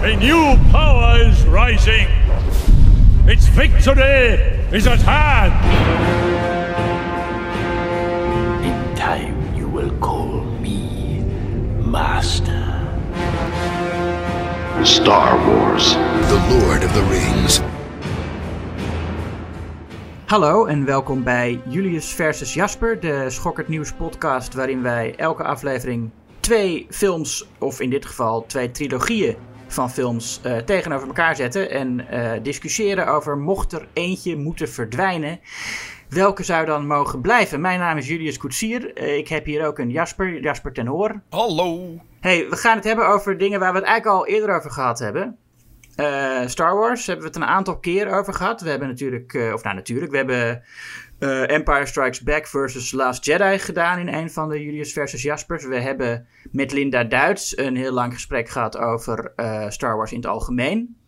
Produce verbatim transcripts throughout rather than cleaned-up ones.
A new power is rising. Its victory is at hand. In time you will call me Master. Star Wars, The Lord of the Rings. Hallo en welkom bij Julius versus Jasper, de Schokkerd Nieuws podcast waarin wij elke aflevering twee films, of in dit geval twee trilogieën van films, uh, tegenover elkaar zetten en uh, discussiëren over mocht er eentje moeten verdwijnen, welke zou dan mogen blijven? Mijn naam is Julius Koetsier, uh, ik heb hier ook een Jasper, Jasper ten Hoor. Hallo! Hey, we gaan het hebben over dingen waar we het eigenlijk al eerder over gehad hebben. Uh, Star Wars hebben we het een aantal keer over gehad. We hebben natuurlijk, uh, of nou natuurlijk, we hebben uh, Empire Strikes Back versus Last Jedi gedaan in een van de Julius versus Jaspers. We hebben met Linda Duits een heel lang gesprek gehad over uh, Star Wars in het algemeen.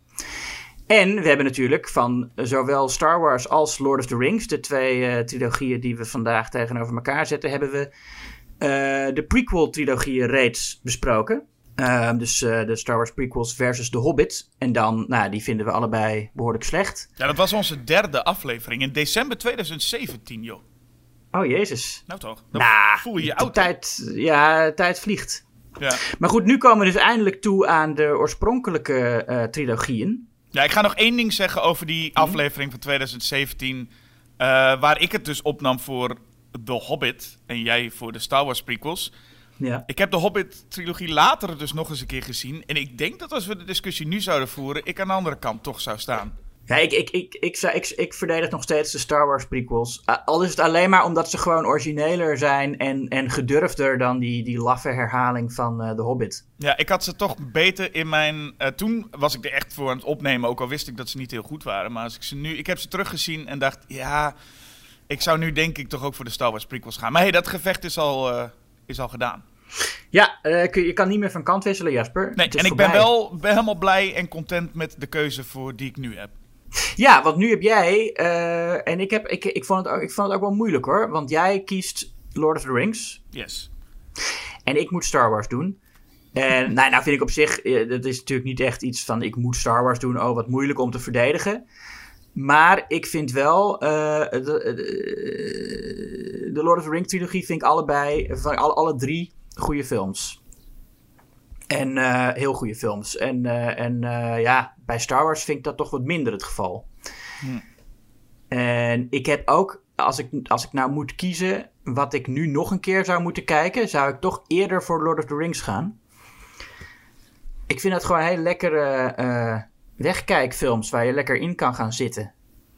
En we hebben natuurlijk van zowel Star Wars als Lord of the Rings, de twee uh, trilogieën die we vandaag tegenover elkaar zetten, hebben we uh, de prequel-trilogieën reeds besproken. Uh, dus uh, de Star Wars prequels versus The Hobbit. En dan, nou, die vinden we allebei behoorlijk slecht. Ja, dat was onze derde aflevering in december tweeduizend zeventien, joh. Oh, jezus. Nou toch, dan nah, voel je je de oud. Tijd, ja, de tijd vliegt. Ja. Maar goed, nu komen we dus eindelijk toe aan de oorspronkelijke uh, trilogieën. Ja, ik ga nog één ding zeggen over die aflevering van tweeduizend zeventien. Uh, waar ik het dus opnam voor The Hobbit en jij voor de Star Wars prequels. Ja. Ik heb de Hobbit-trilogie later dus nog eens een keer gezien. En ik denk dat als we de discussie nu zouden voeren, ik aan de andere kant toch zou staan. Ja, ik, ik, ik, ik, ik, ik, ik verdedig nog steeds de Star Wars prequels. Uh, al is het alleen maar omdat ze gewoon origineler zijn en, en gedurfder dan die, die laffe herhaling van uh, The Hobbit. Ja, ik had ze toch beter in mijn... Uh, toen was ik er echt voor aan het opnemen, ook al wist ik dat ze niet heel goed waren. Maar als ik ze nu... Ik heb ze teruggezien en dacht, ja... Ik zou nu denk ik toch ook voor de Star Wars prequels gaan. Maar hey, dat gevecht is al, uh, is al gedaan. Ja, uh, je kan niet meer van kant wisselen, Jasper. Nee, en ik ben wel ben helemaal blij en content met de keuze voor die ik nu heb. Ja, want nu heb jij... Uh, en ik, heb, ik, ik, vond het ook, ik vond het ook wel moeilijk hoor. Want jij kiest Lord of the Rings. Yes. En ik moet Star Wars doen. En nou, nou vind ik op zich... Uh, dat is natuurlijk niet echt iets van... Ik moet Star Wars doen. Oh, wat moeilijk om te verdedigen. Maar ik vind wel... Uh, de, de, de Lord of the Rings trilogie vind ik allebei... Van alle, alle drie goede films. En uh, heel goede films. En, uh, en uh, ja, bij Star Wars vind ik dat toch wat minder het geval. Hm. En ik heb ook... Als ik, als ik nou moet kiezen... Wat ik nu nog een keer zou moeten kijken... Zou ik toch eerder voor Lord of the Rings gaan. Ik vind dat gewoon heel lekkere... Uh, wegkijkfilms waar je lekker in kan gaan zitten.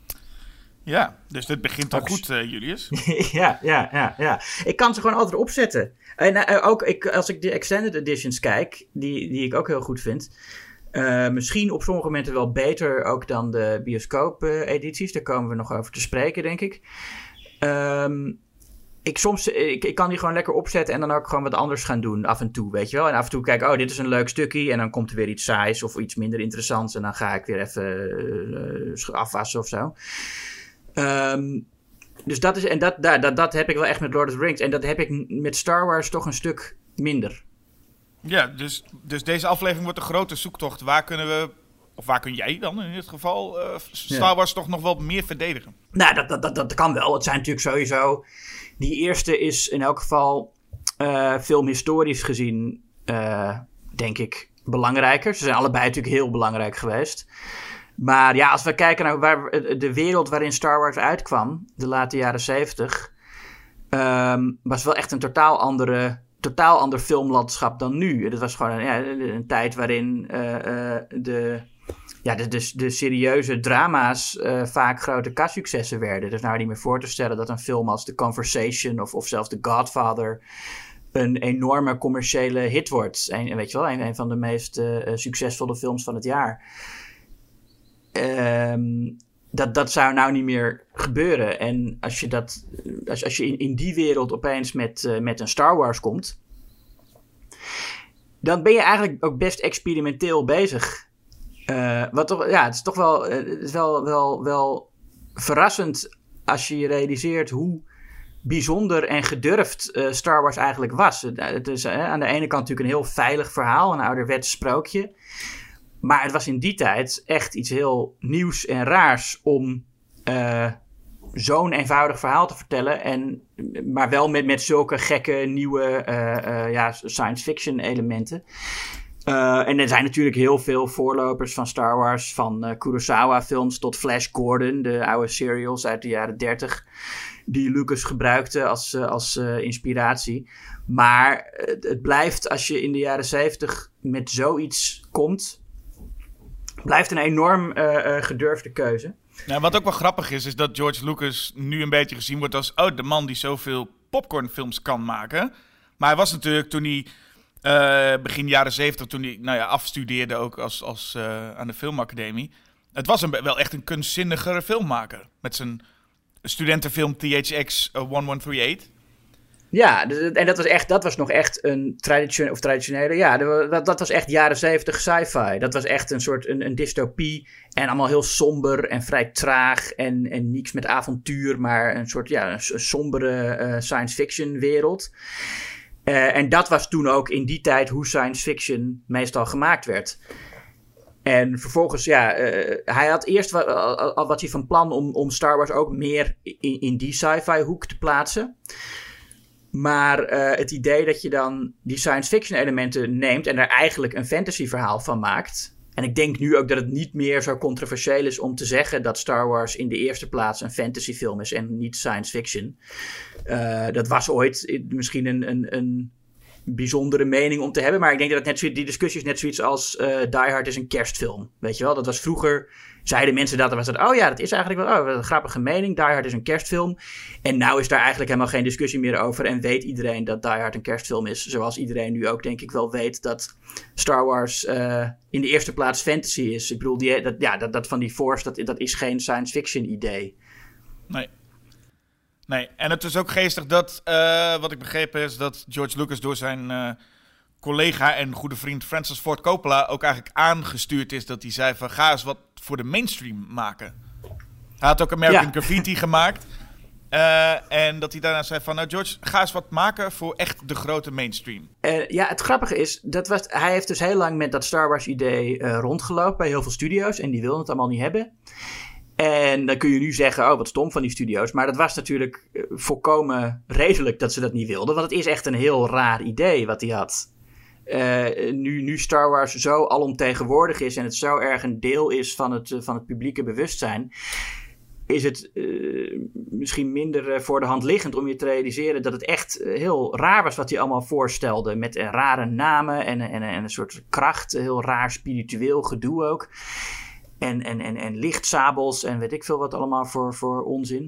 Ja, dus dit begint al ook goed, uh, Julius. ja, ja, ja, ja. Ik kan ze gewoon altijd opzetten. En uh, ook ik, als ik de extended editions kijk, die, die ik ook heel goed vind. Uh, misschien op sommige momenten wel beter ook dan de bioscoop-edities. Uh, Daar komen we nog over te spreken, denk ik. Um, Ik, soms, ik, ik kan die gewoon lekker opzetten en dan ook gewoon wat anders gaan doen af en toe, weet je wel. En af en toe kijk ik, oh, dit is een leuk stukje en dan komt er weer iets saais of iets minder interessants en dan ga ik weer even uh, afwassen of zo. Um, dus dat is, en dat, dat, dat, dat heb ik wel echt met Lord of the Rings en dat heb ik met Star Wars toch een stuk minder. Ja, dus, dus deze aflevering wordt een grote zoektocht. Waar kunnen we... Of waar kun jij dan in dit geval uh, Star Wars ja. toch nog wel meer verdedigen? Nou, dat, dat, dat, dat kan wel. Het zijn natuurlijk sowieso... Die eerste is in elk geval uh, filmhistorisch gezien, uh, denk ik, belangrijker. Ze zijn allebei natuurlijk heel belangrijk geweest. Maar ja, als we kijken naar waar, de wereld waarin Star Wars uitkwam, de late jaren zeventig, um, was wel echt een totaal andere... totaal ander filmlandschap dan nu. Het was gewoon een, ja, een tijd waarin uh, uh, de, ja, de, de, de serieuze drama's uh, vaak grote kassuccessen werden. Dus nou niet meer voor te stellen dat een film als The Conversation of, of zelfs The Godfather een enorme commerciële hit wordt. En weet je wel, een, een van de meest uh, succesvolle films van het jaar. Um, dat, dat zou nou niet meer gebeuren. En als je, dat, als, als je in, in die wereld opeens met, uh, met een Star Wars komt, dan ben je eigenlijk ook best experimenteel bezig. Uh, wat toch, ja, het is toch wel, uh, het is wel, wel, wel verrassend als je je realiseert hoe bijzonder en gedurfd uh, Star Wars eigenlijk was. Het is uh, aan de ene kant natuurlijk een heel veilig verhaal, een ouderwets sprookje. Maar het was in die tijd echt iets heel nieuws en raars om uh, zo'n eenvoudig verhaal te vertellen. En, maar wel met, met zulke gekke nieuwe uh, uh, ja, science fiction elementen. Uh, en er zijn natuurlijk heel veel voorlopers van Star Wars. Van uh, Kurosawa films tot Flash Gordon. De oude serials uit de jaren dertig. Die Lucas gebruikte als, uh, als uh, inspiratie. Maar het, het blijft, als je in de jaren zeventig met zoiets komt, blijft een enorm uh, uh, gedurfde keuze. Ja, wat ook wel grappig is, is dat George Lucas nu een beetje gezien wordt als oh, de man die zoveel popcornfilms kan maken. Maar hij was natuurlijk toen hij uh, begin jaren zeventig, toen hij nou ja, afstudeerde ook als, als, uh, aan de filmacademie. Het was een, wel echt een kunstzinnigere filmmaker. Met zijn studentenfilm T H X honderd drieënachtig. Ja, en dat was, echt, dat was nog echt een traditionele, of traditionele, ja, dat, dat was echt jaren zeventig sci-fi. Dat was echt een soort een, een dystopie en allemaal heel somber en vrij traag en, en niks met avontuur, maar een soort, ja, een, een sombere uh, science fiction wereld. Uh, en dat was toen ook in die tijd hoe science fiction meestal gemaakt werd. En vervolgens, ja, uh, hij had eerst wat, al wat hij van plan om, om Star Wars ook meer in, in die sci-fi hoek te plaatsen. Maar uh, het idee dat je dan die science fiction elementen neemt en daar eigenlijk een fantasy verhaal van maakt. En ik denk nu ook dat het niet meer zo controversieel is om te zeggen dat Star Wars in de eerste plaats een fantasy film is en niet science fiction. Uh, dat was ooit misschien een, een, een bijzondere mening om te hebben. Maar ik denk dat het net zo, die discussie is net zoiets als uh, Die Hard is een kerstfilm. Weet je wel, dat was vroeger, zeiden mensen dat, dan was het, oh ja, dat is eigenlijk wel oh, wat een grappige mening. Die Hard is een kerstfilm. En nou is daar eigenlijk helemaal geen discussie meer over. En weet iedereen dat Die Hard een kerstfilm is. Zoals iedereen nu ook denk ik wel weet dat Star Wars uh, in de eerste plaats fantasy is. Ik bedoel, die, dat, ja, dat, dat van die Force, dat, dat is geen science fiction idee. Nee. Nee, en het is ook geestig dat, uh, wat ik begrepen is, dat George Lucas door zijn uh, collega en goede vriend Francis Ford Coppola ook eigenlijk aangestuurd is dat hij zei van ga eens wat voor de mainstream maken. Hij had ook American ja. Graffiti gemaakt. Uh, en dat hij daarna zei van nou George, ga eens wat maken voor echt de grote mainstream. Uh, ja, het grappige is, dat was, hij heeft dus heel lang met dat Star Wars idee uh, rondgelopen bij heel veel studio's en die wilden het allemaal niet hebben. En dan kun je nu zeggen, oh wat stom van die studio's. Maar dat was natuurlijk uh, volkomen redelijk dat ze dat niet wilden. Want het is echt een heel raar idee wat hij had. Uh, nu, nu Star Wars zo alomtegenwoordig is en het zo erg een deel is van het, uh, van het publieke bewustzijn, is het uh, misschien minder uh, voor de hand liggend om je te realiseren dat het echt uh, heel raar was wat hij allemaal voorstelde. Met uh, rare namen en, en, en een soort kracht, heel raar spiritueel gedoe ook. En, en, en, en lichtsabels en weet ik veel wat allemaal voor, voor onzin.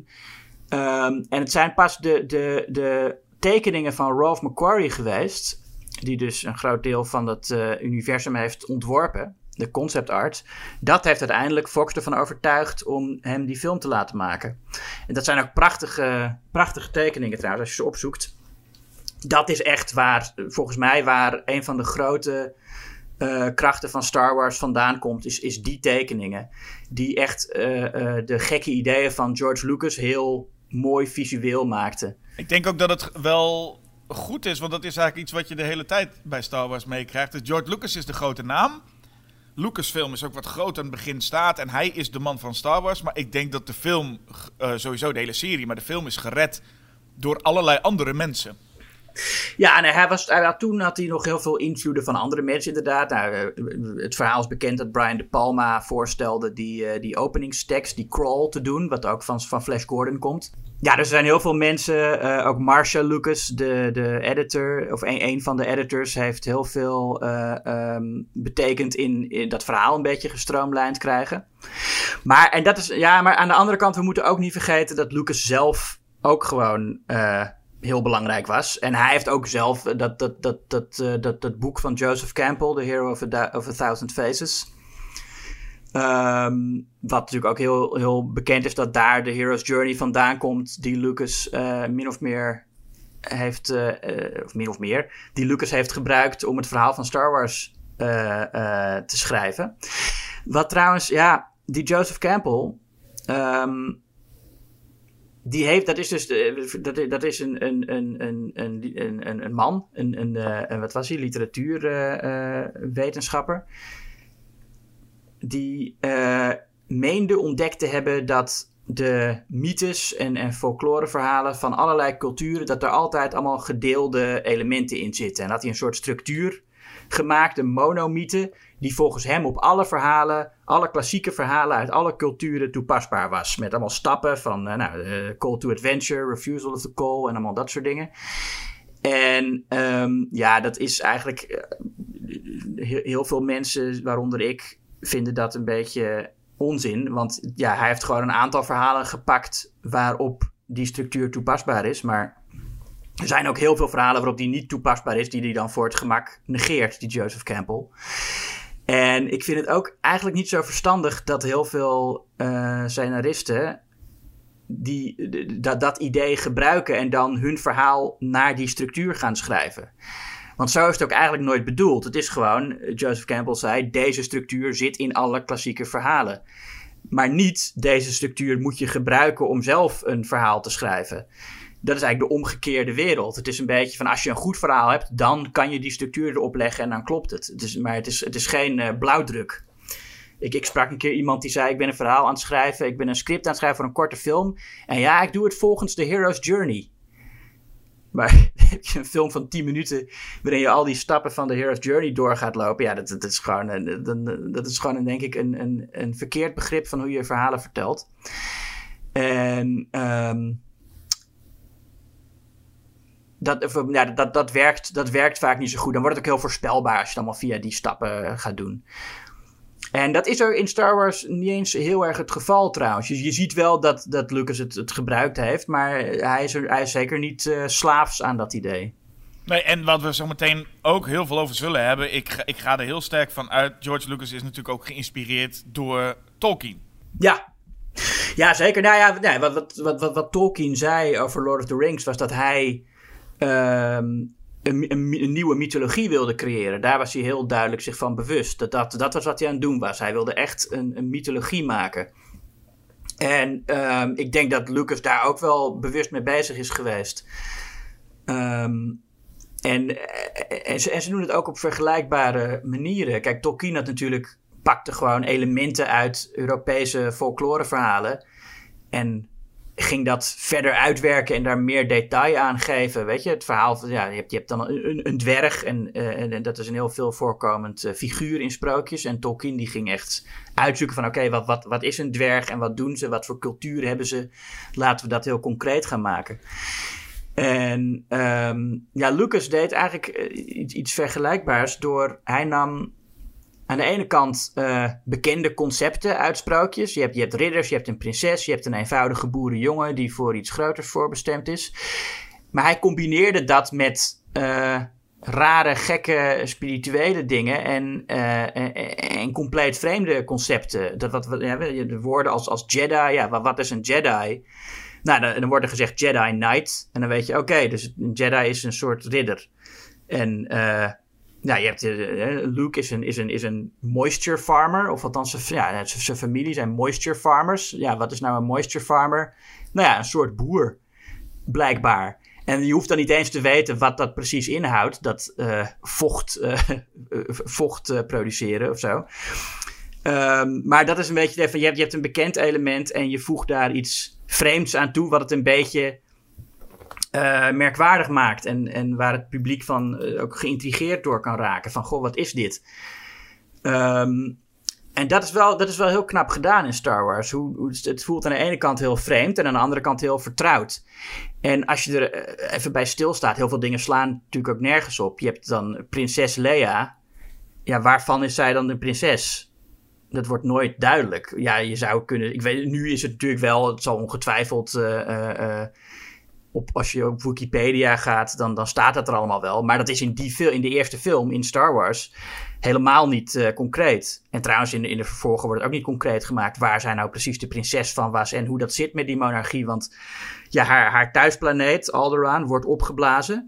Um, en het zijn pas de, de, de tekeningen van Ralph McQuarrie geweest, die dus een groot deel van dat uh, universum heeft ontworpen, de concept art. Dat heeft uiteindelijk Fox ervan overtuigd om hem die film te laten maken. En dat zijn ook prachtige, prachtige tekeningen trouwens, als je ze opzoekt. Dat is echt waar, volgens mij, waar een van de grote Uh, krachten van Star Wars vandaan komt, is, is die tekeningen. Die echt uh, uh, de gekke ideeën van George Lucas heel mooi visueel maakten. Ik denk ook dat het wel goed is, want dat is eigenlijk iets wat je de hele tijd bij Star Wars meekrijgt. Dus George Lucas is de grote naam. Lucasfilm is ook wat groot aan het begin staat en hij is de man van Star Wars. Maar ik denk dat de film, uh, sowieso de hele serie, maar de film is gered door allerlei andere mensen. Ja, nee, hij was, hij had, toen had hij nog heel veel invloeden van andere mensen inderdaad. Nou, het verhaal is bekend dat Brian De Palma voorstelde die, uh, die openingstekst, die crawl te doen, wat ook van, van Flash Gordon komt. Ja, dus er zijn heel veel mensen, uh, ook Marcia Lucas, de, de editor, of een, een van de editors, heeft heel veel uh, um, betekend in, in dat verhaal een beetje gestroomlijnd krijgen. Maar, en dat is, ja, maar aan de andere kant, we moeten ook niet vergeten dat Lucas zelf ook gewoon Uh, heel belangrijk was. En hij heeft ook zelf dat, dat, dat, dat, uh, dat, dat boek van Joseph Campbell, The Hero of a, da- of a Thousand Faces. Um, wat natuurlijk ook heel, heel bekend is dat daar de Hero's Journey vandaan komt, die Lucas uh, min of meer heeft, uh, uh, of min of meer, die Lucas heeft gebruikt om het verhaal van Star Wars uh, uh, te schrijven. Wat trouwens, ja, die Joseph Campbell, Um, Die heeft, dat is dus, de, dat, dat is een, een, een, een, een, een, een man, een, een, een, wat was hij, literatuurwetenschapper. Uh, die uh, meende ontdekt te hebben dat de mythes en, en folkloreverhalen van allerlei culturen, dat er altijd allemaal gedeelde elementen in zitten. En had hij een soort structuur gemaakt, een monomythe, die volgens hem op alle verhalen, alle klassieke verhalen uit alle culturen toepasbaar was. Met allemaal stappen van uh, nou, uh, call to adventure, refusal of the call en allemaal dat soort dingen. En um, ja, dat is eigenlijk uh, heel, heel veel mensen, waaronder ik, vinden dat een beetje onzin. Want ja, hij heeft gewoon een aantal verhalen gepakt waarop die structuur toepasbaar is. Maar er zijn ook heel veel verhalen waarop die niet toepasbaar is, die hij dan voor het gemak negeert, die Joseph Campbell. En ik vind het ook eigenlijk niet zo verstandig dat heel veel uh, scenaristen die, dat, dat idee gebruiken en dan hun verhaal naar die structuur gaan schrijven. Want zo is het ook eigenlijk nooit bedoeld. Het is gewoon, Joseph Campbell zei, deze structuur zit in alle klassieke verhalen. Maar niet, deze structuur moet je gebruiken om zelf een verhaal te schrijven. Dat is eigenlijk de omgekeerde wereld. Het is een beetje van, als je een goed verhaal hebt, dan kan je die structuur erop leggen en dan klopt het. Het is, maar het is, het is geen uh, blauwdruk. Ik, ik sprak een keer iemand die zei, ik ben een verhaal aan het schrijven, ik ben een script aan het schrijven voor een korte film. En ja, ik doe het volgens The Hero's Journey. Maar heb je een film van tien minuten waarin je al die stappen van de Hero's Journey door gaat lopen. Ja, dat, dat is gewoon, een, dat is gewoon een, denk ik, een, een, een verkeerd begrip van hoe je verhalen vertelt. En um, dat, ja, dat, dat, werkt, dat werkt vaak niet zo goed. Dan wordt het ook heel voorspelbaar als je het allemaal via die stappen gaat doen. En dat is er in Star Wars niet eens heel erg het geval trouwens. Je, je ziet wel dat, dat Lucas het, het gebruikt heeft, maar hij is, er, hij is zeker niet uh, slaafs aan dat idee. Nee, en wat we zo meteen ook heel veel over zullen hebben, ik, ik ga er heel sterk van uit, George Lucas is natuurlijk ook geïnspireerd door Tolkien. Ja, ja zeker. Nou ja, nee, wat, wat, wat, wat, wat Tolkien zei over Lord of the Rings was dat hij Um, Een, een, een nieuwe mythologie wilde creëren. Daar was hij heel duidelijk zich van bewust. Dat, dat, dat was wat hij aan het doen was. Hij wilde echt een, een mythologie maken. En um, ik denk dat Lucas daar ook wel bewust mee bezig is geweest. Um, en, en, ze, en ze doen het ook op vergelijkbare manieren. Kijk, Tolkien had natuurlijk, pakte gewoon elementen uit Europese folkloreverhalen en ging dat verder uitwerken en daar meer detail aan geven. Weet je, het verhaal van, ja, je hebt, je hebt dan een, een dwerg en, uh, en dat is een heel veel voorkomend uh, figuur in sprookjes. En Tolkien die ging echt uitzoeken van oké, okay, wat, wat, wat is een dwerg en wat doen ze, wat voor cultuur hebben ze. Laten we dat heel concreet gaan maken. En um, ja, Lucas deed eigenlijk uh, iets, iets vergelijkbaars door, hij nam aan de ene kant uh, bekende concepten uit sprookjes. Je hebt, je hebt ridders, je hebt een prinses, je hebt een eenvoudige boerenjongen die voor iets groters voorbestemd is. Maar hij combineerde dat met uh, rare, gekke, spirituele dingen en, uh, en, en compleet vreemde concepten. Dat wat, ja, de woorden als, als Jedi, ja, wat, wat is een Jedi? Nou, dan, dan wordt er gezegd Jedi Knight. En dan weet je, oké, okay, dus een Jedi is een soort ridder. En uh, nou, je hebt, uh, Luke is een, is, een, is een moisture farmer. Of althans, ja, zijn familie zijn moisture farmers. Ja, wat is nou een moisture farmer? Nou ja, een soort boer, blijkbaar. En je hoeft dan niet eens te weten wat dat precies inhoudt. Dat uh, vocht, uh, vocht uh, produceren of zo. Um, maar dat is een beetje van, je hebt, je hebt een bekend element en je voegt daar iets vreemds aan toe, wat het een beetje uh, merkwaardig maakt. En, en waar het publiek van uh, ook geïntrigeerd door kan raken. Van, goh, wat is dit? Um, en dat is, wel, dat is wel heel knap gedaan in Star Wars. Hoe, hoe, het voelt aan de ene kant heel vreemd en aan de andere kant heel vertrouwd. En als je er uh, even bij stilstaat, heel veel dingen slaan natuurlijk ook nergens op. Je hebt dan prinses Leia. Ja, waarvan is zij dan de prinses? Dat wordt nooit duidelijk. Ja, je zou kunnen... Ik weet, nu is het natuurlijk wel... Het zal ongetwijfeld... Uh, uh, op, als je op Wikipedia gaat, dan, dan staat dat er allemaal wel. Maar dat is in, die fil- in de eerste film, in Star Wars, helemaal niet uh, concreet. En trouwens, in de, in de vervolgen wordt het ook niet concreet gemaakt waar zij nou precies de prinses van was en hoe dat zit met die monarchie. Want ja, haar, haar thuisplaneet, Alderaan, wordt opgeblazen.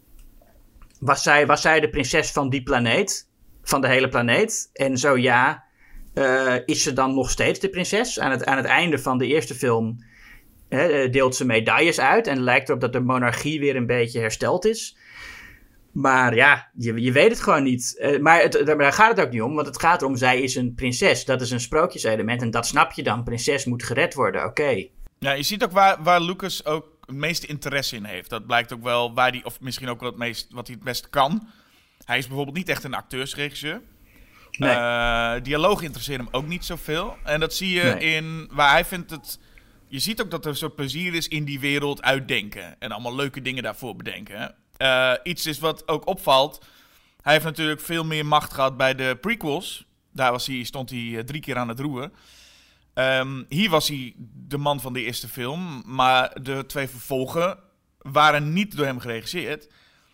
Was zij, was zij de prinses van die planeet? Van de hele planeet? En zo ja... Uh, is ze dan nog steeds de prinses? Aan het, aan het einde van de eerste film uh, deelt ze medailles uit en lijkt erop dat de monarchie weer een beetje hersteld is. Maar ja, je, je weet het gewoon niet. Uh, maar, het, maar daar gaat het ook niet om, want het gaat erom, zij is een prinses. Dat is een sprookjeselement en dat snap je dan. Prinses moet gered worden, oké. Okay. Ja, je ziet ook waar, waar Lucas ook het meeste interesse in heeft. Dat blijkt ook wel waar hij, of misschien ook wel het meest, wat hij het best kan. Hij is bijvoorbeeld niet echt een acteursregisseur. Nee. Uh, dialoog interesseert hem ook niet zoveel. En dat zie je nee. in waar hij vindt het... Je ziet ook dat er een soort plezier is in die wereld uitdenken. En allemaal leuke dingen daarvoor bedenken. Uh, iets is wat ook opvalt. Hij heeft natuurlijk veel meer macht gehad bij de prequels. Daar was hij, stond hij uh, drie keer aan het roer. Um, hier was hij de man van de eerste film. Maar de twee vervolgen waren niet door hem geregisseerd.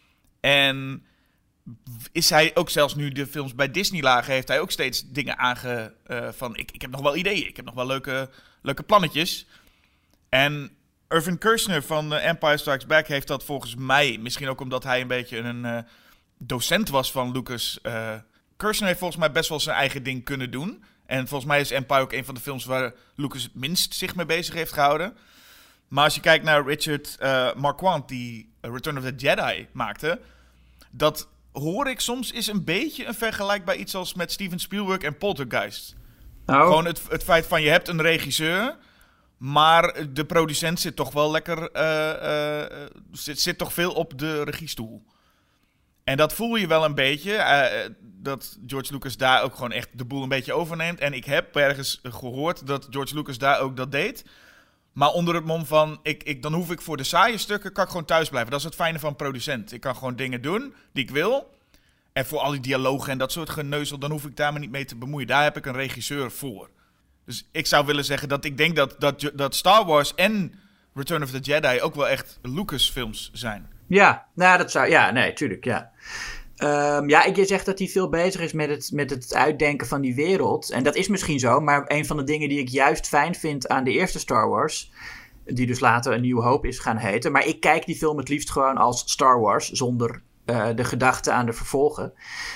En is hij ook zelfs nu de films bij Disney lagen, heeft hij ook steeds dingen aange... Uh, van ik, ik heb nog wel ideeën, ik heb nog wel leuke, leuke plannetjes. En Irvin Kershner van uh, Empire Strikes Back heeft dat volgens mij, misschien ook omdat hij een beetje een uh, docent was van Lucas. Uh, Kershner heeft volgens mij best wel zijn eigen ding kunnen doen. En volgens mij is Empire ook een van de films waar Lucas het minst zich mee bezig heeft gehouden. Maar als je kijkt naar Richard uh, Marquand, die Return of the Jedi maakte, dat hoor ik soms is een beetje een vergelijk bij iets als met Steven Spielberg en Poltergeist. Oh. Gewoon het, het feit van je hebt een regisseur, maar de producent zit toch wel lekker, uh, uh, zit, zit toch veel op de regiestoel. En dat voel je wel een beetje, uh, dat George Lucas daar ook gewoon echt de boel een beetje overneemt. En ik heb ergens gehoord dat George Lucas daar ook dat deed. Maar onder het mom van, ik, ik, dan hoef ik voor de saaie stukken, kan ik gewoon thuis blijven. Dat is het fijne van een producent. Ik kan gewoon dingen doen die ik wil. En voor al die dialogen en dat soort geneuzel, dan hoef ik daar maar niet mee te bemoeien. Daar heb ik een regisseur voor. Dus ik zou willen zeggen dat ik denk dat, dat, dat Star Wars en Return of the Jedi ook wel echt Lucas films zijn. Ja, nou dat zou, ja, nee, tuurlijk, ja. Um, ja, ik, je zegt dat hij veel bezig is met het, met het uitdenken van die wereld. En dat is misschien zo, maar een van de dingen die ik juist fijn vind aan de eerste Star Wars, die dus later A New Hope is gaan heten. Maar ik kijk die film het liefst gewoon als Star Wars, zonder uh, de gedachte aan de vervolgen.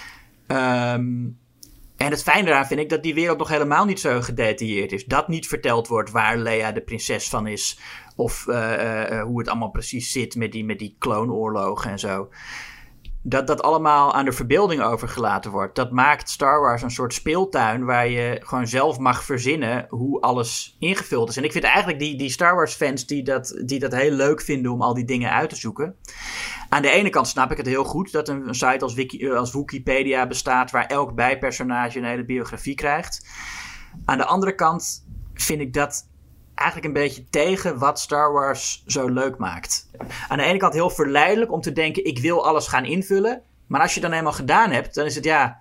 Um, en het fijne daaraan vind ik dat die wereld nog helemaal niet zo gedetailleerd is. Dat niet verteld wordt waar Leia de prinses van is. Of uh, uh, hoe het allemaal precies zit met die, met die kloonoorlogen en zo. Dat dat allemaal aan de verbeelding overgelaten wordt. Dat maakt Star Wars een soort speeltuin waar je gewoon zelf mag verzinnen hoe alles ingevuld is. En ik vind eigenlijk die, die Star Wars fans die dat, die dat heel leuk vinden om al die dingen uit te zoeken. Aan de ene kant snap ik het heel goed dat een, een site als, Wiki, als Wikipedia bestaat waar elk bijpersonage een hele biografie krijgt. Aan de andere kant vind ik dat eigenlijk een beetje tegen wat Star Wars zo leuk maakt. Aan de ene kant heel verleidelijk om te denken, ik wil alles gaan invullen. Maar als je dan eenmaal gedaan hebt, dan is het ja,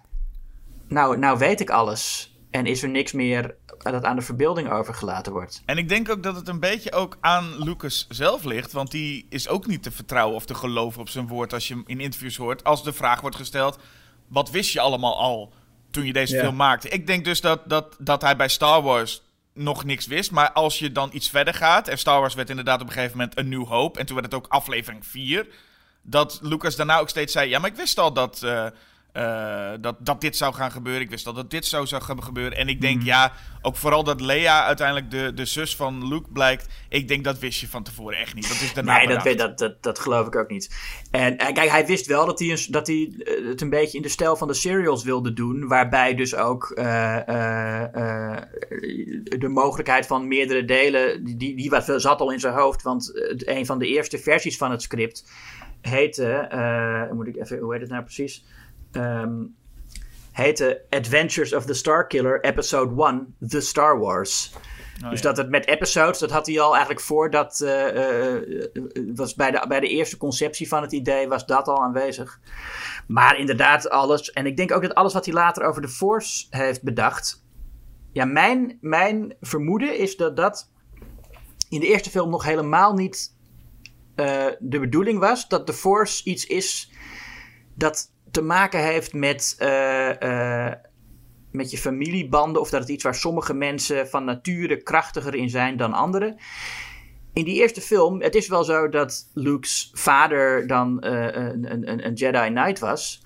nou, nou weet ik alles. En is er niks meer dat aan de verbeelding overgelaten wordt. En ik denk ook dat het een beetje ook aan Lucas zelf ligt. Want die is ook niet te vertrouwen of te geloven op zijn woord als je hem in interviews hoort. Als de vraag wordt gesteld, wat wist je allemaal al toen je deze ja. film maakte? Ik denk dus dat, dat, dat hij bij Star Wars nog niks wist. Maar als je dan iets verder gaat, en Star Wars werd inderdaad op een gegeven moment A New Hope, en toen werd het ook aflevering vier, dat Lucas daarna ook steeds zei, ja, maar ik wist al dat, uh, uh, dat, dat dit zou gaan gebeuren. Ik wist al dat dit zo zou gaan gebeuren. En ik denk, mm. ja, ook vooral dat Leia uiteindelijk de, de zus van Luke blijkt. Ik denk, dat wist je van tevoren echt niet. Dat is daarna nee, dat, dat, dat, dat geloof ik ook niet. En kijk, hij wist wel dat hij, een, dat hij het een beetje in de stijl van de serials wilde doen, waarbij dus ook uh, uh, uh, de mogelijkheid van meerdere delen, die, die, die zat al in zijn hoofd, want een van de eerste versies van het script heette, uh, moet ik even, hoe heet het nou precies? Um, heette Adventures of the Starkiller Episode één, The Star Wars. Oh, dus ja. dat het met episodes, dat had hij al eigenlijk voordat, uh, uh, was bij de, bij de eerste conceptie van het idee was dat al aanwezig. Maar inderdaad alles, en ik denk ook dat alles wat hij later over de Force heeft bedacht, ja, mijn, mijn vermoeden is dat dat in de eerste film nog helemaal niet uh, de bedoeling was, dat de Force iets is dat te maken heeft met, uh, uh, met je familiebanden, of dat het iets waar sommige mensen van nature krachtiger in zijn dan anderen. In die eerste film, het is wel zo dat Luke's vader dan uh, een, een, een Jedi Knight was.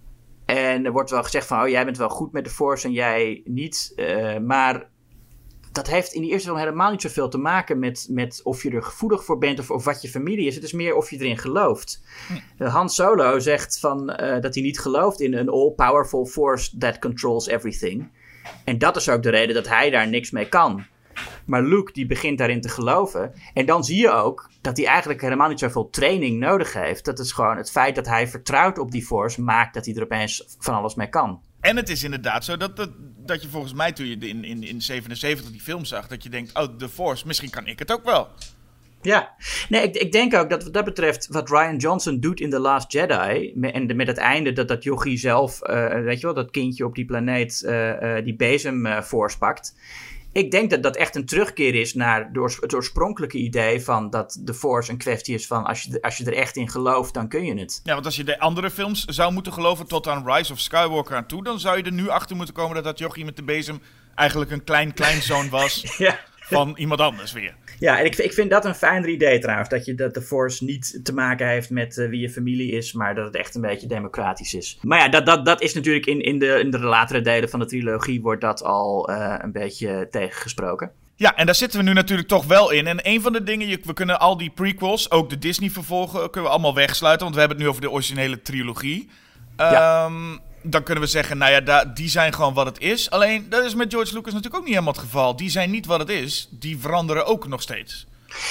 En er wordt wel gezegd van, oh, jij bent wel goed met de Force en jij niet. Uh, maar dat heeft in die eerste film helemaal niet zoveel te maken met, met of je er gevoelig voor bent of, of wat je familie is. Het is meer of je erin gelooft. Hm. Han Solo zegt van, uh, dat hij niet gelooft in een all-powerful force that controls everything. En dat is ook de reden dat hij daar niks mee kan. Maar Luke die begint daarin te geloven. En dan zie je ook dat hij eigenlijk helemaal niet zoveel training nodig heeft. Dat is gewoon het feit dat hij vertrouwt op die force maakt dat hij er opeens van alles mee kan. En het is inderdaad zo dat, dat, dat je volgens mij toen je in, in, in zevenenzeventig die film zag, dat je denkt, oh, The Force, misschien kan ik het ook wel. Ja, nee, ik, ik denk ook dat wat dat betreft wat Rian Johnson doet in The Last Jedi, met, en de, met het einde dat dat jochie zelf, uh, weet je wel, dat kindje op die planeet uh, uh, die bezem uh, voorspakt. Ik denk dat dat echt een terugkeer is naar het oorspronkelijke idee van dat de Force een kwestie is van als je, als je er echt in gelooft, dan kun je het. Ja, want als je de andere films zou moeten geloven tot aan Rise of Skywalker aan toe, dan zou je er nu achter moeten komen dat dat jochie met de bezem eigenlijk een klein kleinzoon was ja. van iemand anders weer. Ja, en ik, ik vind dat een fijner idee trouwens, dat, je, dat de Force niet te maken heeft met uh, wie je familie is, maar dat het echt een beetje democratisch is. Maar ja, dat, dat, dat is natuurlijk in, in, de, in de latere delen van de trilogie wordt dat al uh, een beetje tegengesproken. Ja, en daar zitten we nu natuurlijk toch wel in. En een van de dingen, we kunnen al die prequels, ook de Disney-vervolgen, kunnen we allemaal wegsluiten, want we hebben het nu over de originele trilogie. Ja. Um, dan kunnen we zeggen, nou ja, da- die zijn gewoon wat het is. Alleen, dat is met George Lucas natuurlijk ook niet helemaal het geval. Die zijn niet wat het is. Die veranderen ook nog steeds.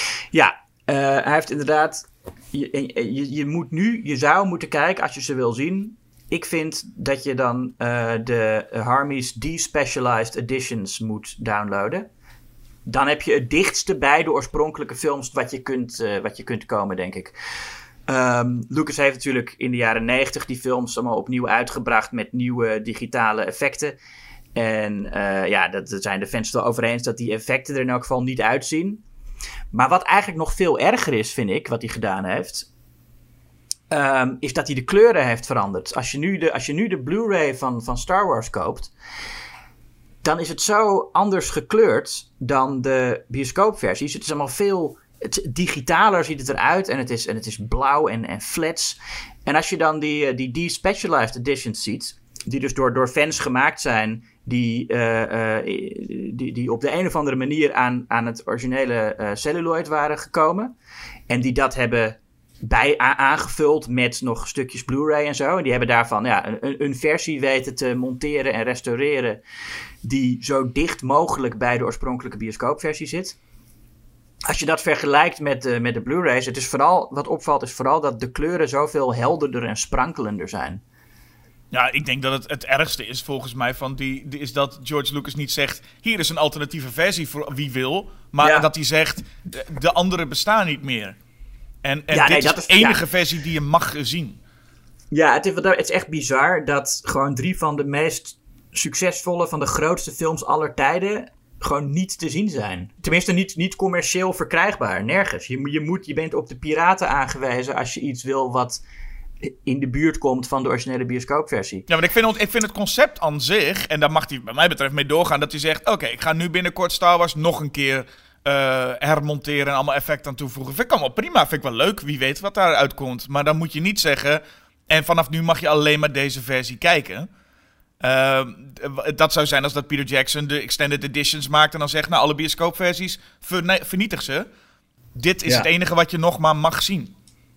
Ja, uh, hij heeft inderdaad... Je, je, je moet nu, je zou moeten kijken als je ze wil zien. Ik vind dat je dan uh, de Harmy's Despecialized Editions moet downloaden. Dan heb je het dichtste bij de oorspronkelijke films wat je kunt, uh, wat je kunt komen, denk ik. Um, Lucas heeft natuurlijk in de jaren negentig die films allemaal opnieuw uitgebracht met nieuwe digitale effecten. En uh, ja, dat, dat zijn de fans wel over eens dat die effecten er in elk geval niet uitzien. Maar wat eigenlijk nog veel erger is, vind ik, wat hij gedaan heeft, um, is dat hij de kleuren heeft veranderd. Als je nu de, als je nu de Blu-ray van, van Star Wars koopt, dan is het zo anders gekleurd dan de bioscoopversies. Het is allemaal veel... Het, digitaler ziet het eruit en het is, en het is blauw en, en flats. En als je dan die, die Despecialized Editions ziet, die dus door, door fans gemaakt zijn, die, uh, uh, die, die op de een of andere manier aan, aan het originele uh, celluloid waren gekomen. En die dat hebben bij, a, aangevuld met nog stukjes Blu-ray en zo. En die hebben daarvan ja, een, een versie weten te monteren en restaureren die zo dicht mogelijk bij de oorspronkelijke bioscoopversie zit. Als je dat vergelijkt met de, met de Blu-rays, het is vooral, wat opvalt is vooral dat de kleuren zoveel helderder en sprankelender zijn. Ja, ik denk dat het het ergste is volgens mij van die, die is dat George Lucas niet zegt, hier is een alternatieve versie voor wie wil, maar ja. dat hij zegt, de, de andere bestaan niet meer. En, en ja, dit nee, is dat de is, enige ja. versie die je mag zien. Ja, het is, het is echt bizar dat gewoon drie van de meest succesvolle, van de grootste films aller tijden gewoon niet te zien zijn. Tenminste niet, niet commercieel verkrijgbaar, nergens. Je, je, moet, je bent op de piraten aangewezen als je iets wil wat in de buurt komt van de originele bioscoopversie. Ja, maar ik vind, ik vind het concept aan zich, en daar mag hij bij mij betreft mee doorgaan, dat hij zegt, oké, okay, ik ga nu binnenkort Star Wars nog een keer uh, hermonteren en allemaal effecten aan toevoegen. Vind ik allemaal prima, vind ik wel leuk, wie weet wat daaruit komt. Maar dan moet je niet zeggen, en vanaf nu mag je alleen maar deze versie kijken. Uh, dat zou zijn als dat Peter Jackson de extended editions maakt en dan zegt, nou, alle bioscoopversies, verne- vernietig ze. Dit is ja. het enige wat je nog maar mag zien.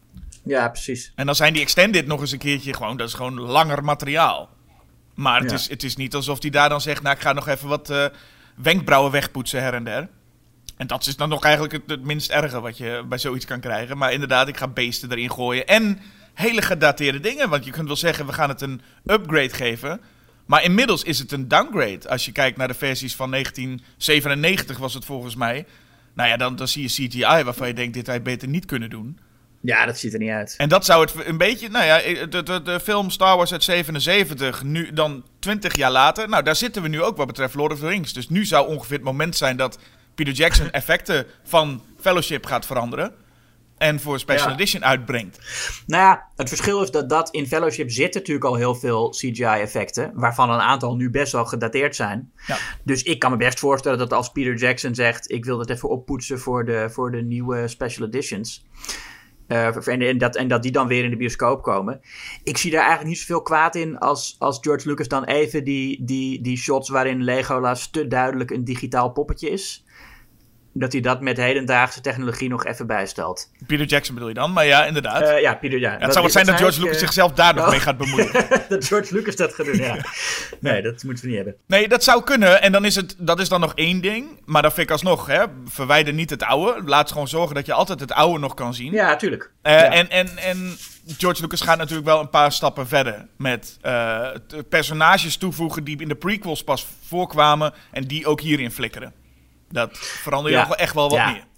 Ja, precies. En dan zijn die extended nog eens een keertje gewoon, dat is gewoon langer materiaal. Maar het, ja. is, het is niet alsof hij daar dan zegt, nou, ik ga nog even wat uh, wenkbrauwen wegpoetsen her en der. En dat is dan nog eigenlijk het, het minst erge wat je bij zoiets kan krijgen. Maar inderdaad, ik ga beesten erin gooien. En hele gedateerde dingen, want je kunt wel zeggen, we gaan het een upgrade geven. Maar inmiddels is het een downgrade. Als je kijkt naar de versies van negentien zevenennegentig was het volgens mij. Nou ja, dan, dan zie je C G I waarvan je denkt, dit had je beter niet kunnen doen. Ja, dat ziet er niet uit. En dat zou het een beetje, nou ja, de, de, de film Star Wars uit zevenenzeventig, nu dan twintig jaar later. Nou, daar zitten we nu ook wat betreft Lord of the Rings. Dus nu zou ongeveer het moment zijn dat Peter Jackson effecten van Fellowship gaat veranderen. En voor Special ja. Edition uitbrengt. Nou ja, het verschil is dat dat in Fellowship zit natuurlijk al heel veel C G I-effecten. Waarvan een aantal nu best wel gedateerd zijn. Ja. Dus ik kan me best voorstellen dat als Peter Jackson zegt, ik wil dat even oppoetsen voor de, voor de nieuwe Special Editions. Uh, en, en, dat, en dat die dan weer in de bioscoop komen. Ik zie daar eigenlijk niet zoveel kwaad in als, als George Lucas dan even die, die, die shots waarin Legolas te duidelijk een digitaal poppetje is. Dat hij dat met hedendaagse technologie nog even bijstelt. Peter Jackson bedoel je dan? Maar ja, inderdaad. Uh, ja, Peter, ja. ja, het zou wat zijn dat George Lucas uh, zichzelf daar nog oh. mee gaat bemoeien. Dat George Lucas dat gaat doen, ja. Nee, dat moeten we niet hebben. Nee, dat zou kunnen. En dan is het, dat is dan nog één ding. Maar dan vind ik alsnog, hè, verwijder niet het oude. Laat gewoon zorgen dat je altijd het oude nog kan zien. Ja, tuurlijk. Uh, ja. En, en, en George Lucas gaat natuurlijk wel een paar stappen verder. Met uh, personages toevoegen die in de prequels pas voorkwamen. En die ook hierin flikkeren. Dat verandert ja. nog wel echt wel wat ja. meer.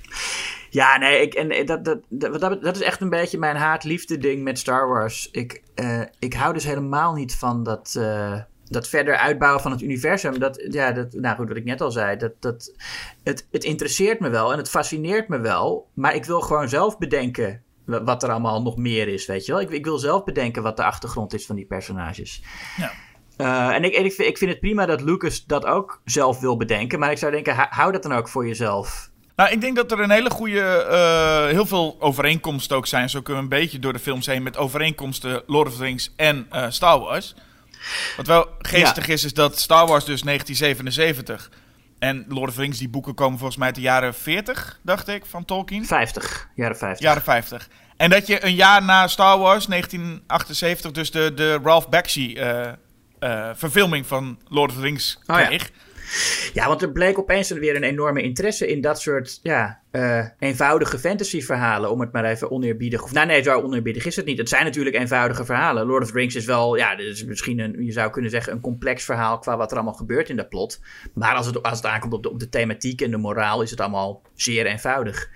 Ja, nee, ik, en dat, dat, dat, dat is echt een beetje mijn haat-liefde ding met Star Wars. Ik, uh, ik hou dus helemaal niet van dat, uh, dat verder uitbouwen van het universum. Dat, ja, dat, nou goed, wat ik net al zei. Dat, dat, het, het interesseert me wel en het fascineert me wel. Maar ik wil gewoon zelf bedenken wat er allemaal nog meer is, weet je wel. Ik, ik wil zelf bedenken wat de achtergrond is van die personages. Ja. Uh, en ik, ik, ik vind het prima dat Lucas dat ook zelf wil bedenken. Maar ik zou denken, hou dat dan ook voor jezelf. Nou, ik denk dat er een hele goede, uh, heel veel overeenkomsten ook zijn. Zo kunnen we een beetje door de films heen met overeenkomsten Lord of the Rings en uh, Star Wars. Wat wel geestig ja. is, is dat Star Wars dus negentien zevenenzeventig... En Lord of the Rings, die boeken komen volgens mij uit de jaren veertig, dacht ik, van Tolkien. vijftig, jaren vijftig. Jaren vijftig. En dat je een jaar na Star Wars, negentien achtenzeventig, dus de, de Ralph Bakshi uh, uh, verfilming van Lord of the Rings kreeg. Oh, ja. Ja, want er bleek opeens weer een enorme interesse in dat soort ja, uh, eenvoudige fantasyverhalen, om het maar even oneerbiedig... Of, nou nee, zo oneerbiedig is het niet. Het zijn natuurlijk eenvoudige verhalen. Lord of the Rings is wel, ja, dit is misschien een, je zou kunnen zeggen, een complex verhaal qua wat er allemaal gebeurt in dat plot. Maar als het, als het aankomt op de, op de thematiek en de moraal, is het allemaal zeer eenvoudig.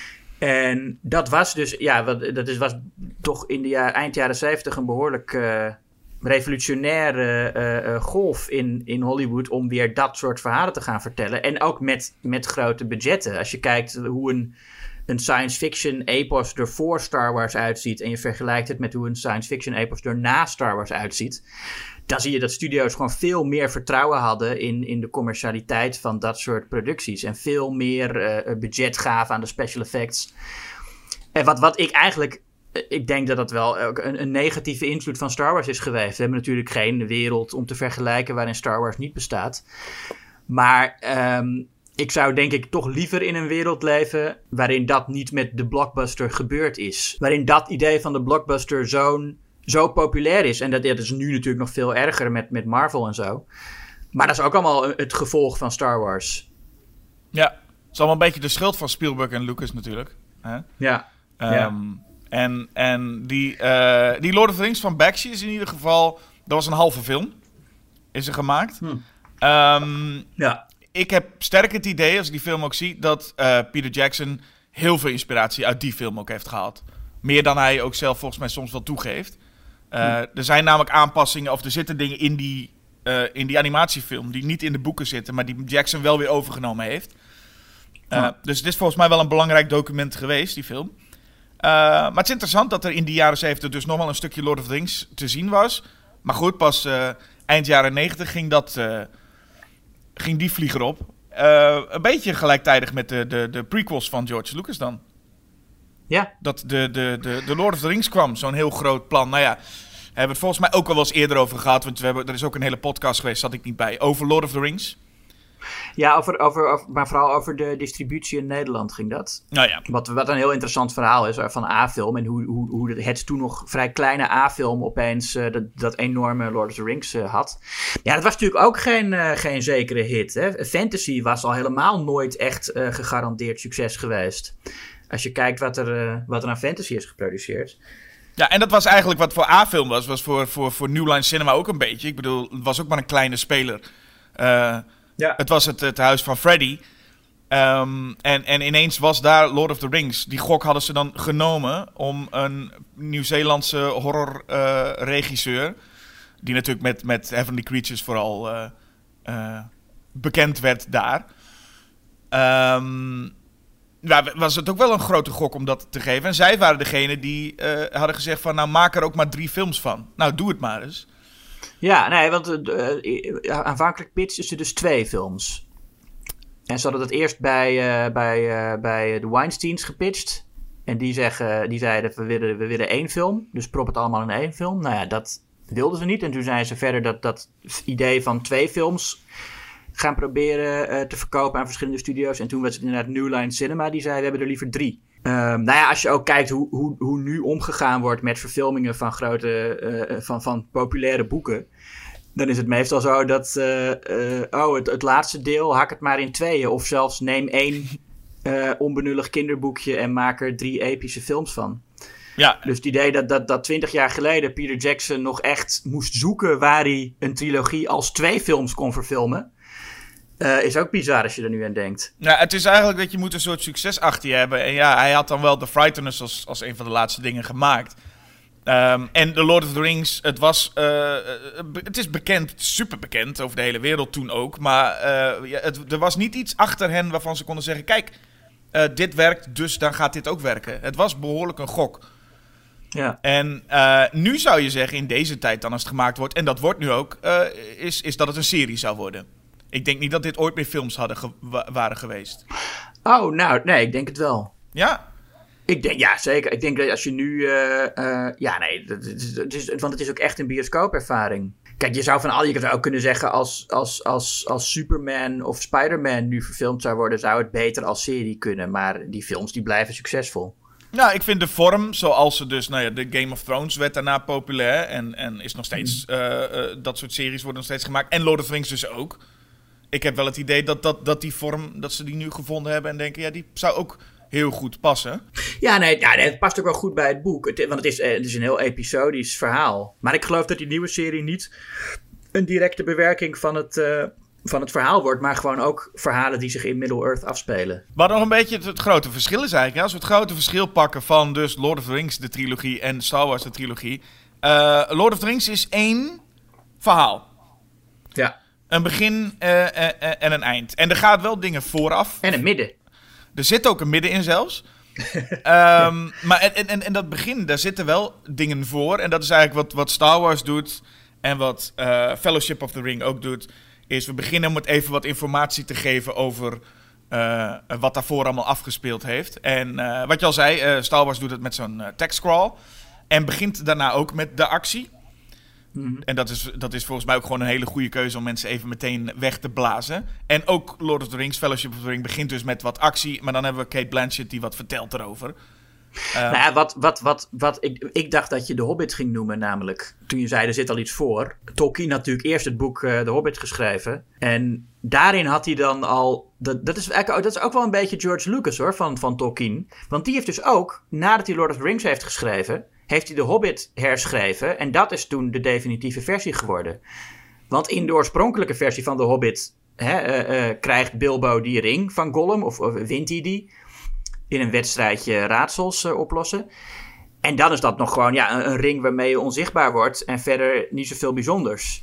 En dat was dus, ja, dat is, was toch in de ja, eind jaren zeventig een behoorlijk... Uh, revolutionaire uh, uh, golf in, in Hollywood om weer dat soort verhalen te gaan vertellen. En ook met, met grote budgetten. Als je kijkt hoe een, een science fiction epos er voor Star Wars uitziet en je vergelijkt het met hoe een science fiction epos er na Star Wars uitziet, dan zie je dat studio's gewoon veel meer vertrouwen hadden in, in de commercialiteit van dat soort producties. En veel meer uh, budget gaven aan de special effects. En wat, wat ik eigenlijk... Ik denk dat dat wel een, een negatieve invloed van Star Wars is geweest. We hebben natuurlijk geen wereld om te vergelijken waarin Star Wars niet bestaat. Maar um, ik zou denk ik toch liever in een wereld leven waarin dat niet met de blockbuster gebeurd is. Waarin dat idee van de blockbuster zo'n, zo populair is. En dat, ja, dat is nu natuurlijk nog veel erger met, met Marvel en zo. Maar dat is ook allemaal het gevolg van Star Wars. Ja, het is allemaal een beetje de schuld van Spielberg en Lucas natuurlijk. Hè? Ja, um, ja. En, en die, uh, die Lord of the Rings van Bakshi is in ieder geval... Dat was een halve film. Is er gemaakt. Hm. Um, ja. Ik heb sterk het idee, als ik die film ook zie... dat uh, Peter Jackson heel veel inspiratie uit die film ook heeft gehaald. Meer dan hij ook zelf volgens mij soms wel toegeeft. Uh, hm. Er zijn namelijk aanpassingen... of er zitten dingen in die, uh, in die animatiefilm... die niet in de boeken zitten... maar die Jackson wel weer overgenomen heeft. Uh, hm. Dus het is volgens mij wel een belangrijk document geweest, die film... Uh, maar het is interessant dat er in die jaren zeventig dus nog wel een stukje Lord of the Rings te zien was. Maar goed, pas uh, eind jaren negentig ging, dat, uh, ging die vlieger op. Uh, een beetje gelijktijdig met de, de, de prequels van George Lucas dan. Ja. Dat de, de, de, de Lord of the Rings kwam, zo'n heel groot plan. Nou ja, daar hebben we het volgens mij ook al wel eens eerder over gehad. Want we hebben, er is ook een hele podcast geweest, zat ik niet bij, over Lord of the Rings. Ja, over, over, over, maar vooral over de distributie in Nederland ging dat. Nou ja. Wat, wat een heel interessant verhaal is van A-film. En hoe, hoe, hoe het toen nog vrij kleine A-film opeens uh, dat, dat enorme Lord of the Rings uh, had. Ja, dat was natuurlijk ook geen, uh, geen zekere hit. Hè? Fantasy was al helemaal nooit echt uh, gegarandeerd succes geweest. Als je kijkt wat er, uh, wat er aan fantasy is geproduceerd. Ja, en dat was eigenlijk wat voor A-film was. Was voor, voor, voor New Line Cinema ook een beetje. Ik bedoel, het was ook maar een kleine speler. Uh, Ja. Het was het, het huis van Freddy. Um, en, en ineens was daar Lord of the Rings. Die gok hadden ze dan genomen om een Nieuw-Zeelandse horrorregisseur... Uh, die natuurlijk met, met Heavenly Creatures vooral uh, uh, bekend werd daar. Um, nou, was het ook wel een grote gok om dat te geven. En zij waren degene die uh, hadden gezegd van... nou, maak er ook maar drie films van. Nou, doe het maar eens. Ja, nee, want uh, uh, aanvankelijk pitchten ze dus twee films. En ze hadden dat eerst bij, uh, bij, uh, bij de Weinsteins gepitcht. En die, zeggen, die zeiden, we willen, we willen één film. Dus prop het allemaal in één film. Nou ja, dat wilden ze niet. En toen zijn ze verder dat, dat idee van twee films gaan proberen uh, te verkopen aan verschillende studio's. En toen was het inderdaad New Line Cinema. Die zei, we hebben er liever drie. Um, nou ja, als je ook kijkt hoe, hoe, hoe nu omgegaan wordt met verfilmingen van grote, uh, van, van populaire boeken. Dan is het meestal zo dat, uh, uh, oh, het, het laatste deel, hak het maar in tweeën. Of zelfs neem één uh, onbenullig kinderboekje en maak er drie epische films van. Ja. Dus het idee dat, dat, dat twintig jaar geleden Peter Jackson nog echt moest zoeken waar hij een trilogie als twee films kon verfilmen. Uh, is ook bizar als je er nu aan denkt. Ja, het is eigenlijk dat je moet een soort succes achter je hebben. En ja, hij had dan wel The Frighteners als, als een van de laatste dingen gemaakt. Um, en The Lord of the Rings, het was, uh, het is bekend, super bekend, over de hele wereld toen ook. Maar uh, ja, het, er was niet iets achter hen waarvan ze konden zeggen, kijk, uh, dit werkt, dus dan gaat dit ook werken. Het was behoorlijk een gok. Ja. En uh, nu zou je zeggen, in deze tijd dan als het gemaakt wordt, en dat wordt nu ook, uh, is, is dat het een serie zou worden. Ik denk niet dat dit ooit meer films hadden ge- wa- waren geweest. Oh, nou, nee, ik denk het wel. Ja? Ik denk, ja, zeker. Ik denk dat als je nu... Uh, uh, ja, nee, dat is, dat is, want het is ook echt een bioscoopervaring. Kijk, je zou van al, je zou ook kunnen zeggen als, als, als, als Superman of Spider-Man nu verfilmd zou worden, zou het beter als serie kunnen. Maar die films, die blijven succesvol. Nou, ik vind de vorm, zoals ze dus, nou ja, de Game of Thrones werd daarna populair en, en is nog steeds, mm. uh, uh, dat soort series worden nog steeds gemaakt. En Lord of the Rings dus ook. Ik heb wel het idee dat, dat, dat die vorm, dat ze die nu gevonden hebben en denken, ja, die zou ook heel goed passen. Ja, nee, ja, nee het past ook wel goed bij het boek. Het, want het is, het is een heel episodisch verhaal. Maar ik geloof dat die nieuwe serie niet een directe bewerking van het, uh, van het verhaal wordt, maar gewoon ook verhalen die zich in Middle-earth afspelen. Wat nog een beetje het, het grote verschil is eigenlijk. Hè? Als we het grote verschil pakken van dus Lord of the Rings, de trilogie, en Star Wars, de trilogie. Uh, Lord of the Rings is één verhaal. Ja. Een begin uh, uh, uh, en een eind. En er gaat wel dingen vooraf. En een midden. Er zit ook een midden in zelfs. um, maar en, en, en dat begin, daar zitten wel dingen voor. En dat is eigenlijk wat, wat Star Wars doet. En wat uh, Fellowship of the Ring ook doet. Is we beginnen om het even wat informatie te geven over uh, wat daarvoor allemaal afgespeeld heeft. En uh, wat je al zei, uh, Star Wars doet het met zo'n uh, text scroll. En begint daarna ook met de actie. Mm-hmm. En dat is, dat is volgens mij ook gewoon een hele goede keuze om mensen even meteen weg te blazen. En ook Lord of the Rings, Fellowship of the Ring begint dus met wat actie. Maar dan hebben we Cate Blanchett die wat vertelt erover. Uh, nou ja, wat, wat, wat, wat ik, ik dacht dat je The Hobbit ging noemen namelijk. Toen je zei, er zit al iets voor. Tolkien had natuurlijk eerst het boek uh, The Hobbit geschreven. En daarin had hij dan al... Dat, dat, is, eigenlijk, dat is ook wel een beetje George Lucas hoor, van, van Tolkien. Want die heeft dus ook, nadat hij Lord of the Rings heeft geschreven, heeft hij The Hobbit herschreven. En dat is toen de definitieve versie geworden. Want in de oorspronkelijke versie van The Hobbit hè, uh, uh, krijgt Bilbo die ring van Gollum. Of, of wint hij die. In een wedstrijdje raadsels uh, oplossen. En dan is dat nog gewoon ja, een, een ring waarmee je onzichtbaar wordt. En verder niet zoveel bijzonders.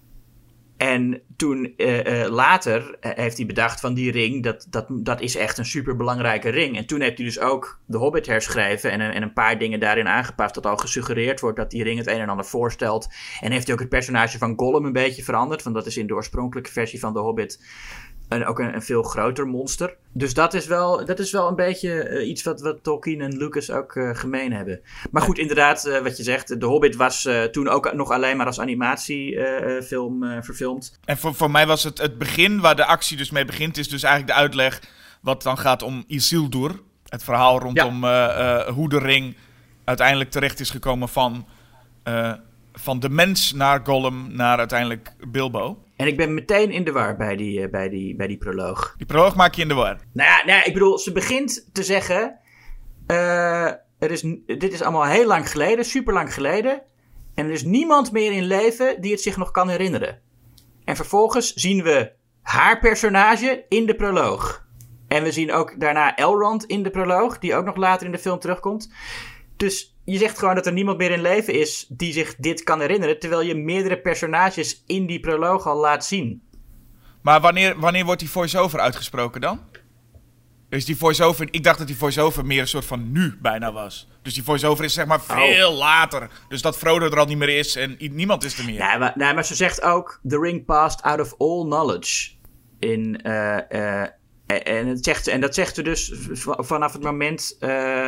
En toen uh, uh, later uh, heeft hij bedacht van die ring, dat, dat, dat is echt een superbelangrijke ring. En toen heeft hij dus ook The Hobbit herschreven en, en een paar dingen daarin aangepast, dat al gesuggereerd wordt dat die ring het een en ander voorstelt. En heeft hij ook het personage van Gollum een beetje veranderd, want dat is in de oorspronkelijke versie van The Hobbit een, ook een, een veel groter monster. Dus dat is wel, dat is wel een beetje uh, iets wat, wat Tolkien en Lucas ook uh, gemeen hebben. Maar goed, inderdaad, uh, wat je zegt, The Hobbit was uh, toen ook nog alleen maar als animatiefilm uh, uh, verfilmd. En voor, voor mij was het het begin, waar de actie dus mee begint, is dus eigenlijk de uitleg wat dan gaat om Isildur. Het verhaal rondom ja. uh, uh, hoe de ring uiteindelijk terecht is gekomen van, uh, van de mens naar Gollum, naar uiteindelijk Bilbo. En ik ben meteen in de war bij die, uh, bij die, bij die proloog. Die proloog maak je in de war? Nou ja, nou ja ik bedoel, ze begint te zeggen, uh, er is, dit is allemaal heel lang geleden, super lang geleden. En er is niemand meer in leven die het zich nog kan herinneren. En vervolgens zien we haar personage in de proloog. En we zien ook daarna Elrond in de proloog, die ook nog later in de film terugkomt. Dus je zegt gewoon dat er niemand meer in leven is die zich dit kan herinneren, terwijl je meerdere personages in die proloog al laat zien. Maar wanneer, wanneer wordt die voice-over uitgesproken dan? Dus die voice-over, ik dacht dat die voice-over meer een soort van nu bijna was. Dus die voice-over is zeg maar veel oh. later. Dus dat Frodo er al niet meer is en niemand is er meer. Nee, maar, nee, maar ze zegt ook, the ring passed out of all knowledge. In, uh, uh, en, het zegt, en dat zegt ze dus vanaf het moment uh,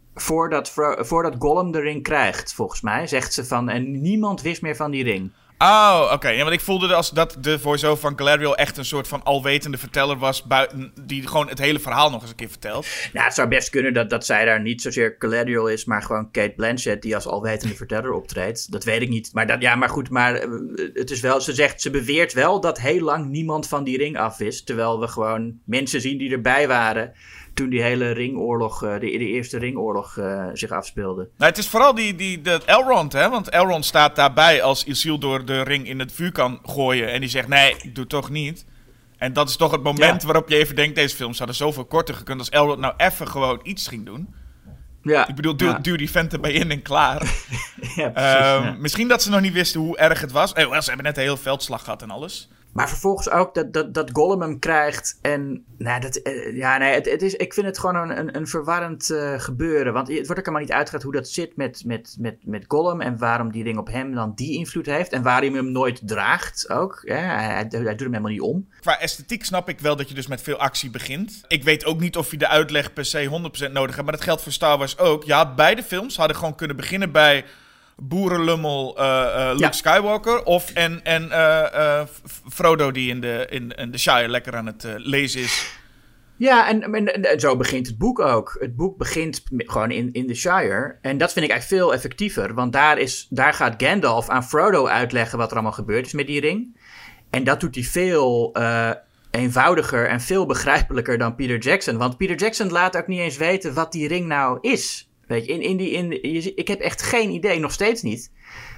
voordat, Fro- voordat Gollum de ring krijgt, volgens mij, zegt ze van... En niemand wist meer van die ring. Oh, oké. Okay. Ja, want ik voelde als dat de voice-over van Galadriel echt een soort van alwetende verteller was... Buiten, die gewoon het hele verhaal nog eens een keer vertelt. Nou, het zou best kunnen dat, dat zij daar niet zozeer Galadriel is... maar gewoon Cate Blanchett die als alwetende verteller optreedt. Dat weet ik niet. Maar, dat, ja, maar goed, maar het is wel... Ze zegt, ze beweert wel dat heel lang niemand van die ring af wist. Terwijl we gewoon mensen zien die erbij waren... toen die hele ringoorlog, de, de eerste ringoorlog uh, zich afspeelde. Nou, het is vooral die, die, dat Elrond, hè? Want Elrond staat daarbij als Isildur de ring in het vuur kan gooien. En die zegt, nee, ik doe het toch niet. En dat is toch het moment ja. waarop je even denkt... deze films hadden zoveel korter gekund als Elrond nou even gewoon iets ging doen. Ja. Ik bedoel, duw, ja. duw die vent erbij in en klaar. ja, precies, um, ja. Misschien dat ze nog niet wisten hoe erg het was. Oh, ze hebben net een heel veldslag gehad en alles. Maar vervolgens ook dat, dat, dat Gollum hem krijgt. En nou, dat, uh, ja, nee, het, het is, ik vind het gewoon een, een, een verwarrend uh, gebeuren. Want het wordt ook helemaal niet uitgelegd hoe dat zit met, met, met, met Gollum. En waarom die ring op hem dan die invloed heeft. En waarom hij hem nooit draagt ook. Ja, hij, hij, hij doet hem helemaal niet om. Qua esthetiek snap ik wel dat je dus met veel actie begint. Ik weet ook niet of je de uitleg per se honderd procent nodig hebt. Maar dat geldt voor Star Wars ook. Ja, beide films hadden gewoon kunnen beginnen bij... boerenlummel uh, uh, Luke ja. Skywalker of en, en uh, uh, Frodo die in de, in, in de Shire lekker aan het uh, lezen is. Ja, en, en, en zo begint het boek ook. Het boek begint gewoon in, in de Shire. En dat vind ik eigenlijk veel effectiever. Want daar, is, daar gaat Gandalf aan Frodo uitleggen wat er allemaal gebeurd is met die ring. En dat doet hij veel uh, eenvoudiger en veel begrijpelijker dan Peter Jackson. Want Peter Jackson laat ook niet eens weten wat die ring nou is. Weet je, in, in die, in, je, ik heb echt geen idee, nog steeds niet,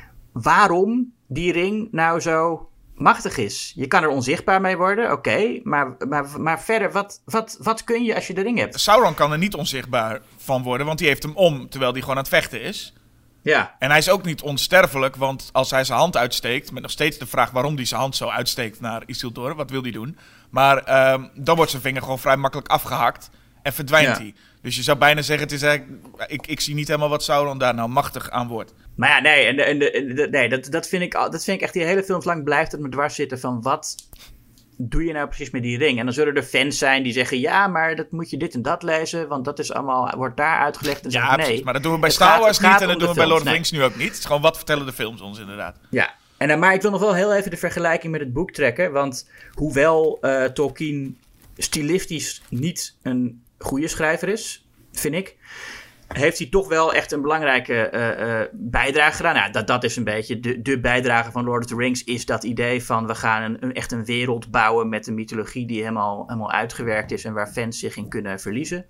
waarom die ring nou zo machtig is. Je kan er onzichtbaar mee worden, oké, okay, maar, maar, maar verder, wat, wat, wat kun je als je de ring hebt? Sauron kan er niet onzichtbaar van worden, want die heeft hem om, terwijl hij gewoon aan het vechten is. Ja. En hij is ook niet onsterfelijk, want als hij zijn hand uitsteekt, met nog steeds de vraag waarom hij zijn hand zo uitsteekt naar Isildur, wat wil hij doen? Maar um, dan wordt zijn vinger gewoon vrij makkelijk afgehakt en verdwijnt hij. Ja. Dus je zou bijna zeggen, het is eigenlijk, ik, ik zie niet helemaal wat Sauron daar nou machtig aan wordt. Maar ja, nee, en de, en de, en de, nee dat, dat, vind ik, dat vind ik echt, die hele film lang blijft het me dwars zitten van wat doe je nou precies met die ring? En dan zullen er fans zijn die zeggen, ja, maar dat moet je dit en dat lezen, want dat is allemaal, wordt daar uitgelegd. En ja, zeg, precies, nee, maar dat doen we bij Star Wars niet en dat doen we bij Lord of the nee. Rings nu ook niet. Het is gewoon, wat vertellen de films ons inderdaad? Ja, en, maar ik wil nog wel heel even de vergelijking met het boek trekken, want hoewel uh, Tolkien stilistisch niet een goede schrijver is, vind ik, heeft hij toch wel echt een belangrijke uh, uh, bijdrage gedaan. Nou, dat, dat is een beetje de, de bijdrage van Lord of the Rings, is dat idee van we gaan een, een, echt een wereld bouwen met een mythologie die helemaal, helemaal uitgewerkt is en waar fans zich in kunnen verliezen.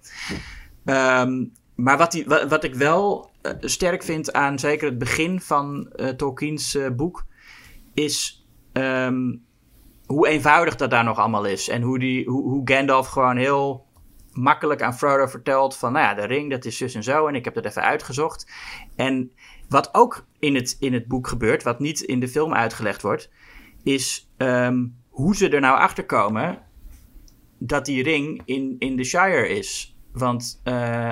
Um, maar wat, die, wat, wat ik wel uh, sterk vind aan zeker het begin van uh, Tolkiens uh, boek, is um, hoe eenvoudig dat daar nog allemaal is. En hoe, die, hoe, hoe Gandalf gewoon heel makkelijk aan Frodo vertelt van, nou ja, de ring, dat is zus en zo. En ik heb dat even uitgezocht. En wat ook in het, in het boek gebeurt, wat niet in de film uitgelegd wordt, is um, hoe ze er nou achter komen dat die ring in, in de Shire is. Want uh,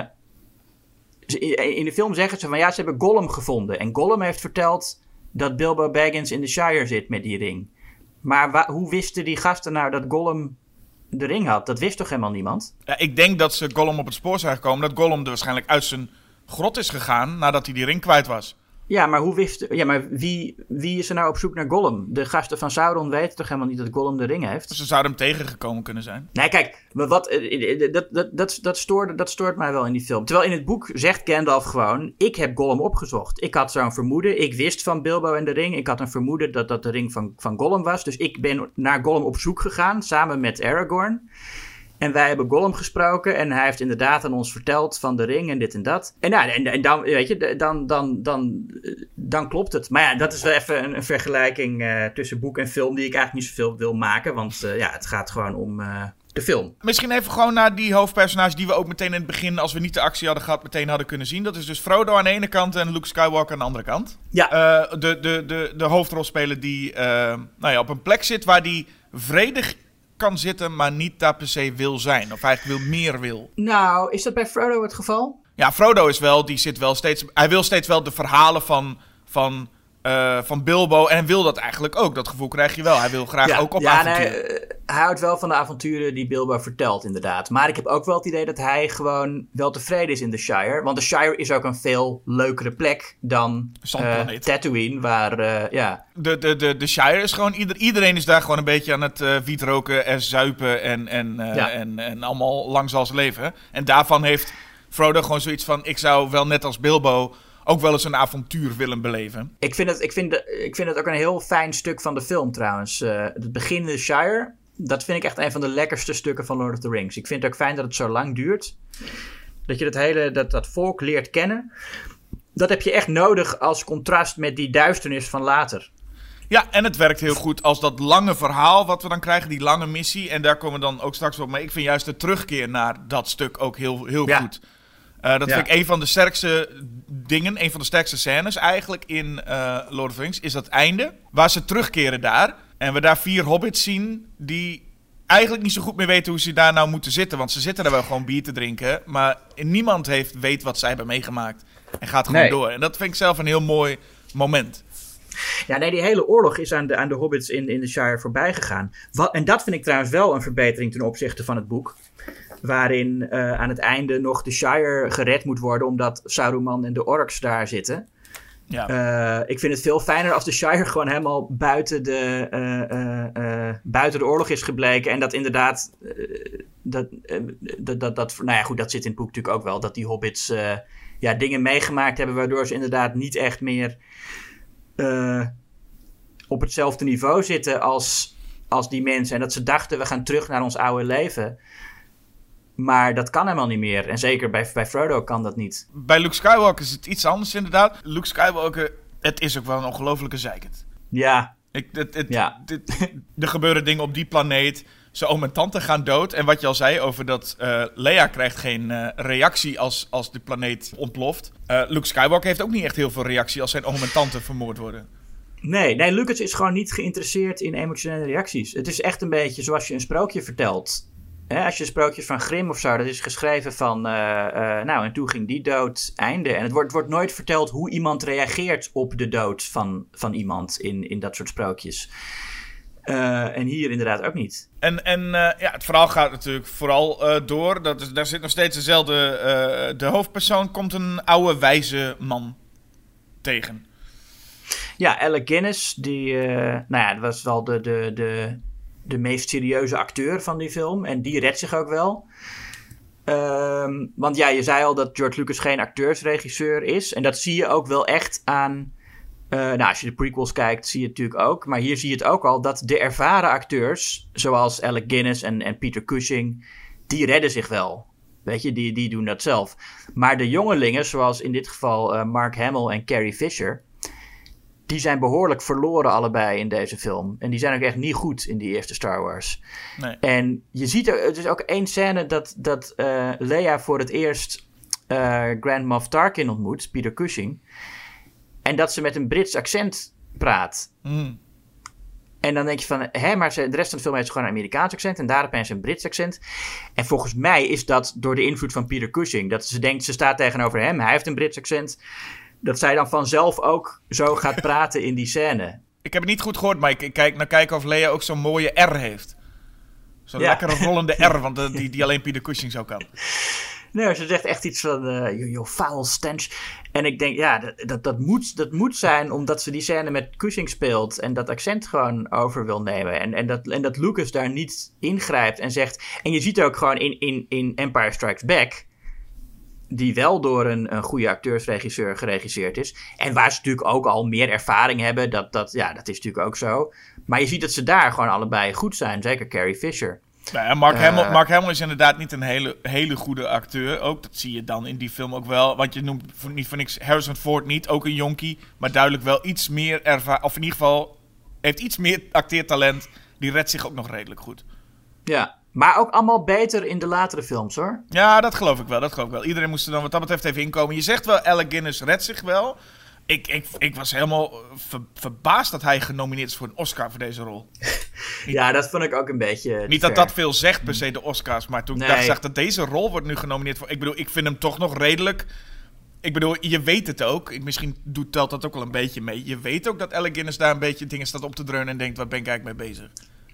in de film zeggen ze van, ja, ze hebben Gollum gevonden. En Gollum heeft verteld dat Bilbo Baggins in de Shire zit met die ring. Maar wa- hoe wisten die gasten nou dat Gollum de ring had? Dat wist toch helemaal niemand? Ja, ik denk dat ze Gollum op het spoor zijn gekomen. Dat Gollum er waarschijnlijk uit zijn grot is gegaan nadat hij die ring kwijt was. Ja, maar hoe wist... Ja, maar wie, wie is er nou op zoek naar Gollum? De gasten van Sauron weten toch helemaal niet dat Gollum de ring heeft? Ze zouden hem tegengekomen kunnen zijn. Nee, kijk, maar wat, dat, dat, dat, dat, stoort, dat stoort mij wel in die film. Terwijl in het boek zegt Gandalf gewoon, ik heb Gollum opgezocht. Ik had zo'n vermoeden. Ik wist van Bilbo en de ring. Ik had een vermoeden dat dat de ring van, van Gollum was. Dus ik ben naar Gollum op zoek gegaan, samen met Aragorn. En wij hebben Gollum gesproken en hij heeft inderdaad aan ons verteld van de ring en dit en dat. En, nou, en, en dan, weet je, dan, dan, dan, dan klopt het. Maar ja, dat is wel even een, een vergelijking uh, tussen boek en film die ik eigenlijk niet zoveel wil maken. Want uh, ja, het gaat gewoon om uh, de film. Misschien even gewoon naar die hoofdpersonage die we ook meteen in het begin, als we niet de actie hadden gehad, meteen hadden kunnen zien. Dat is dus Frodo aan de ene kant en Luke Skywalker aan de andere kant. Ja. Uh, de, de, de, de hoofdrolspeler die uh, nou ja, op een plek zit waar die vredig kan zitten, maar niet daar per se wil zijn. Of eigenlijk wil meer wil. Nou, is dat bij Frodo het geval? Ja, Frodo is wel, die zit wel steeds, hij wil steeds wel de verhalen van, van, uh, van Bilbo en wil dat eigenlijk ook. Dat gevoel krijg je wel. Hij wil graag ja, ook op ja, avontuur. Nee, hij houdt wel van de avonturen die Bilbo vertelt, inderdaad. Maar ik heb ook wel het idee dat hij gewoon wel tevreden is in de Shire. Want de Shire is ook een veel leukere plek dan uh, Tatooine, waar, uh, ja... De, de, de, de Shire is gewoon... Ieder, iedereen is daar gewoon een beetje aan het uh, wietroken en zuipen en, en, uh, ja. en, en allemaal lang zal ze leven. En daarvan heeft Frodo gewoon zoiets van... Ik zou wel net als Bilbo... ook wel eens een avontuur willen beleven. Ik vind het, ik vind de, ik vind het ook een heel fijn stuk van de film trouwens. Uh, het begin in de Shire, dat vind ik echt een van de lekkerste stukken van Lord of the Rings. Ik vind het ook fijn dat het zo lang duurt. Dat je dat hele dat, dat volk leert kennen. Dat heb je echt nodig als contrast met die duisternis van later. Ja, en het werkt heel goed als dat lange verhaal wat we dan krijgen, die lange missie. En daar komen we dan ook straks op. Maar ik vind juist de terugkeer naar dat stuk ook heel, heel ja. goed. Uh, dat ja. vind ik een van de sterkste dingen, een van de sterkste scènes eigenlijk in uh, Lord of the Rings, is dat einde, waar ze terugkeren daar. En we daar vier hobbits zien die eigenlijk niet zo goed meer weten hoe ze daar nou moeten zitten. Want ze zitten daar wel gewoon bier te drinken, maar niemand heeft, weet wat zij hebben meegemaakt. En gaat gewoon nee. door. En dat vind ik zelf een heel mooi moment. Ja, nee, die hele oorlog is aan de, aan de hobbits in, in de Shire voorbij gegaan. Wat, en dat vind ik trouwens wel een verbetering ten opzichte van het boek. Waarin uh, aan het einde nog de Shire gered moet worden, omdat Saruman en de orks daar zitten. Ja. Uh, ik vind het veel fijner als de Shire gewoon helemaal buiten de, uh, uh, uh, buiten de oorlog is gebleken. En dat inderdaad, uh, dat, uh, dat, dat, dat, nou ja goed, dat zit in het boek natuurlijk ook wel. Dat die hobbits uh, ja, dingen meegemaakt hebben waardoor ze inderdaad niet echt meer uh, op hetzelfde niveau zitten als, als die mensen. En dat ze dachten, we gaan terug naar ons oude leven. Maar dat kan helemaal niet meer. En zeker bij, bij Frodo kan dat niet. Bij Luke Skywalker is het iets anders inderdaad. Luke Skywalker, het is ook wel een ongelofelijke zeikert. Ja. Ik, het, het, ja. Dit, er gebeuren dingen op die planeet. Zijn oom en tante gaan dood. En wat je al zei over dat uh, Leia krijgt geen uh, reactie als, als de planeet ontploft. Uh, Luke Skywalker heeft ook niet echt heel veel reactie als zijn oom en tante vermoord worden. Nee, nee, Lucas is gewoon niet geïnteresseerd in emotionele reacties. Het is echt een beetje zoals je een sprookje vertelt. He, als je sprookjes van Grimm of zo, dat is geschreven van, uh, uh, nou, en toen ging die dood, einde. En het wordt, wordt nooit verteld hoe iemand reageert op de dood van, van iemand in, in dat soort sprookjes. Uh, en hier inderdaad ook niet. En, en uh, ja, het verhaal gaat natuurlijk vooral uh, door. Dat is, daar zit nog steeds dezelfde... Uh, de hoofdpersoon komt een oude, wijze man tegen. Ja, Alec Guinness, die, uh, nou ja, dat was wel de... de, de de meest serieuze acteur van die film. En die redt zich ook wel. Um, want ja, je zei al dat George Lucas geen acteursregisseur is. En dat zie je ook wel echt aan... Uh, nou, als je de prequels kijkt, zie je het natuurlijk ook. Maar hier zie je het ook al, dat de ervaren acteurs... zoals Alec Guinness en, en Peter Cushing... die redden zich wel. Weet je, die, die doen dat zelf. Maar de jongelingen, zoals in dit geval uh, Mark Hamill en Carrie Fisher... die zijn behoorlijk verloren allebei in deze film. En die zijn ook echt niet goed in die eerste Star Wars. Nee. En je ziet er, het is ook één scène dat, dat uh, Leia voor het eerst uh, Grand Moff Tarkin ontmoet, Peter Cushing. En dat ze met een Brits accent praat. Mm. En dan denk je van, hè, maar ze, de rest van de film heeft gewoon een Amerikaans accent en daar opeens een Brits accent. En volgens mij is dat door de invloed van Peter Cushing. Dat ze denkt, ze staat tegenover hem, hij heeft een Brits accent. Dat zij dan vanzelf ook zo gaat praten in die scène. Ik heb het niet goed gehoord, maar ik kijk naar kijken of Leia ook zo'n mooie R heeft. Zo'n ja. lekkere rollende R, want uh, die, die alleen Peter Cushing zo kan. Nee, ze zegt echt iets van, uh, your foul stench. En ik denk, ja, dat, dat, dat, moet, dat moet zijn omdat ze die scène met Cushing speelt en dat accent gewoon over wil nemen. En, en, dat, en dat Lucas daar niet ingrijpt en zegt... En je ziet ook gewoon in, in, in Empire Strikes Back... die wel door een, een goede acteursregisseur geregisseerd is. En waar ze natuurlijk ook al meer ervaring hebben. Dat, dat, ja, dat is natuurlijk ook zo. Maar je ziet dat ze daar gewoon allebei goed zijn. Zeker Carrie Fisher. Ja, Mark, uh, Hamill, Mark Hamill is inderdaad niet een hele, hele goede acteur. Ook, dat zie je dan in die film ook wel. Want je noemt niet voor niks Harrison Ford niet. Ook een jonkie. Maar duidelijk wel iets meer ervaring. Of in ieder geval heeft iets meer acteertalent. Die redt zich ook nog redelijk goed. Ja. Maar ook allemaal beter in de latere films, hoor. Ja, dat geloof ik wel, dat geloof ik wel. Iedereen moest er dan wat dat betreft even inkomen. Je zegt wel, Alec Guinness redt zich wel. Ik, ik, ik was helemaal ver, verbaasd dat hij genomineerd is voor een Oscar voor deze rol. Ja, dat vond ik ook een beetje... Niet dat dat veel zegt per se, de Oscars. Maar toen nee. ik dacht, zag dat deze rol wordt nu genomineerd voor... Ik bedoel, ik vind hem toch nog redelijk... Ik bedoel, je weet het ook. Ik, misschien doet, telt dat ook wel een beetje mee. Je weet ook dat Alec Guinness daar een beetje dingen staat op te dreunen en denkt, waar ben ik eigenlijk mee bezig?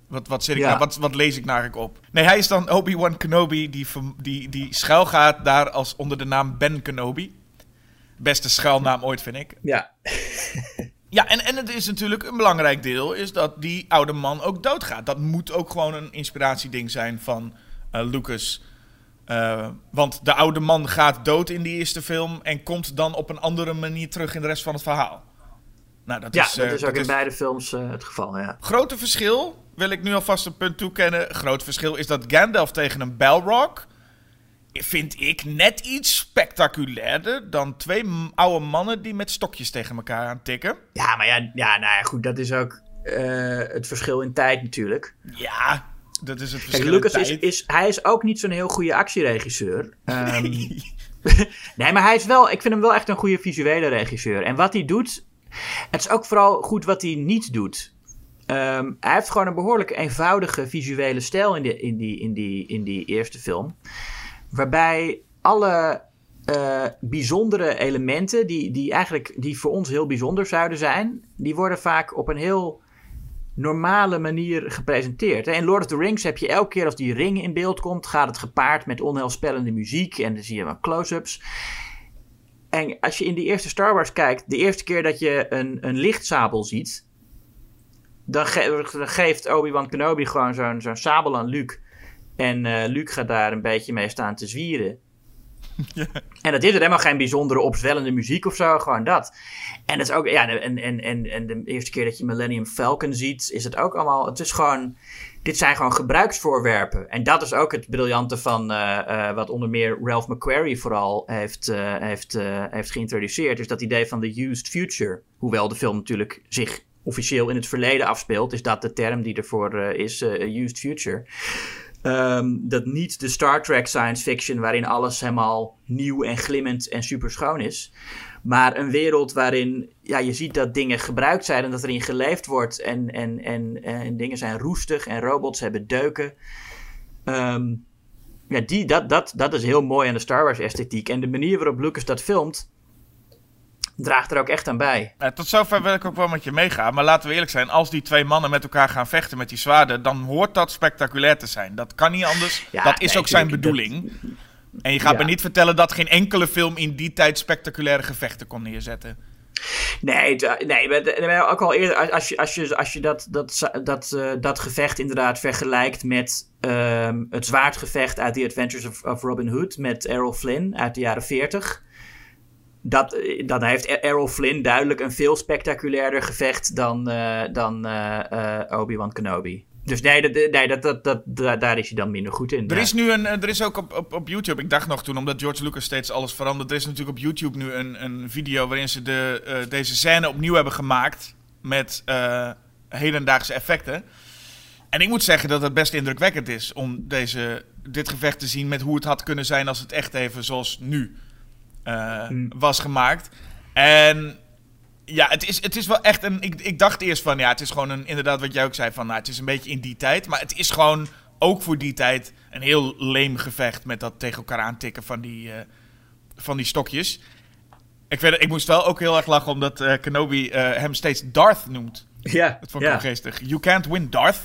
Wat, wat, zit ik Ja. nou, wat, wat lees ik nou eigenlijk op? Nee, hij is dan Obi-Wan Kenobi die, verm- die, die schuil gaat daar als onder de naam Ben Kenobi. Beste schuilnaam ooit, vind ik. Ja. Ja, en, en het is natuurlijk een belangrijk deel, is dat die oude man ook doodgaat. Dat moet ook gewoon een inspiratieding zijn van uh, Lucas. Uh, want de oude man gaat dood in die eerste film en komt dan op een andere manier terug in de rest van het verhaal. Nou, dat Ja, is, dat uh, is ook dat in is... beide films uh, het geval, ja. Grote verschil, wil ik nu alvast een punt toekennen. Groot verschil is dat Gandalf tegen een Balrog, vind ik, net iets spectaculairder dan twee m- oude mannen die met stokjes tegen elkaar aan tikken. Ja, maar ja, ja, nou ja, goed, dat is ook uh, het verschil in tijd natuurlijk. Ja, dat is het verschil. Kijk, Lucas in is, tijd. is, hij is ook niet zo'n heel goede actieregisseur. Um, nee, maar hij is wel, ik vind hem wel echt een goede visuele regisseur. En wat hij doet, het is ook vooral goed wat hij niet doet. Um, hij heeft gewoon een behoorlijk eenvoudige visuele stijl in, de, in, die, in, die, in die eerste film. Waarbij alle uh, bijzondere elementen, die, die eigenlijk die voor ons heel bijzonder zouden zijn, die worden vaak op een heel normale manier gepresenteerd. In Lord of the Rings heb je elke keer als die ring in beeld komt, gaat het gepaard met onheilspellende muziek en dan zie je wat close-ups. En als je in die eerste Star Wars kijkt, de eerste keer dat je een, een lichtsabel ziet, dan, ge- dan geeft Obi-Wan Kenobi gewoon zo'n, zo'n sabel aan Luke. En uh, Luke gaat daar een beetje mee staan te zwieren. Ja. En dat is er helemaal geen bijzondere opzwellende muziek of zo, gewoon dat. En dat is ook, ja, en, en, en, en de eerste keer dat je Millennium Falcon ziet, is het ook allemaal, het is gewoon, dit zijn gewoon gebruiksvoorwerpen. En dat is ook het briljante van uh, uh, wat onder meer Ralph McQuarrie vooral heeft, uh, heeft, uh, heeft geïntroduceerd, is dat idee van de used future. Hoewel de film natuurlijk zich officieel in het verleden afspeelt, is dat de term die ervoor uh, is, uh, used future. Um, dat niet de Star Trek science fiction waarin alles helemaal nieuw en glimmend en super schoon is. Maar een wereld waarin ja, je ziet dat dingen gebruikt zijn en dat erin geleefd wordt. En, en, en, en dingen zijn roestig en robots hebben deuken. Um, ja, die, dat, dat, dat is heel mooi aan de Star Wars esthetiek. En de manier waarop Lucas dat filmt, draagt er ook echt aan bij. Ja, tot zover wil ik ook wel met je meegaan. Maar laten we eerlijk zijn, als die twee mannen met elkaar gaan vechten met die zwaarden, dan hoort dat spectaculair te zijn. Dat kan niet anders. Ja, dat is nee, ook zijn dat, bedoeling. En je gaat ja. me niet vertellen dat geen enkele film in die tijd spectaculaire gevechten kon neerzetten. Nee, t- nee maar ook al eerder, als je, als je, als je dat, dat, dat, uh, dat gevecht inderdaad vergelijkt met um, het zwaardgevecht uit The Adventures of, of Robin Hood met Errol Flynn uit de jaren veertig. Dat, dan heeft Errol Flynn duidelijk een veel spectaculairder gevecht dan, uh, dan uh, uh, Obi-Wan Kenobi. Dus nee, dat, nee dat, dat, dat, dat, daar is hij dan minder goed in. Er ja. is nu een, er is ook op, op, op YouTube, ik dacht nog toen, omdat George Lucas steeds alles verandert, er is natuurlijk op YouTube nu een, een video waarin ze de, uh, deze scène opnieuw hebben gemaakt met uh, hedendaagse effecten. En ik moet zeggen dat het best indrukwekkend is om deze, dit gevecht te zien met hoe het had kunnen zijn als het echt even zoals nu uh, hmm. was gemaakt. En ja, het is, het is wel echt een... Ik, ik dacht eerst van, ja, het is gewoon een... Inderdaad, wat jij ook zei, van, nou, het is een beetje in die tijd. Maar het is gewoon, ook voor die tijd, een heel leem gevecht met dat tegen elkaar aantikken van die, uh, van die stokjes. Ik, weet, ik moest wel ook heel erg lachen, omdat uh, Kenobi uh, hem steeds Darth noemt. Ja. Dat vond ik ja. wel geestig. You can't win Darth.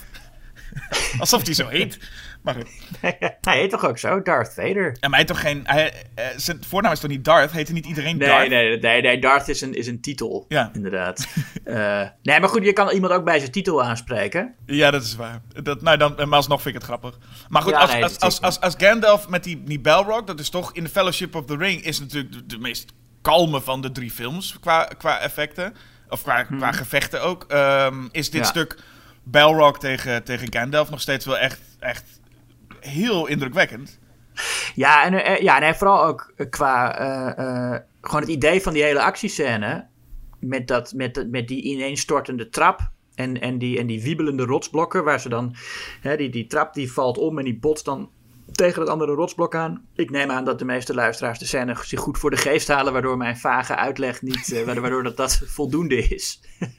Alsof hij zo heet. Maar goed. Hij heet toch ook zo? Darth Vader? En maar hij toch geen... Hij, uh, zijn voornaam is toch niet Darth? Heette niet iedereen nee, Darth? Nee, nee, nee. Darth is een, is een titel. Ja. Inderdaad. uh, nee, maar goed, je kan iemand ook bij zijn titel aanspreken. Ja, dat is waar. Dat, nou, dan, maar alsnog vind ik het grappig. Maar goed, ja, als, nee, als, als, als, als Gandalf met die, die Balrog, dat is toch in The Fellowship of the Ring, is natuurlijk de, de meest kalme van de drie films qua, qua effecten. Of qua, hmm. qua gevechten ook. Um, is dit ja. stuk Balrog tegen, tegen Gandalf nog steeds wel echt, echt heel indrukwekkend. Ja, en, uh, ja, en vooral ook qua uh, uh, gewoon het idee van die hele actiescène met, dat, met, met die ineenstortende trap en, en, die, en die wiebelende rotsblokken waar ze dan, hè, die, die trap die valt om en die botst dan tegen het andere rotsblok aan. Ik neem aan dat de meeste luisteraars de scène zich goed voor de geest halen, waardoor mijn vage uitleg niet, uh, waardoor dat, dat voldoende is.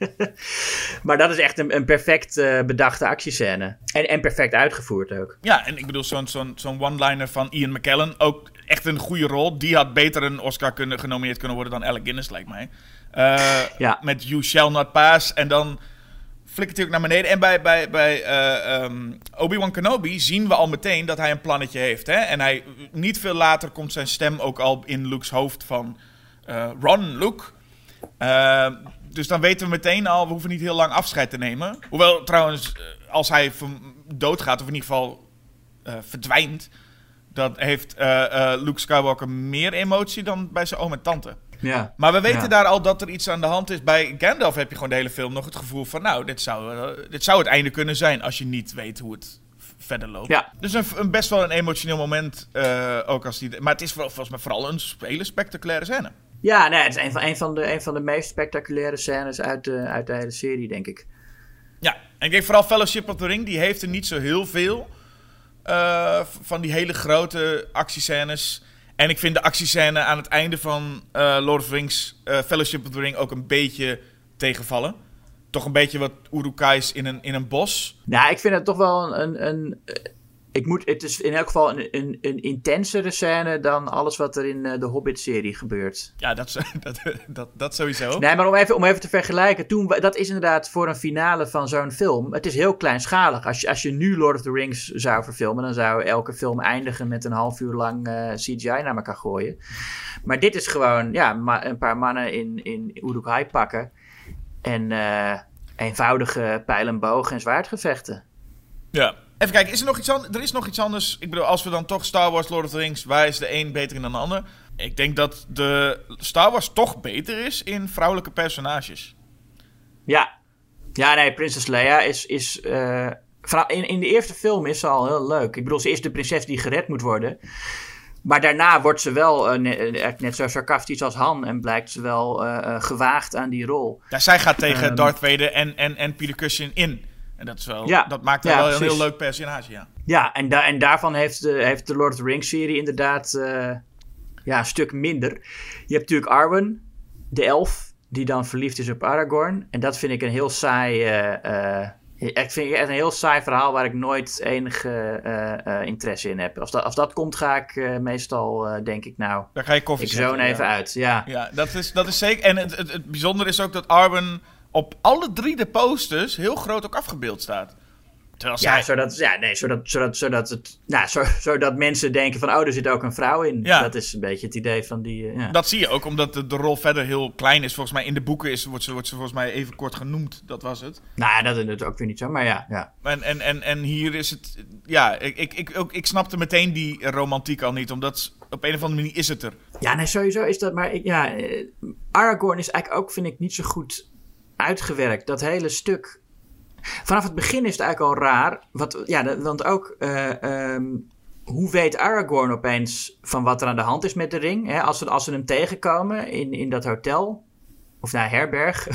Maar dat is echt een, een perfect uh, bedachte actiescène. En, en perfect uitgevoerd ook. Ja, en ik bedoel, zo'n, zo'n, zo'n one-liner van Ian McKellen, ook echt een goede rol. Die had beter een Oscar kunnen, genomineerd kunnen worden dan Alec Guinness, lijkt mij. Uh, ja. Met You Shall Not Pass. En dan flikkert hij ook naar beneden. En bij, bij, bij uh, um, Obi-Wan Kenobi zien we al meteen dat hij een plannetje heeft. Hè? En hij, niet veel later komt zijn stem ook al in Luke's hoofd van... Uh, Ron, Luke. Uh, dus dan weten we meteen al, we hoeven niet heel lang afscheid te nemen. Hoewel trouwens, als hij doodgaat, of in ieder geval uh, verdwijnt... dan heeft uh, uh, Luke Skywalker meer emotie dan bij zijn oom en tante. Ja. Maar we weten ja. daar al dat er iets aan de hand is. Bij Gandalf heb je gewoon de hele film nog het gevoel van... nou, dit zou, uh, dit zou het einde kunnen zijn als je niet weet hoe het v- verder loopt. Ja. Dus een, een best wel een emotioneel moment. Uh, ook als die, maar het is voor, volgens mij vooral een hele spectaculaire scène. Ja, nee, het is een van, een van, de, een van de meest spectaculaire scènes uit de, uit de hele serie, denk ik. Ja, en ik denk vooral Fellowship of the Ring, die heeft er niet zo heel veel uh, van die hele grote actiescènes. En ik vind de actiescène aan het einde van uh, Lord of the Rings, uh, Fellowship of the Ring, ook een beetje tegenvallen. Toch een beetje wat Uruk-hai's in een, in een bos. Nou, ik vind het toch wel een... een ik moet, het is in elk geval een, een, een intensere scène dan alles wat er in uh, de Hobbit-serie gebeurt. Ja, dat, dat, dat, dat sowieso. Nee, maar om even, om even te vergelijken. Toen, dat is inderdaad voor een finale van zo'n film. Het is heel kleinschalig. Als je, als je nu Lord of the Rings zou verfilmen, dan zou elke film eindigen met een half uur lang uh, C G I naar elkaar gooien. Maar dit is gewoon ja, ma- een paar mannen in, in Uruk-hai pakken. En uh, eenvoudige pijl en boog en zwaardgevechten. Ja. Even kijken, is er nog iets anders? Er is nog iets anders. Ik bedoel, als we dan toch Star Wars, Lord of the Rings, waar is de een beter in dan de ander? Ik denk dat de Star Wars toch beter is in vrouwelijke personages. Ja. Ja, nee, Prinses Leia is... is uh, in, in de eerste film is ze al heel leuk. Ik bedoel, ze is de prinses die gered moet worden. Maar daarna wordt ze wel uh, net, net zo sarcastisch als Han. En blijkt ze wel uh, uh, gewaagd aan die rol. Ja, zij gaat tegen um, Darth Vader en, en, en Peter Cushing in. En dat, is wel, ja, dat maakt haar ja, wel precies. een heel leuk personage, ja. Ja, en, da- en daarvan heeft de, heeft de Lord of the Rings-serie inderdaad uh, ja, een stuk minder. Je hebt natuurlijk Arwen, de elf, die dan verliefd is op Aragorn. En dat vind ik een heel saai... Uh, uh, ik vind het echt een heel saai verhaal waar ik nooit enige uh, uh, interesse in heb. Als dat, als dat komt, ga ik uh, meestal, uh, denk ik, nou... Daar ga je koffie ik zetten. zoon even ja. uit, ja. Ja, dat is, dat is zeker. En het, het, het bijzondere is ook dat Arwen op alle drie de posters heel groot ook afgebeeld staat. Terwijl Ja, zij... zodat, ja nee, zodat, zodat, zodat, het, nou, zo, zodat mensen denken van... oh, er zit ook een vrouw in. Ja. Dat is een beetje het idee van die... Uh, ja. Dat zie je ook, omdat de, de rol verder heel klein is. Volgens mij in de boeken is, wordt, ze, wordt ze volgens mij even kort genoemd. Dat was het. Nou ja, dat is het ook weer niet zo, maar ja. ja. En, en, en, en hier is het... Ja, ik, ik, ik, ook, ik snapte meteen die romantiek al niet. Omdat op een of andere manier is het er. Ja, nee, sowieso is dat... Maar ik, ja, uh, Aragorn is eigenlijk ook, vind ik, niet zo goed uitgewerkt. Dat hele stuk... Vanaf het begin is het eigenlijk al raar. Wat, ja, want ook... Uh, um, hoe weet Aragorn opeens van wat er aan de hand is met de ring? Hè? Als, ze, als ze hem tegenkomen in, in dat hotel... Of nou, herberg.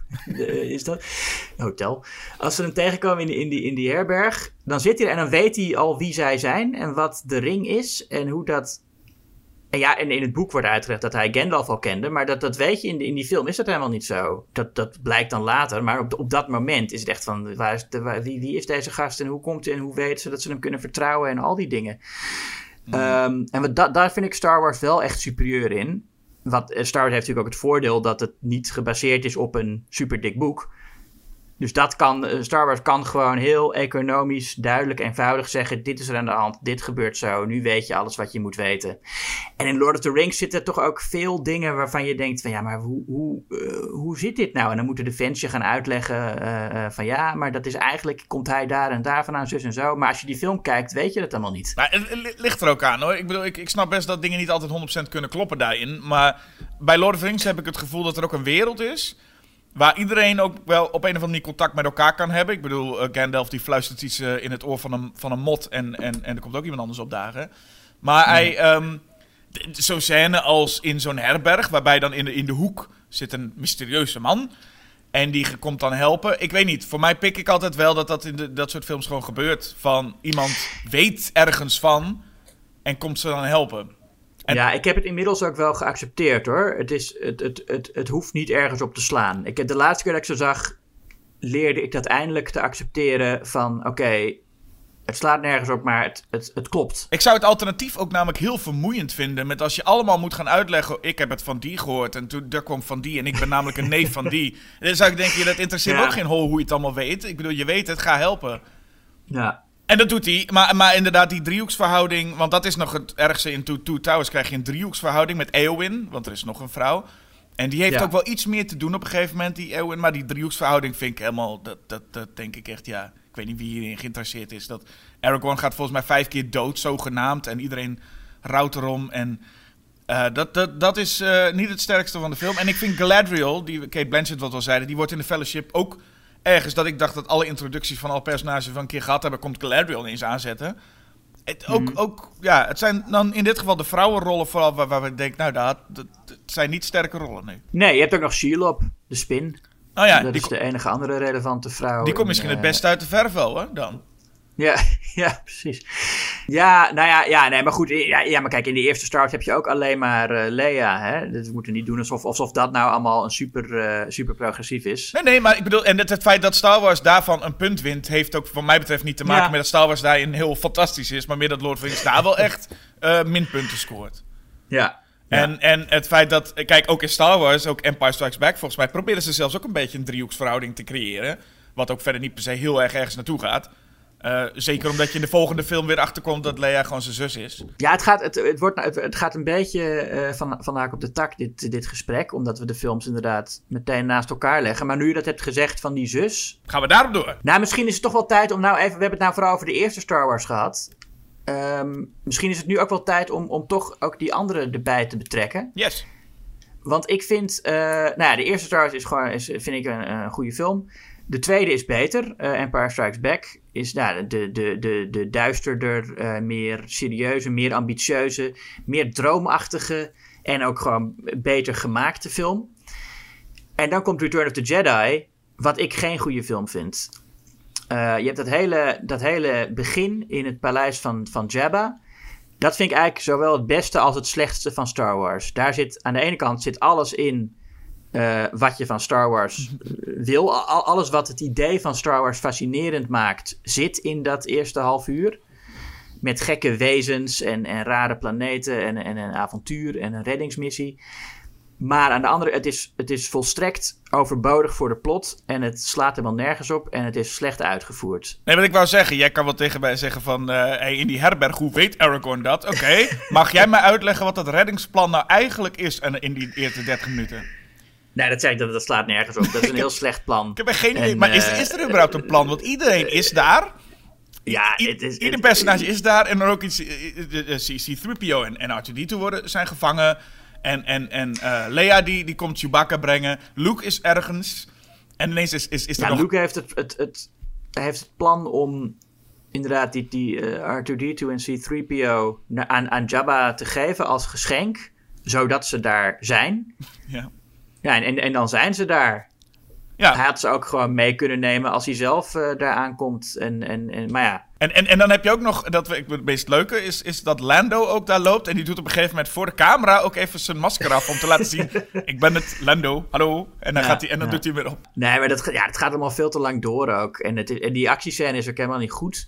Is dat? Hotel. Als ze hem tegenkomen in die, in, die, in die herberg... Dan zit hij er en dan weet hij al wie zij zijn... En wat de ring is. En hoe dat... En ja, en in het boek wordt uitgelegd dat hij Gandalf al kende. Maar dat, dat weet je, in, de, in die film is dat helemaal niet zo. Dat, dat blijkt dan later. Maar op, de, op dat moment is het echt van... Waar is de, waar, wie, wie is deze gast en hoe komt hij en hoe weten ze dat ze hem kunnen vertrouwen en al die dingen. Mm. Um, en wat, da, daar vind ik Star Wars wel echt superieur in. Want Star Wars heeft natuurlijk ook het voordeel dat het niet gebaseerd is op een super dik boek. Dus dat kan, Star Wars kan gewoon heel economisch, duidelijk, eenvoudig zeggen... dit is er aan de hand, dit gebeurt zo, nu weet je alles wat je moet weten. En in Lord of the Rings zitten toch ook veel dingen waarvan je denkt... van ja, maar hoe, hoe, uh, hoe zit dit nou? En dan moeten de fans je gaan uitleggen uh, uh, van... ja, maar dat is eigenlijk, komt hij daar en daar vandaan, zus en zo. Maar als je die film kijkt, weet je dat allemaal niet. Maar het ligt er ook aan, hoor. Ik bedoel, ik, ik snap best dat dingen niet altijd honderd procent kunnen kloppen daarin. Maar bij Lord of the Rings heb ik het gevoel dat er ook een wereld is... waar iedereen ook wel op een of andere manier contact met elkaar kan hebben. Ik bedoel, uh, Gandalf die fluistert iets uh, in het oor van een, van een mot... En, en, en er komt ook iemand anders opdagen. Maar mm. hij... Um, zo'n scène als in zo'n herberg... waarbij dan in de, in de hoek zit een mysterieuze man... en die komt dan helpen. Ik weet niet, voor mij pik ik altijd wel... dat dat in de, dat soort films gewoon gebeurt. Van iemand weet ergens van... en komt ze dan helpen. En... Ja, ik heb het inmiddels ook wel geaccepteerd, hoor. Het, is, het, het, het, het hoeft niet ergens op te slaan. Ik heb de laatste keer dat ik zo zag... leerde ik dat eindelijk te accepteren van... oké, okay, Het slaat nergens op, maar het, het, het klopt. Ik zou het alternatief ook namelijk heel vermoeiend vinden. Met als je allemaal moet gaan uitleggen. Ik heb het van die gehoord. En toen daar kwam van die. En ik ben namelijk een neef van die. En dan zou ik denken, dat interesseert ja. ook geen hol hoe je het allemaal weet. Ik bedoel, je weet het, ga helpen. Ja. En dat doet hij. Maar, maar inderdaad, die driehoeksverhouding. Want dat is nog het ergste in Two, Two Towers. Krijg je een driehoeksverhouding met Eowyn. Want er is nog een vrouw. En die heeft ja. ook wel iets meer te doen op een gegeven moment, die Eowyn. Maar die driehoeksverhouding vind ik helemaal... Dat, dat, dat denk ik echt, ja... Ik weet niet wie hierin geïnteresseerd is. Dat Aragorn gaat volgens mij vijf keer dood, zogenaamd. En iedereen rouwt erom. En uh, dat, dat, dat is uh, niet het sterkste van de film. En ik vind Galadriel, die Cate Blanchett wat wel zeiden... die wordt in de Fellowship ook ergens... dat ik dacht dat alle introducties van alle personages van een keer gehad hebben... komt Galadriel ineens aanzetten. Het, ook, mm. ook, ja, het zijn dan in dit geval de vrouwenrollen vooral... waar, waar we denken, nou, dat, dat, het zijn niet sterke rollen nu. Nee, je hebt ook nog Shelob, de spin... Oh ja, dat die is de enige andere relevante vrouw. Die komt misschien uh, het beste uit de verf wel, hè, dan. Ja, ja, precies. Ja, nou ja, ja, nee, maar goed. Ja, ja, maar kijk, in de eerste Star Wars heb je ook alleen maar uh, Leia, hè. Dus we moeten niet doen alsof, alsof dat nou allemaal een super, uh, super progressief is. Nee, nee, maar ik bedoel... En het, het feit dat Star Wars daarvan een punt wint... heeft ook wat mij betreft niet te maken ja. met dat Star Wars daarin heel fantastisch is... maar meer dat Lord of the Rings daar wel echt uh, minpunten scoort. Ja. En, ja. en het feit dat... Kijk, ook in Star Wars, ook Empire Strikes Back... volgens mij proberen ze zelfs ook een beetje een driehoeksverhouding te creëren. Wat ook verder niet per se heel erg ergens naartoe gaat. Uh, zeker omdat je in de volgende film weer achterkomt... dat Leia gewoon zijn zus is. Ja, het gaat, het, het wordt, het, het gaat een beetje uh, van, van haak op de tak, dit, dit gesprek. Omdat we de films inderdaad meteen naast elkaar leggen. Maar nu je dat hebt gezegd van die zus... Gaan we daarop door? Nou, misschien is het toch wel tijd om nou even... We hebben het nou vooral over de eerste Star Wars gehad... Um, misschien is het nu ook wel tijd om, om toch ook die andere erbij te betrekken. Yes. Want ik vind... Uh, nou ja, de eerste Star Wars is gewoon, is, vind ik een, een goede film. De tweede is beter. Uh, Empire Strikes Back is nou, de, de, de, de duisterder, uh, meer serieuze, meer ambitieuze, meer droomachtige en ook gewoon beter gemaakte film. En dan komt Return of the Jedi, wat ik geen goede film vind. Uh, je hebt dat hele, dat hele begin in het paleis van, van Jabba. Dat vind ik eigenlijk zowel het beste als het slechtste van Star Wars. Daar zit aan de ene kant zit alles in uh, wat je van Star Wars wil. Al, alles wat het idee van Star Wars fascinerend maakt, zit in dat eerste half uur. Met gekke wezens en, en rare planeten en, en een avontuur en een reddingsmissie. Maar aan de andere, het is, het is volstrekt overbodig voor de plot. En het slaat helemaal nergens op. En het is slecht uitgevoerd. Nee, wat ik wou zeggen. Jij kan wel tegen mij zeggen van... Uh, hey, in die herberg, hoe weet Aragorn dat? Oké, okay. Mag jij mij uitleggen wat dat reddingsplan nou eigenlijk is... in die eerste dertig minuten? Nee, dat zei ik, dat, dat slaat nergens op. Dat is een heel sleegt plan. Ik heb er geen idee. Maar is, is er überhaupt een plan? Want iedereen is daar... Ja, I- het is... Ieder het, personage is daar. En dan ook iets... C three P O en, en R two D two worden, zijn gevangen... En, en, en uh, Leia die, die komt Chewbacca brengen. Luke is ergens. En ineens is, is, is er ja, nog... Luke heeft het, het, het, heeft het plan om inderdaad die, die uh, R two D two en C three P O na, aan, aan Jabba te geven als geschenk. Zodat ze daar zijn. Ja. Ja, en, en, en dan zijn ze daar. Ja. Hij had ze ook gewoon mee kunnen nemen als hij zelf uh, daar aankomt. En, en, en, maar ja... En, en, en dan heb je ook nog, dat we, het meest leuke is, is dat Lando ook daar loopt. En die doet op een gegeven moment voor de camera ook even zijn masker af. Om te laten zien, ik ben het, Lando, hallo. En dan, ja, gaat hij, en dan ja. doet hij weer op. Nee, maar dat, ja, het gaat allemaal veel te lang door ook. En, het, en die actiescène is ook helemaal niet goed.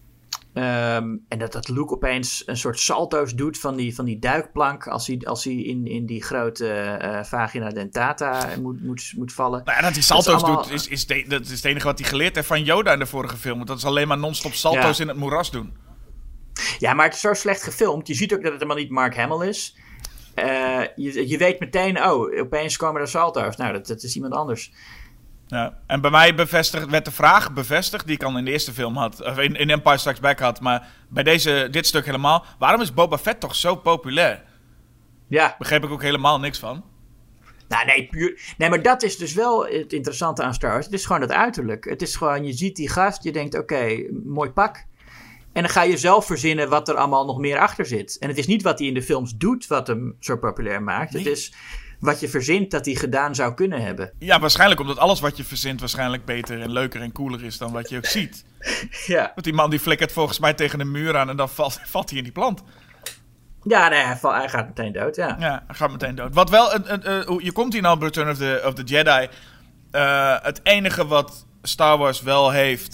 Um, en dat, dat Luke opeens een soort salto's doet van die, van die duikplank... als hij, als hij in, in die grote uh, vagina dentata moet, moet, moet vallen. Nou ja, dat hij salto's dat is allemaal, doet, is, is, de, dat is het enige wat hij geleerd heeft van Yoda in de vorige film. Want dat is alleen maar non-stop salto's ja. in het moeras doen. Ja, maar het is zo slecht gefilmd. Je ziet ook dat het helemaal niet Mark Hamill is. Uh, je, je weet meteen, oh, opeens komen er salto's. Nou, dat, dat is iemand anders. Ja, en bij mij bevestigd, werd de vraag bevestigd, die ik al in de eerste film had, of in, in Empire Strikes Back had, maar bij deze, dit stuk helemaal. Waarom is Boba Fett toch zo populair? Ja. Begreep ik ook helemaal niks van. Nou, nee, puur. Nee, maar dat is dus wel het interessante aan Star Wars. Het is gewoon het uiterlijk. Het is gewoon, je ziet die gast, je denkt, oké, okay, mooi pak. En dan ga je zelf verzinnen wat er allemaal nog meer achter zit. En het is niet wat hij in de films doet wat hem zo populair maakt. Nee. Het is wat je verzint dat hij gedaan zou kunnen hebben. Ja, waarschijnlijk omdat alles wat je verzint waarschijnlijk beter en leuker en cooler is dan wat je ook ziet. Ja. Want die man die flikkert volgens mij tegen een muur aan en dan valt, valt hij in die plant. Ja, nee, hij, val, hij gaat meteen dood, ja. Ja, hij gaat meteen dood. Wat wel, uh, uh, uh, je komt hier nou op Return of the, of the Jedi. Uh, het enige wat Star Wars wel heeft,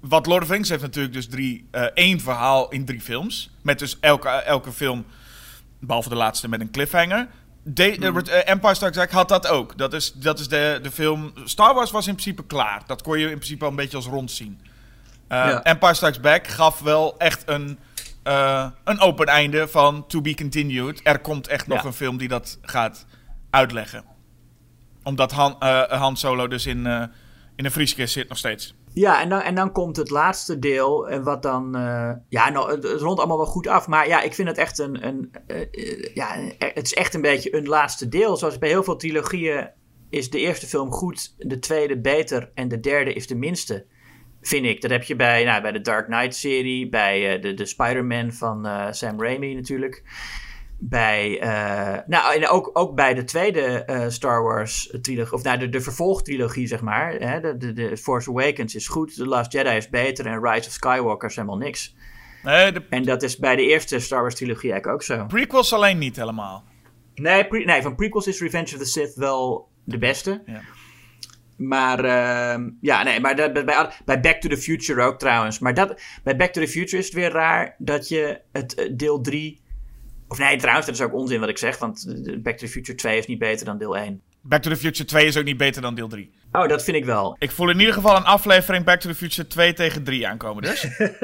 wat Lord of the Rings heeft natuurlijk dus drie, uh, één verhaal in drie films. Met dus elke, elke film, behalve de laatste, met een cliffhanger. De, uh, uh, Empire Strikes Back had dat ook. Dat is, dat is de, de film... Star Wars was in principe klaar. Dat kon je in principe al een beetje als rond zien. Uh, ja. Empire Strikes Back gaf wel echt een, uh, een open einde van to be continued. Er komt echt nog ja. een film die dat gaat uitleggen. Omdat Han, uh, Han Solo dus in, uh, in een vrieskist zit nog steeds. Ja, en dan, en dan komt het laatste deel. En wat dan... Uh, ja, nou, het, het rondt allemaal wel goed af. Maar ja, ik vind het echt een... een uh, ja, het is echt een beetje een laatste deel. Zoals bij heel veel trilogieën is de eerste film goed, de tweede beter en de derde is de minste. Vind ik. Dat heb je bij, nou, bij de Dark Knight-serie, bij uh, de, de Spider-Man van uh, Sam Raimi natuurlijk. Bij, uh, nou, en ook, ook bij de tweede uh, Star Wars trilogie, of nou, de, de vervolgtrilogie, zeg maar. Hè, de, de, de Force Awakens is goed, The Last Jedi is beter en Rise of Skywalker is helemaal niks. Nee, de... En dat is bij de eerste Star Wars trilogie eigenlijk ook zo. Prequels alleen niet helemaal. Nee, pre- nee van prequels is Revenge of the Sith wel de beste. Ja. Maar, uh, ja, nee, maar dat, bij, bij Back to the Future ook trouwens. Maar dat, bij Back to the Future is het weer raar dat je het uh, deel drie... Of nee, trouwens, dat is ook onzin wat ik zeg, want Back to the Future twee is niet beter dan deel één. Back to the Future twee is ook niet beter dan deel drie. Oh, dat vind ik wel. Ik voel in ieder geval een aflevering Back to the Future twee tegen drie aankomen dus.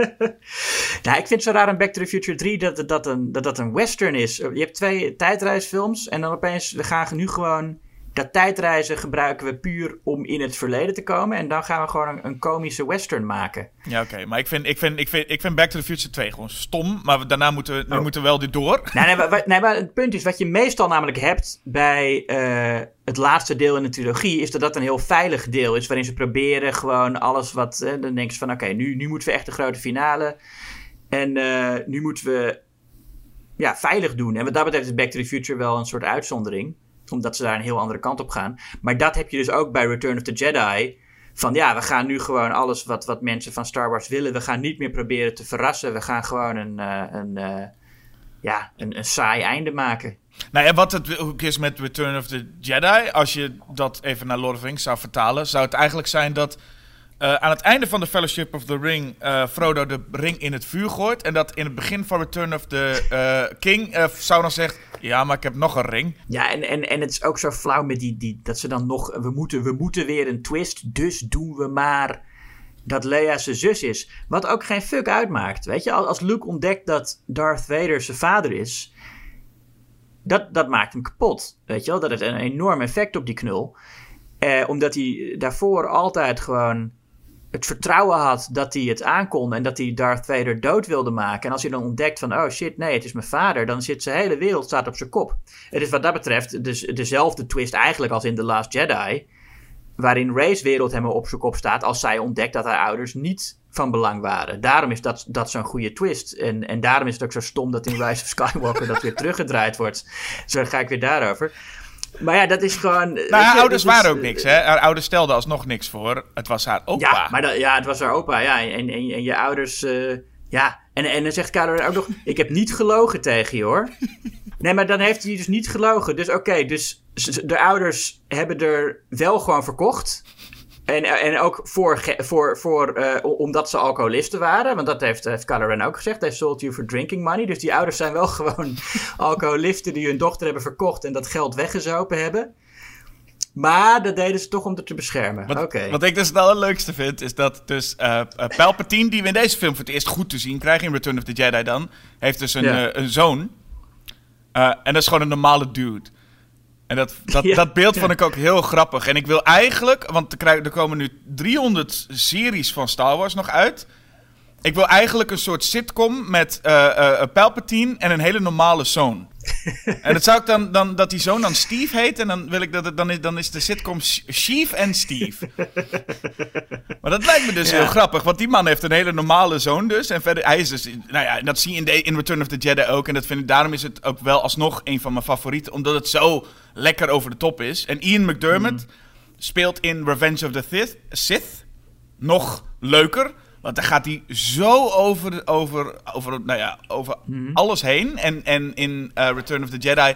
Nou, ik vind het zo raar aan Back to the Future drie dat dat een, dat dat een western is. Je hebt twee tijdreisfilms en dan opeens, we gaan nu gewoon... Dat tijdreizen gebruiken we puur om in het verleden te komen. En dan gaan we gewoon een, een komische western maken. Ja, oké. Okay. Maar ik vind, ik, vind, ik, vind, ik vind Back to the Future twee gewoon stom. Maar we, daarna moeten we, oh. we moeten wel dit door. Nee, nee, maar, nee, maar het punt is, wat je meestal namelijk hebt bij uh, het laatste deel in de trilogie... is dat dat een heel veilig deel is. Waarin ze proberen gewoon alles wat... Uh, dan denk je van, oké, okay, nu, nu moeten we echt de grote finale. En uh, nu moeten we ja, veilig doen. En wat dat betreft is Back to the Future wel een soort uitzondering. Omdat ze daar een heel andere kant op gaan. Maar dat heb je dus ook bij Return of the Jedi. Van ja, we gaan nu gewoon alles wat, wat mensen van Star Wars willen. We gaan niet meer proberen te verrassen. We gaan gewoon een, uh, een, uh, ja, een, een saai einde maken. Nou ja, wat het ook is met Return of the Jedi. Als je dat even naar Lord of the Rings zou vertalen. Zou het eigenlijk zijn dat uh, aan het einde van de Fellowship of the Ring uh, Frodo de ring in het vuur gooit. En dat in het begin van Return of the uh, King uh, Sauron zegt... Ja, maar ik heb nog een ring. Ja, en, en, en het is ook zo flauw met die, die dat ze dan nog... We moeten, we moeten weer een twist, dus doen we maar dat Leia zijn zus is. Wat ook geen fuck uitmaakt. Weet je, als Luke ontdekt dat Darth Vader zijn vader is... Dat, dat maakt hem kapot. Weet je wel, dat heeft een enorm effect op die knul. Eh, omdat hij daarvoor altijd gewoon... het vertrouwen had dat hij het aankon en dat hij Darth Vader dood wilde maken. En als hij dan ontdekt van, oh shit, nee, het is mijn vader, dan zit zijn hele wereld staat op zijn kop. Het is wat dat betreft dus dezelfde twist eigenlijk als in The Last Jedi, waarin Rey's wereld helemaal op zijn kop staat als zij ontdekt dat haar ouders niet van belang waren. Daarom is dat, dat zo'n goede twist. En, en daarom is het ook zo stom dat in Rise of Skywalker dat weer teruggedraaid wordt. Zo ga ik weer daarover. Maar ja, dat is gewoon... Nou, haar je, ouders waren is, ook niks, hè? Haar ouders stelden alsnog niks voor. Het was haar opa. Ja, maar dat, ja het was haar opa, ja. En, en, en je ouders... Uh, ja, en, en dan zegt Kylo Ren ook nog... Ik heb niet gelogen tegen je, hoor. Nee, maar dan heeft hij dus niet gelogen. Dus oké, okay, dus de ouders hebben er wel gewoon verkocht... En, en ook voor, voor, voor, uh, omdat ze alcoholisten waren. Want dat heeft, heeft Kylo Ren ook gezegd. They sold you for drinking money. Dus die ouders zijn wel gewoon alcoholisten die hun dochter hebben verkocht. En dat geld weggezopen hebben. Maar dat deden ze toch om het te beschermen. Wat, okay. wat ik dus wel het leukste vind. Is dat dus uh, uh, Palpatine, die we in deze film voor het eerst goed te zien krijgen. In Return of the Jedi dan. Heeft dus een, ja. uh, een zoon. Uh, en dat is gewoon een normale dude. En dat, dat, ja, dat beeld ja. vond ik ook heel grappig. En ik wil eigenlijk... Want er komen nu driehonderd series van Star Wars nog uit. Ik wil eigenlijk een soort sitcom met uh, uh, Palpatine en een hele normale zoon. En dat zou ik dan, dan... Dat die zoon dan Steve heet. En dan wil ik dat het... Dan is, dan is de sitcom Sheev en Steve. Maar dat lijkt me dus ja. heel grappig. Want die man heeft een hele normale zoon dus. En verder... Hij is dus... Nou ja, dat zie je in, de, in Return of the Jedi ook. En dat vind ik... Daarom is het ook wel alsnog een van mijn favorieten. Omdat het zo... lekker over de top is. En Ian McDiarmid mm. speelt in Revenge of the Sith, Sith nog leuker. Want dan gaat hij zo over, over, over, nou ja, over mm. alles heen. En, en in uh, Return of the Jedi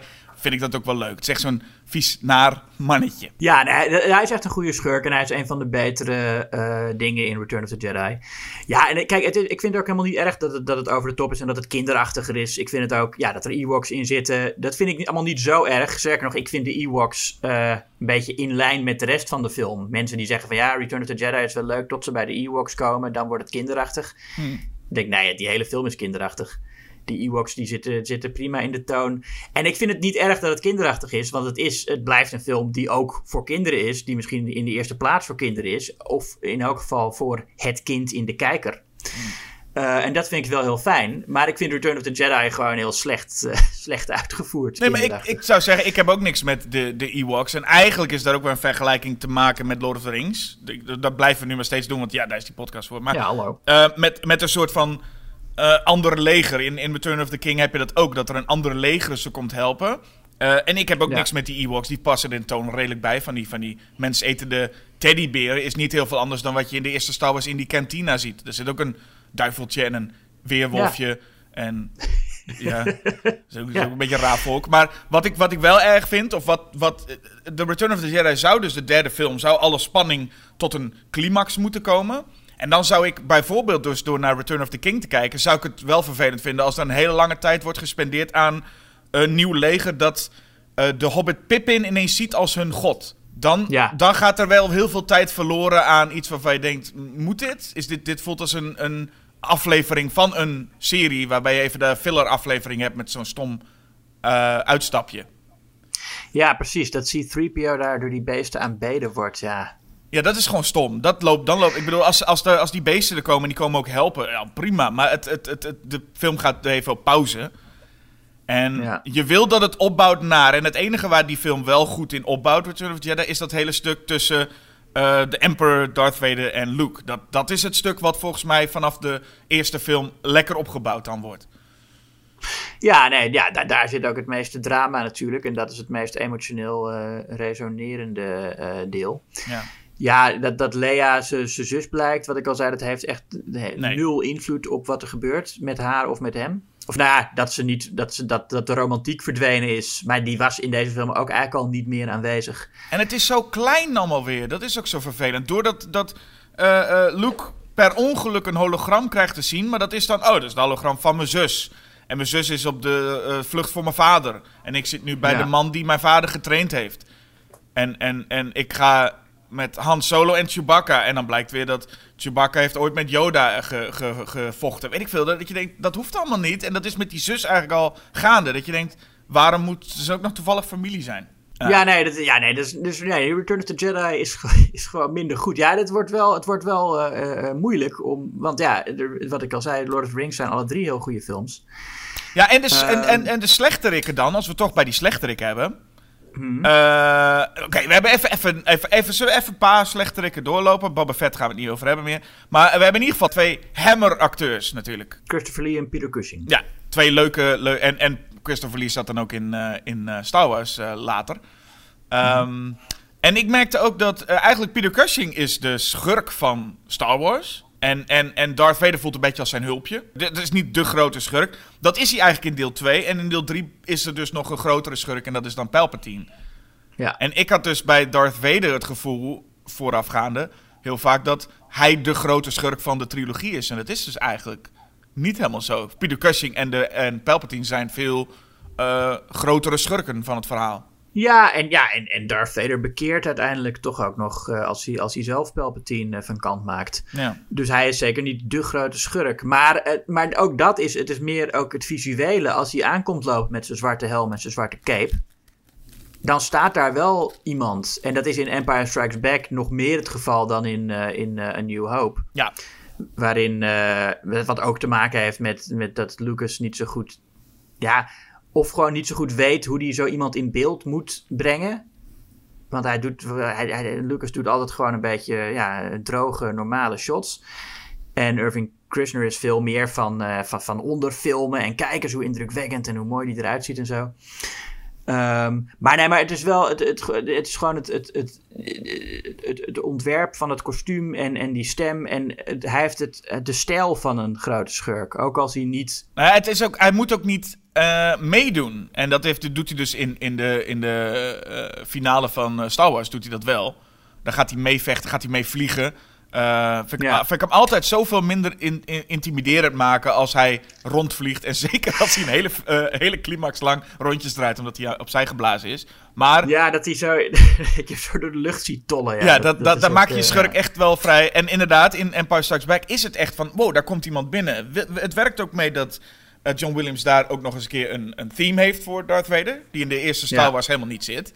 vind ik dat ook wel leuk. Het is echt zo'n vies, naar mannetje. Ja, nee, hij is echt een goede schurk en hij is een van de betere uh, dingen in Return of the Jedi. Ja, en kijk, het is, ik vind het ook helemaal niet erg dat het, dat het over de top is en dat het kinderachtiger is. Ik vind het ook, ja, dat er Ewoks in zitten, dat vind ik niet, allemaal niet zo erg. Zeker nog, ik vind de Ewoks uh, een beetje in lijn met de rest van de film. Mensen die zeggen van ja, Return of the Jedi is wel leuk tot ze bij de Ewoks komen, dan wordt het kinderachtig. Hmm. Ik denk, nou ja, die hele film is kinderachtig. Die Ewoks die zitten, zitten prima in de toon. En ik vind het niet erg dat het kinderachtig is. Want het, is, het blijft een film die ook voor kinderen is. Die misschien in de eerste plaats voor kinderen is. Of in elk geval voor het kind in de kijker. Mm. Uh, en dat vind ik wel heel fijn. Maar ik vind Return of the Jedi gewoon heel slecht, uh, slecht uitgevoerd. Nee, maar ik, ik zou zeggen, ik heb ook niks met de, de Ewoks. En eigenlijk is daar ook wel een vergelijking te maken met Lord of the Rings. Dat blijven we nu maar steeds doen. Want ja, daar is die podcast voor. Maar, ja, hallo. Uh, met, met een soort van... Uh, ander leger. In, in Return of the King heb je dat ook. Dat er een ander leger ze komt helpen. Uh, en ik heb ook ja. niks met die Ewoks. Die passen er in toon redelijk bij. Van die, van die mensetende teddybeer is niet heel veel anders dan wat je in de eerste Star Wars in die kantina ziet. Er zit ook een duiveltje en een weerwolfje. Ja. En ja, dat is ook, ja. is ook een beetje raar volk. Maar wat ik, wat ik wel erg vind, of wat, wat... The Return of the Jedi zou dus, de derde film, zou alle spanning tot een climax moeten komen. En dan zou ik bijvoorbeeld dus door naar Return of the King te kijken, zou ik het wel vervelend vinden als er een hele lange tijd wordt gespendeerd aan een nieuw leger dat uh, de Hobbit Pippin ineens ziet als hun god. Dan, ja. dan gaat er wel heel veel tijd verloren aan iets waarvan je denkt, moet dit? Is dit, dit voelt als een, een aflevering van een serie waarbij je even de filler aflevering hebt met zo'n stom uh, uitstapje. Ja, precies. Dat C drie P O daar door die beesten aanbeden wordt, ja. Ja, dat is gewoon stom. Dat loopt, dan loopt, ik bedoel, als, als, de, als die beesten er komen, die komen ook helpen, ja, prima. Maar het, het, het, het, de film gaat even op pauze. En ja. je wil dat het opbouwt naar... En het enige waar die film wel goed in opbouwt, Return of the Jedi, is dat hele stuk tussen uh, de Emperor, Darth Vader en Luke. Dat, dat is het stuk wat volgens mij vanaf de eerste film lekker opgebouwd dan wordt. Ja, nee, ja daar, daar zit ook het meeste drama natuurlijk. En dat is het meest emotioneel uh, resonerende uh, deel. Ja. Ja, dat, dat Leia zijn zus blijkt, wat ik al zei, dat heeft echt nee, nee. nul invloed op wat er gebeurt met haar of met hem. Of nou ja, dat, ze niet, dat, ze, dat, dat de romantiek verdwenen is, maar die was in deze film ook eigenlijk al niet meer aanwezig. En het is zo klein allemaal weer, dat is ook zo vervelend. Doordat dat, uh, uh, Luke per ongeluk een hologram krijgt te zien, maar dat is dan, oh, dat is de hologram van mijn zus. En mijn zus is op de uh, vlucht voor mijn vader. En ik zit nu bij ja. de man die mijn vader getraind heeft. En, en, en ik ga... met Han Solo en Chewbacca. En dan blijkt weer dat Chewbacca heeft ooit met Yoda ge, ge, gevochten. Weet ik veel. Dat je denkt, dat hoeft allemaal niet. En dat is met die zus eigenlijk al gaande. Dat je denkt, waarom moet ze ook nog toevallig familie zijn? Uh. Ja, nee, dat, ja, nee, dus, dus nee, Return of the Jedi is, is gewoon minder goed. Ja, dit wordt wel, het wordt wel uh, uh, moeilijk. Om, want ja, er, wat ik al zei, Lord of the Rings zijn alle drie heel goede films. Ja, en de, uh, en, en, en de slechterikken dan, als we toch bij die slechterikken hebben... Hmm. Uh, Oké, okay, we hebben even, even, even, even, zullen we even een paar slechterikken doorlopen. Boba Fett gaan we het niet over hebben meer. Maar we hebben in ieder geval twee hammer-acteurs natuurlijk. Christopher Lee en Peter Cushing. Ja, twee leuke... leu- en, en Christopher Lee zat dan ook in, uh, in uh, Star Wars uh, later. Um, hmm. En ik merkte ook dat uh, eigenlijk Peter Cushing is de schurk van Star Wars. En, en, en Darth Vader voelt een beetje als zijn hulpje. Dat is niet de grote schurk. Dat is hij eigenlijk in deel twee. En in deel drie is er dus nog een grotere schurk. En dat is dan Palpatine. Ja. En ik had dus bij Darth Vader het gevoel, voorafgaande, heel vaak dat hij de grote schurk van de trilogie is. En dat is dus eigenlijk niet helemaal zo. Peter Cushing en, de, en Palpatine zijn veel uh, grotere schurken van het verhaal. Ja, en, ja en, en Darth Vader bekeert uiteindelijk toch ook nog uh, als, hij, als hij zelf Palpatine uh, van kant maakt. Ja. Dus hij is zeker niet de grote schurk. Maar, uh, maar ook dat is, het is meer ook het visuele. Als hij aankomt lopen met zijn zwarte helm en zijn zwarte cape, dan staat daar wel iemand. En dat is in Empire Strikes Back nog meer het geval dan in, uh, in uh, A New Hope. Ja. Waarin, uh, wat ook te maken heeft met, met dat Lucas niet zo goed... Ja... Of gewoon niet zo goed weet hoe hij zo iemand in beeld moet brengen. Want hij doet, hij, hij, Lucas doet altijd gewoon een beetje ja, droge, normale shots. En Irving Kirchner is veel meer van, uh, van, van onderfilmen. En kijk eens hoe indrukwekkend en hoe mooi die eruit ziet en zo. Um, maar nee, maar het is wel... Het, het, het is gewoon het, het, het, het, het ontwerp van het kostuum en, en die stem. En het, hij heeft het, de stijl van een grote schurk. Ook als hij niet... Nou ja, het is ook, hij moet ook niet... uh, meedoen. En dat heeft, doet hij dus in, in de, in de uh, finale van uh, Star Wars, doet hij dat wel. Dan gaat hij meevechten, gaat hij mee vliegen. Uh, vind, ik, Ja. vind ik hem altijd zoveel minder in, in, intimiderend maken als hij rondvliegt. En zeker als hij een hele, uh, hele climax lang rondjes draait, omdat hij opzij geblazen is. Maar Ja, dat hij zo, ik heb zo door de lucht ziet tollen. Ja, ja, dat, dat, is daar ook, maak je je uh, schurk ja. echt wel vrij. En inderdaad, in Empire Strikes Back is het echt van, wow, daar komt iemand binnen. We- we- Het werkt ook mee dat uh, John Williams daar ook nog eens een keer een, een theme heeft voor Darth Vader. Die in de eerste Star Ja. Wars helemaal niet zit.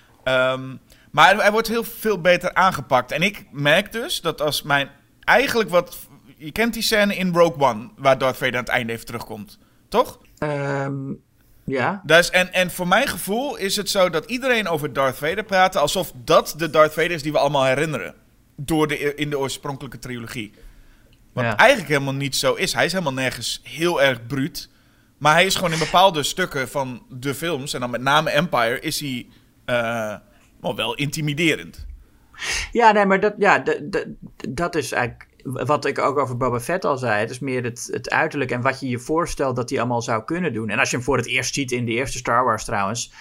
Um, maar hij wordt heel veel beter aangepakt. En ik merk dus dat als mijn... Eigenlijk wat... Je kent die scène in Rogue One, waar Darth Vader aan het einde even terugkomt. Toch? Ehm, ja. Dus, en, en voor mijn gevoel is het zo dat iedereen over Darth Vader praat alsof dat de Darth Vader is die we allemaal herinneren. Door de, in de oorspronkelijke trilogie. Wat Ja. eigenlijk helemaal niet zo is. Hij is helemaal nergens heel erg bruut. Maar hij is gewoon in bepaalde stukken van de films, en dan met name Empire, is hij uh, wel, wel intimiderend. Ja, nee, maar dat, ja, d- d- dat is eigenlijk wat ik ook over Boba Fett al zei. Het is meer het, het uiterlijk en wat je je voorstelt dat hij allemaal zou kunnen doen. En als je hem voor het eerst ziet in de eerste Star Wars trouwens,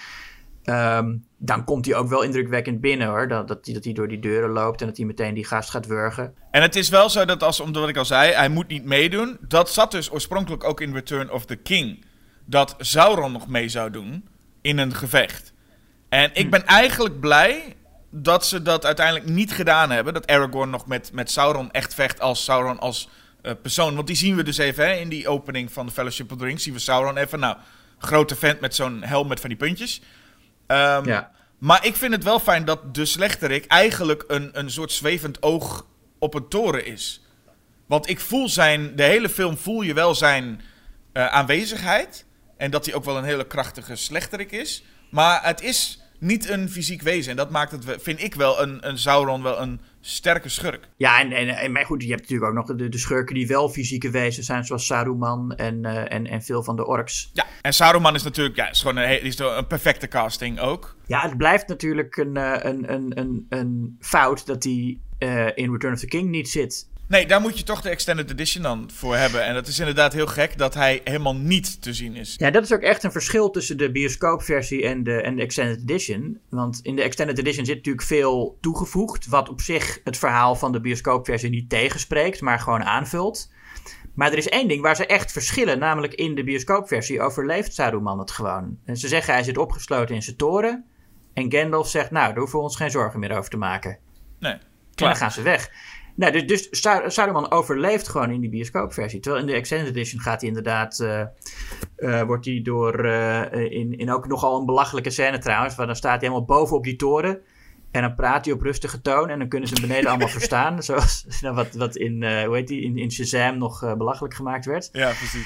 um, dan komt hij ook wel indrukwekkend binnen hoor. Dat, dat, hij, dat hij door die deuren loopt en dat hij meteen die gast gaat wurgen. En het is wel zo dat, als, omdat wat ik al zei, hij moet niet meedoen. Dat zat dus oorspronkelijk ook in Return of the King. Dat Sauron nog mee zou doen in een gevecht. En ik ben eigenlijk blij dat ze dat uiteindelijk niet gedaan hebben. Dat Aragorn nog met, met Sauron echt vecht als Sauron als uh, persoon. Want die zien we dus even hè, in die opening van The Fellowship of the Ring. Zien we Sauron even, nou, grote vent met zo'n helm met van die puntjes. Um, Ja. Maar ik vind het wel fijn dat de slechterik eigenlijk een, een soort zwevend oog op een toren is. Want ik voel zijn, de hele film voel je wel zijn uh, aanwezigheid. En dat hij ook wel een hele krachtige slechterik is. Maar het is niet een fysiek wezen. En dat maakt het, vind ik wel, een, een Sauron wel een sterke schurk. Ja, en, en, en maar goed, je hebt natuurlijk ook nog de, de schurken die wel fysieke wezens zijn, zoals Saruman en, uh, en, en veel van de orks. Ja, en Saruman is natuurlijk ja, is gewoon een, he- is een perfecte casting ook. Ja, het blijft natuurlijk een, uh, een, een, een, een fout dat hij uh, in Return of the King niet zit. Nee, daar moet je toch de Extended Edition dan voor hebben. En dat is inderdaad heel gek dat hij helemaal niet te zien is. Ja, dat is ook echt een verschil tussen de bioscoopversie en de, en de Extended Edition. Want in de Extended Edition zit natuurlijk veel toegevoegd, wat op zich het verhaal van de bioscoopversie niet tegenspreekt, maar gewoon aanvult. Maar er is één ding waar ze echt verschillen, namelijk in de bioscoopversie overleeft Saruman het gewoon. En ze zeggen hij zit opgesloten in zijn toren. En Gandalf zegt, nou, daar hoeven we ons geen zorgen meer over te maken. Nee, En klaar. dan gaan ze weg. Nou, dus, dus Sar- Saruman overleeft gewoon in die bioscoopversie. Terwijl in de Extended Edition gaat hij inderdaad... Uh, uh, wordt hij door... Uh, in, in ook nogal een belachelijke scène trouwens... waar dan staat hij helemaal boven op die toren... en dan praat hij op rustige toon... en dan kunnen ze hem beneden allemaal verstaan. Zoals nou, wat, wat in, uh, hoe heet die, in, in Shazam nog uh, belachelijk gemaakt werd. Ja, precies.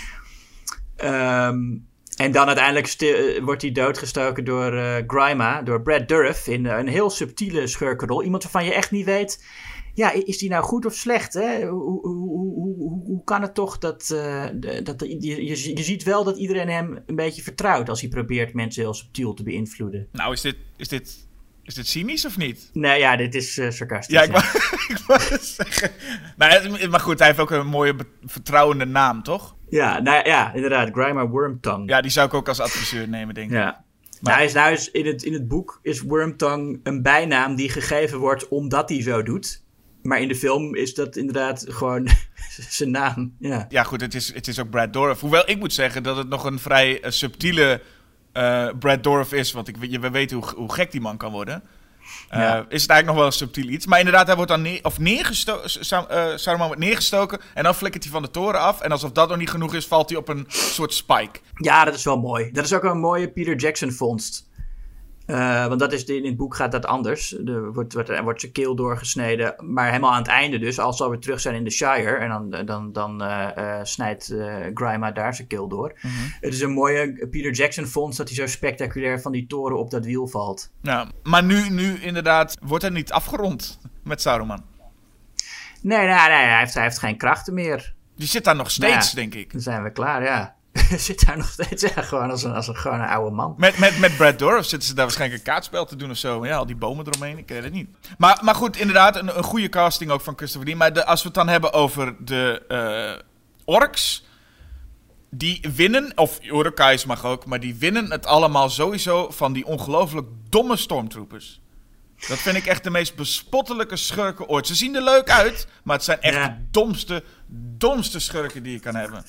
Um, en dan uiteindelijk sti- wordt hij doodgestoken door uh, Grima... door Brad Dourif in uh, een heel subtiele schurkenrol. Iemand waarvan je echt niet weet... Ja, is die nou goed of slecht? Hè? Hoe, hoe, hoe, hoe, hoe kan het toch dat... Uh, de, dat de, je, je, je ziet wel dat iedereen hem een beetje vertrouwt... als hij probeert mensen heel subtiel te beïnvloeden. Nou, is dit, is dit, is dit cynisch of niet? Nee, ja, dit is uh, sarcastisch. Ja, ik wou, ik wou het zeggen. Nou, maar goed, hij heeft ook een mooie be- vertrouwende naam, toch? Ja, nou, ja, inderdaad. Grima Wormtongue. Ja, die zou ik ook als adviseur nemen, denk ik. Ja. Maar- Nou, hij is, nou is in, het, in het boek is Wormtongue een bijnaam die gegeven wordt omdat hij zo doet... Maar in de film is dat inderdaad gewoon zijn naam. Ja. Ja, goed, het is, het is ook Brad Dourif. Hoewel ik moet zeggen dat het nog een vrij uh, subtiele uh, Brad Dourif is. Want ik, we weten hoe, hoe gek die man kan worden. Uh, Ja. Is het eigenlijk nog wel een subtiel iets. Maar inderdaad, hij wordt dan neer, of neergestoken. Uh, Saruman wordt neergestoken. En dan flikkert hij van de toren af. En alsof dat nog niet genoeg is, valt hij op een soort spike. Ja, dat is wel mooi. Dat is ook een mooie Peter Jackson vondst. Uh, want dat is de, in het boek gaat dat anders. Er wordt, wordt, er wordt zijn keel doorgesneden. Maar helemaal aan het einde dus. Als ze alweer terug zijn in de Shire. En dan, dan, dan uh, uh, snijdt uh, Grima daar zijn keel door. Mm-hmm. Het is een mooie Peter Jackson vondst dat hij zo spectaculair van die toren op dat wiel valt. Ja, maar nu, nu inderdaad wordt hij niet afgerond met Saruman. Nee, nee, nee hij, heeft, hij heeft geen krachten meer. Die zit daar nog steeds, nou ja, denk ik. Dan zijn we klaar, ja. Zit daar nog steeds, ja, gewoon als een, als een, gewoon een oude man. Met, met, met Brad Dourif zitten ze daar waarschijnlijk een kaartspel te doen of zo. Ja, al die bomen eromheen, ik weet het niet. Maar, maar goed, inderdaad, een, een goede casting ook van Christopher Lee. Maar de, als we het dan hebben over de uh, orks... die winnen, of Urukais mag ook, maar die winnen het allemaal sowieso van die ongelooflijk domme stormtroopers. Dat vind ik echt de meest bespottelijke schurken ooit. Ze zien er leuk uit, maar het zijn echt Ja. de domste, domste schurken die je kan hebben.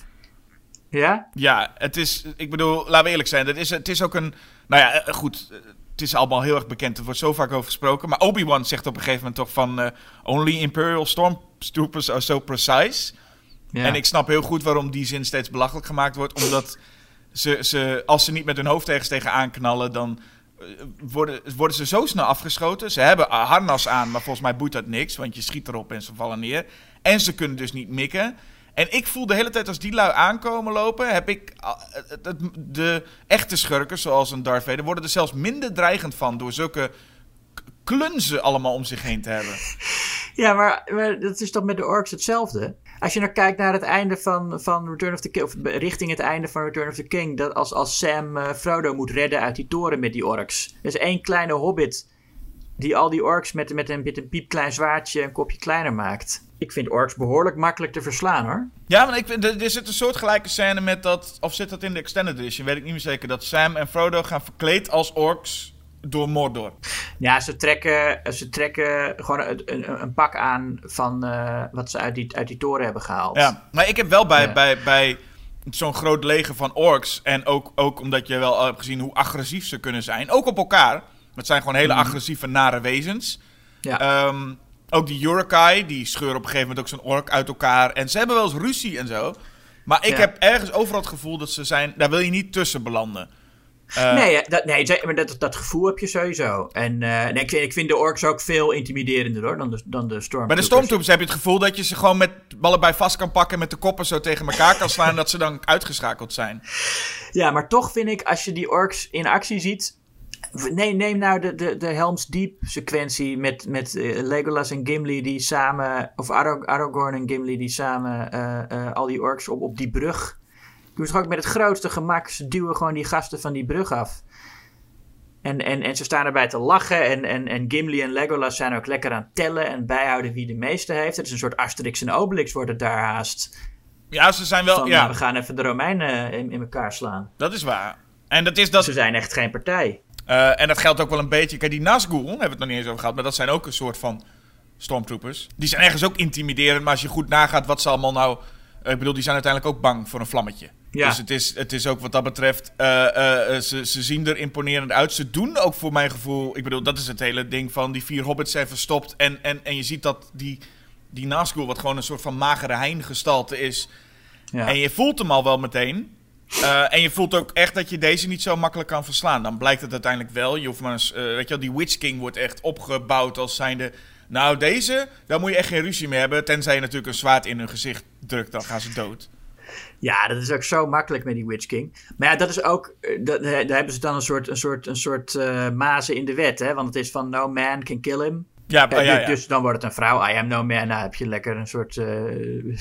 Ja? Ja, het is, ik bedoel, laten we eerlijk zijn, het is, het is ook een, nou ja, eh, goed, eh, het is allemaal heel erg bekend, er wordt zo vaak over gesproken, maar Obi-Wan zegt op een gegeven moment toch van, uh, only Imperial Stormtroopers are so precise. Ja. En ik snap heel goed waarom die zin steeds belachelijk gemaakt wordt, omdat ze, ze als ze niet met hun hoofd ergens tegenaan knallen, dan uh, worden, worden ze zo snel afgeschoten. Ze hebben uh, harnas aan, maar volgens mij boeit dat niks, want je schiet erop en ze vallen neer. En ze kunnen dus niet mikken. En ik voel de hele tijd als die lui aankomen lopen, heb ik uh, de echte schurken, zoals een Darth Vader, worden er zelfs minder dreigend van door zulke k- klunzen allemaal om zich heen te hebben. Ja, maar, maar dat is toch met de orks hetzelfde? Als je nou kijkt naar het einde van, van Return of the King, of richting het einde van Return of the King, dat als, als Sam uh, Frodo moet redden uit die toren met die orks. Er is één kleine hobbit die al die orks met, met, een, met een piepklein zwaardje een kopje kleiner maakt. Ik vind orks behoorlijk makkelijk te verslaan, hoor. Ja, maar ik vind, er, er zit een soortgelijke scène met dat, of zit dat in de Extended Edition, weet ik niet meer zeker, dat Sam en Frodo gaan verkleed als orks door Mordor. Ja, ze trekken, ze trekken gewoon een, een, een pak aan van uh, wat ze uit die, uit die toren hebben gehaald. Ja, maar ik heb wel bij, Ja. bij, bij zo'n groot leger van orks, en ook, ook omdat je wel hebt gezien hoe agressief ze kunnen zijn, ook op elkaar. Het zijn gewoon hele Mhm. agressieve, nare wezens. Ja. Um, ook die Urukai, die scheuren op een gegeven moment ook zo'n ork uit elkaar. En ze hebben wel eens ruzie en zo. Maar ik Ja. heb ergens overal het gevoel dat ze zijn, daar wil je niet tussen belanden. Uh, nee, dat, nee ze- maar dat, dat gevoel heb je sowieso. En uh, nee, ik, vind, ik vind de orks ook veel intimiderender, hoor, dan de, dan de stormtroopers. Bij de Stormtroopers heb je het gevoel dat je ze gewoon met allebei vast kan pakken, met de koppen zo tegen elkaar kan slaan, dat ze dan uitgeschakeld zijn. Ja, maar toch vind ik, als je die orks in actie ziet... Nee, neem nou de, de, de Helm's Deep sequentie met, met uh, Legolas en Gimli die samen... Of Arag- Aragorn en Gimli die samen uh, uh, al die orks op, op die brug... Doen ze ook met het grootste gemak. Ze duwen gewoon die gasten van die brug af. En, en, en ze staan erbij te lachen. En, en, en Gimli en Legolas zijn ook lekker aan het tellen en bijhouden wie de meeste heeft. Het is een soort Asterix en Obelix wordt het daar haast. Ja, ze zijn wel... Van, ja, nou, we gaan even de Romeinen in, in elkaar slaan. dat is waar. En dat is dat... Ze zijn echt geen partij. Uh, en dat geldt ook wel een beetje... Kijk, die Nazgul, hebben we het nog niet eens over gehad, maar dat zijn ook een soort van stormtroopers. Die zijn ergens ook intimiderend, maar als je goed nagaat wat ze allemaal nou... Uh, ik bedoel, die zijn uiteindelijk ook bang voor een vlammetje. Ja. Dus het is, het is ook wat dat betreft... Uh, uh, ze, ze zien er imponerend uit. Ze doen ook voor mijn gevoel... Ik bedoel, dat is het hele ding van die vier hobbits zijn verstopt. En, en, en je ziet dat die, die Nazgul, wat gewoon een soort van magere heingestalte is. Ja. En je voelt hem al wel meteen... Uh, en je voelt ook echt dat je deze niet zo makkelijk kan verslaan. Dan blijkt het uiteindelijk wel. Je hoeft maar eens, uh, weet je wel, die Witch King wordt echt opgebouwd als zijnde... Nou, deze, daar moet je echt geen ruzie mee hebben. Tenzij je natuurlijk een zwaard in hun gezicht drukt, dan gaan ze dood. Ja, dat is ook zo makkelijk met die Witch King. Maar ja, dat is ook... uh, Dat, daar hebben ze dan een soort, een soort, een soort uh, mazen in de wet, hè? Want het is van no man can kill him. Ja, Uh, ja, ja. Dus dan wordt het een vrouw. I am no man. Nou heb je lekker een soort uh,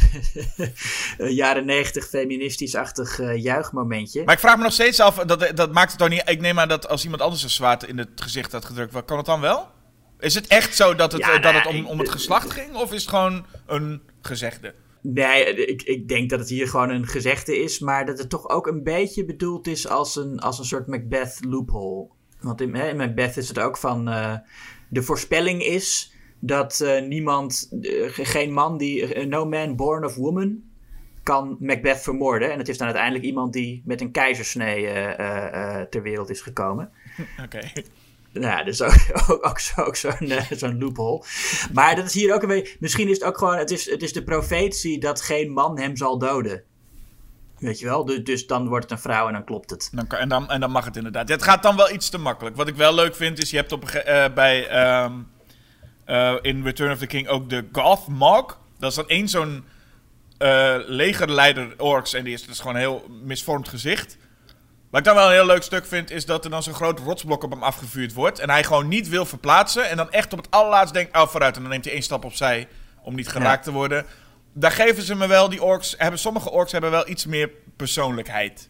jaren negentig feministisch-achtig uh, juichmomentje. Maar ik vraag me nog steeds af, dat, dat maakt het toch niet... Ik neem aan dat als iemand anders een zwaard in het gezicht had gedrukt, wat kan het dan wel? Is het echt zo dat het, Ja, uh, dat nou, het om, ik- om het geslacht ging? Of is het gewoon een gezegde? Nee, ik, ik denk dat het hier gewoon een gezegde is, maar dat het toch ook een beetje bedoeld is als een, als een soort Macbeth loophole. Want in, hè, in Macbeth is het ook van... Uh, de voorspelling is dat uh, niemand, uh, geen man die... Uh, no man born of woman kan Macbeth vermoorden. En het is dan uiteindelijk iemand die met een keizersnee uh, uh, uh, ter wereld is gekomen. Oké. Okay. Nou ja, dus ook, ook, ook, zo, ook zo'n, uh, zo'n loophole. Maar dat is hier ook een beetje... Misschien is het ook gewoon... Het is, het is de profetie dat geen man hem zal doden. Weet je wel? Dus, dus dan wordt het een vrouw en dan klopt het. Dan kan, en, dan, en dan mag het inderdaad. Het gaat dan wel iets te makkelijk. Wat ik wel leuk vind is, je hebt op een ge- uh, bij... Um, uh, in Return of the King ook de Goth Mog. Dat is dan één zo'n uh, legerleider orks. En die is, dat is gewoon een heel misvormd gezicht. Wat ik dan wel een heel leuk stuk vind, is dat er dan zo'n groot rotsblok op hem afgevuurd wordt. En hij gewoon niet wil verplaatsen. En dan echt op het allerlaatst denkt, oh vooruit. En dan neemt hij één stap opzij om niet geraakt ja. te worden. Daar geven ze me wel, die orks, hebben, sommige orks hebben wel iets meer persoonlijkheid.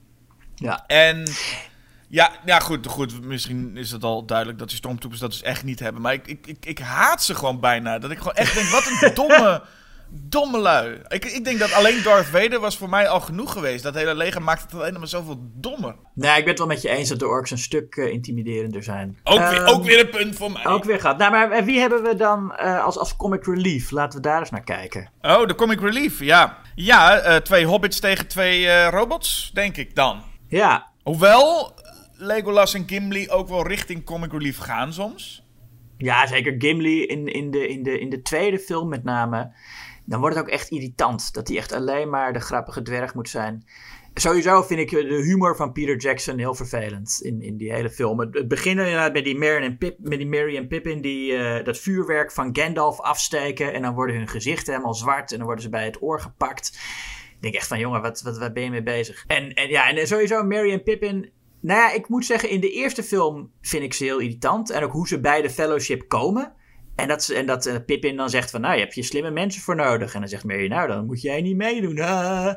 Ja. En ja, ja goed, goed, misschien is het al duidelijk dat die stormtroopers dat dus echt niet hebben. Maar ik, ik, ik, ik haat ze gewoon bijna. Dat ik gewoon echt denk, wat een domme, Domme lui. Ik, ik denk dat alleen Darth Vader was voor mij al genoeg geweest. Dat hele leger maakt het alleen maar zoveel dommer. Nee, ik ben het wel met je eens dat de orks een stuk uh, intimiderender zijn. Ook, um, weer, ook weer een punt voor mij. Ook weer gehad. Nou, maar wie hebben we dan uh, als, als comic relief? Laten we daar eens naar kijken. Oh, de comic relief, ja. Ja, uh, twee hobbits tegen twee uh, robots, denk ik dan. Ja. Hoewel Legolas en Gimli ook wel richting comic relief gaan soms. Ja, zeker Gimli in, in, de, in, de, in de tweede film met name. Dan wordt het ook echt irritant. Dat hij echt alleen maar de grappige dwerg moet zijn. Sowieso vind ik de humor van Peter Jackson heel vervelend in, in die hele film. Het, het begint inderdaad met die Merry en, Pip, met die Merry en Pippin die uh, dat vuurwerk van Gandalf afsteken. En dan worden hun gezichten helemaal zwart en dan worden ze bij het oor gepakt. Ik denk echt van, jongen, wat, wat, wat ben je mee bezig? En, en ja, en sowieso Merry en Pippin. Nou ja, ik moet zeggen, in de eerste film vind ik ze heel irritant. En ook hoe ze bij de Fellowship komen. En dat, en dat uh, Pippin dan zegt van, nou, je hebt je slimme mensen voor nodig. En dan zegt Merry, nou, dan moet jij niet meedoen. Ah.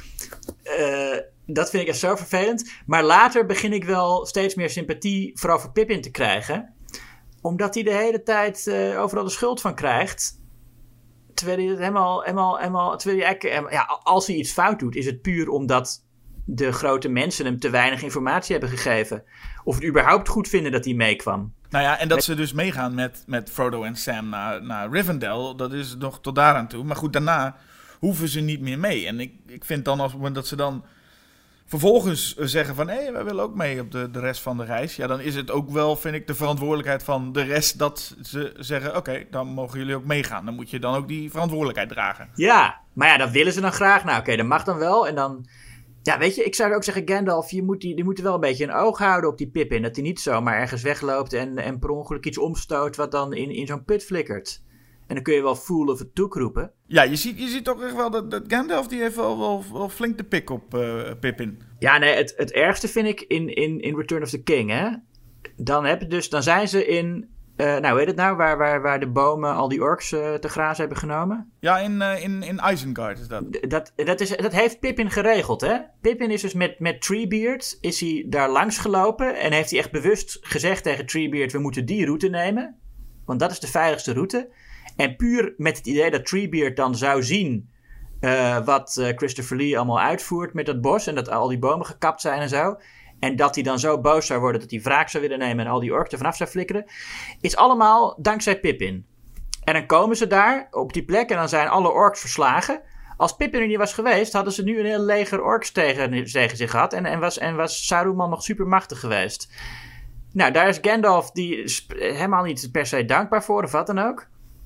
Uh, dat vind ik echt zo vervelend. Maar later begin ik wel steeds meer sympathie vooral voor Pippin te krijgen. Omdat hij de hele tijd uh, overal de schuld van krijgt. Terwijl hij het helemaal, helemaal, helemaal terwijl hij eigenlijk, ja, als hij iets fout doet, is het puur omdat de grote mensen hem te weinig informatie hebben gegeven. Of het überhaupt goed vinden dat hij meekwam. Nou ja, en dat ze dus meegaan met, met Frodo en Sam naar, naar Rivendell, dat is nog tot daaraan toe. Maar goed, daarna hoeven ze niet meer mee. En ik, ik vind dan, als dat ze dan vervolgens zeggen van, hé, hey, wij willen ook mee op de, de rest van de reis. Ja, dan is het ook wel, vind ik, de verantwoordelijkheid van de rest dat ze zeggen, oké, okay, dan mogen jullie ook meegaan. Dan moet je dan ook die verantwoordelijkheid dragen. Ja, maar ja, dat willen ze dan graag. Nou, oké, okay, dat mag dan wel. En dan, ja, weet je, ik zou ook zeggen, Gandalf, je moet, die, die moet er wel een beetje een oog houden op die Pippin. Dat hij niet zomaar ergens wegloopt en, en per ongeluk iets omstoot wat dan in, in zo'n put flikkert. En dan kun je wel fool of het toekroepen. Ja, je ziet, je ziet toch echt wel dat, dat Gandalf die heeft wel, wel, wel flink de pik op uh, Pippin. Ja, nee, het, het ergste vind ik in, in, in Return of the King, hè. Dan, heb je dus, dan zijn ze in, uh, nou, hoe heet het nou, waar, waar, waar de bomen al die orks uh, te grazen hebben genomen? Ja, in, uh, in, in Isengard is dat. D- dat, dat, is, dat heeft Pippin geregeld, hè. Pippin is dus met, met Treebeard, is hij daar langs gelopen en heeft hij echt bewust gezegd tegen Treebeard, we moeten die route nemen, want dat is de veiligste route. En puur met het idee dat Treebeard dan zou zien uh, wat uh, Christopher Lee allemaal uitvoert met dat bos. En dat al die bomen gekapt zijn en zo. En dat hij dan zo boos zou worden dat hij wraak zou willen nemen en al die orks er vanaf zou flikkeren. Is allemaal dankzij Pippin. En dan komen ze daar op die plek en dan zijn alle orks verslagen. Als Pippin er niet was geweest, hadden ze nu een heel leger orks tegen, tegen zich gehad. En, en, was, en was Saruman nog supermachtig geweest. Nou, daar is Gandalf die sp- helemaal niet per se dankbaar voor of wat dan ook.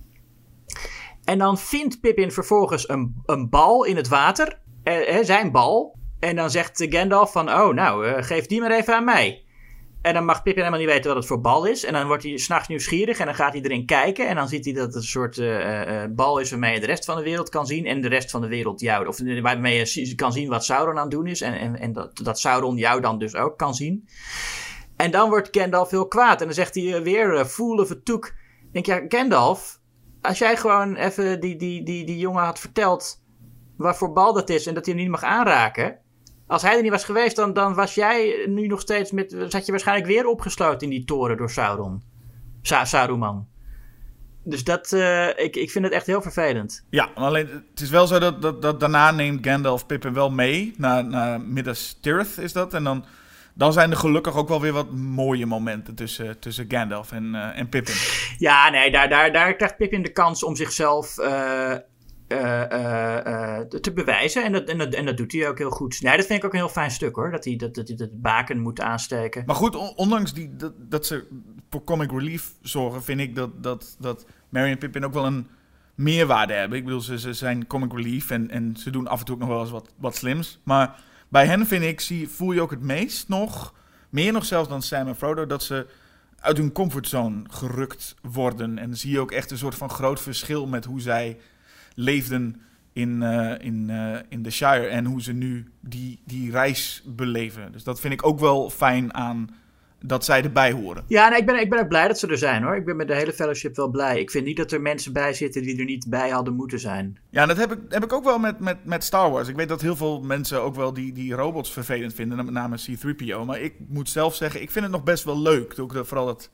En dan vindt Pippin vervolgens een, een bal in het water. Eh, zijn bal. En dan zegt Gandalf van, oh nou, uh, geef die maar even aan mij. En dan mag Pippin helemaal niet weten wat het voor bal is. En dan wordt hij 's nachts nieuwsgierig en dan gaat hij erin kijken. En dan ziet hij dat het een soort uh, uh, bal is waarmee je de rest van de wereld kan zien. En de rest van de wereld jou. Of waarmee je kan zien wat Sauron aan het doen is. En, en, en dat, dat Sauron jou dan dus ook kan zien. En dan wordt Gandalf heel kwaad. En dan zegt hij uh, weer, uh, fool of a took. Dan denk je, ja, Gandalf, als jij gewoon even die, die, die, die jongen had verteld wat voor bal dat is en dat hij hem niet mag aanraken. Als hij er niet was geweest, dan, dan was jij nu nog steeds met, zat je waarschijnlijk weer opgesloten in die toren door Sauron. Sa- Saruman. Dus dat, uh, ik, ik vind het echt heel vervelend. Ja, alleen het is wel zo dat, dat, dat daarna neemt Gandalf Pippin wel mee naar, naar Minas Tirith is dat. En dan, dan zijn er gelukkig ook wel weer wat mooie momenten tussen, tussen Gandalf en, uh, en Pippin. Ja, nee, daar, daar, daar krijgt Pippin de kans om zichzelf uh, uh, uh, uh, te bewijzen. En dat, en, dat, en dat doet hij ook heel goed. Nee, dat vind ik ook een heel fijn stuk hoor. Dat hij dat, dat, dat, dat baken moet aansteken. Maar goed, on, ondanks die, dat, dat ze voor comic relief zorgen, vind ik dat, dat, dat Merry en Pippin ook wel een meerwaarde hebben. Ik bedoel, ze, ze zijn comic relief en, en ze doen af en toe ook nog wel eens wat, wat slims. Maar bij hen, vind ik, zie, voel je ook het meest nog, meer nog zelfs dan Sam en Frodo, dat ze uit hun comfortzone gerukt worden. En dan zie je ook echt een soort van groot verschil met hoe zij leefden in, uh, in, uh, in The Shire en hoe ze nu die, die reis beleven. Dus dat vind ik ook wel fijn aan dat zij erbij horen. Ja, nee, ik, ben, ik ben ook blij dat ze er zijn hoor. Ik ben met de hele fellowship wel blij. Ik vind niet dat er mensen bij zitten die er niet bij hadden moeten zijn. Ja, dat heb ik, heb ik ook wel met, met, met Star Wars. Ik weet dat heel veel mensen ook wel die, die robots vervelend vinden, met name C drie P O. Maar ik moet zelf zeggen, ik vind het nog best wel leuk. Ook de, vooral dat,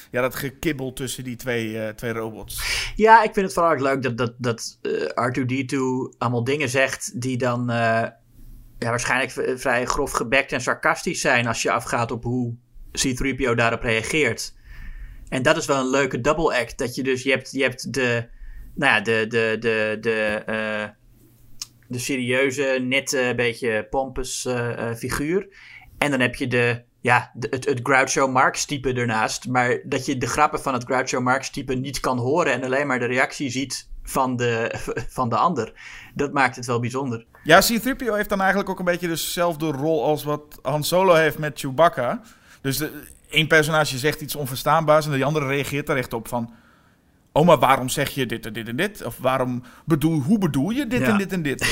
ja, dat gekibbel tussen die twee, uh, twee robots. Ja, ik vind het vooral erg leuk dat, dat, dat uh, R twee D twee allemaal dingen zegt die dan uh, ja, waarschijnlijk v- vrij grof gebekt en sarcastisch zijn als je afgaat op hoe C drie P O daarop reageert. En dat is wel een leuke double act. Dat je dus, je hebt, je hebt de, nou ja, de, de, de, de, uh, de serieuze, nette, beetje pompous uh, uh, figuur. En dan heb je de, ja, de, het, het Groucho Marx type ernaast. Maar dat je de grappen van het Groucho Marx type niet kan horen en alleen maar de reactie ziet van de, van de ander. Dat maakt het wel bijzonder. Ja, C drie P O heeft dan eigenlijk ook een beetje dezelfde rol als wat Han Solo heeft met Chewbacca. Dus de, één personage zegt iets onverstaanbaars en de andere reageert daar echt op van... Oh, maar waarom zeg je dit en dit en dit? Of waarom bedoel, hoe bedoel je dit ja. en dit en dit?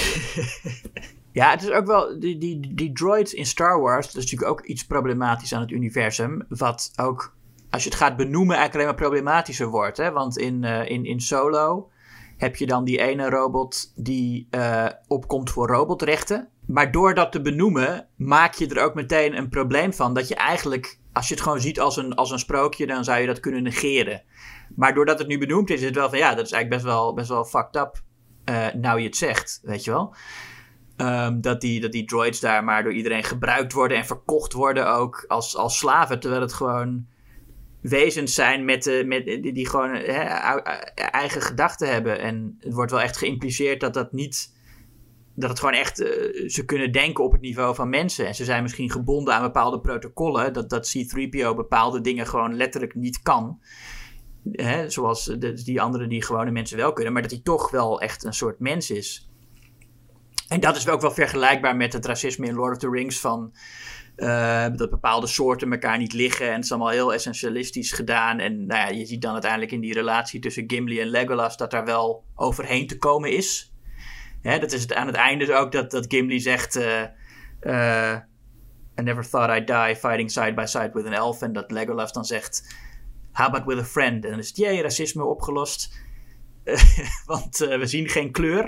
Ja, het is ook wel... Die, die, die droids in Star Wars, dat is natuurlijk ook iets problematisch aan het universum. Wat ook, als je het gaat benoemen, eigenlijk alleen maar problematischer wordt. Hè? Want in, uh, in, in Solo heb je dan die ene robot die uh, opkomt voor robotrechten. Maar door dat te benoemen, maak je er ook meteen een probleem van. Dat je eigenlijk, als je het gewoon ziet als een, als een sprookje, dan zou je dat kunnen negeren. Maar doordat het nu benoemd is, is het wel van ja, dat is eigenlijk best wel, best wel fucked up. Uh, nou je het zegt, weet je wel. Um, dat, die, dat die droids daar maar door iedereen gebruikt worden en verkocht worden ook als, als slaven. Terwijl het gewoon wezens zijn met, uh, met, die, die gewoon hè, eigen gedachten hebben. En het wordt wel echt geïmpliceerd dat dat niet... Dat het gewoon echt, uh, ze kunnen denken op het niveau van mensen. En ze zijn misschien gebonden aan bepaalde protocollen. Dat, dat C drie P O bepaalde dingen gewoon letterlijk niet kan. Hè, zoals de, die andere die gewone mensen wel kunnen. Maar dat hij toch wel echt een soort mens is. En dat is ook wel vergelijkbaar met het racisme in Lord of the Rings. Van uh, dat bepaalde soorten elkaar niet liggen. En het is allemaal heel essentialistisch gedaan. En nou ja, je ziet dan uiteindelijk in die relatie tussen Gimli en Legolas dat daar wel overheen te komen is. Hè, dat is het aan het einde ook dat, dat Gimli zegt... Uh, uh, I never thought I'd die fighting side by side with an elf. En dat Legolas dan zegt... How about with a friend? En dan is het, jee, racisme opgelost. Uh, want uh, we zien geen kleur.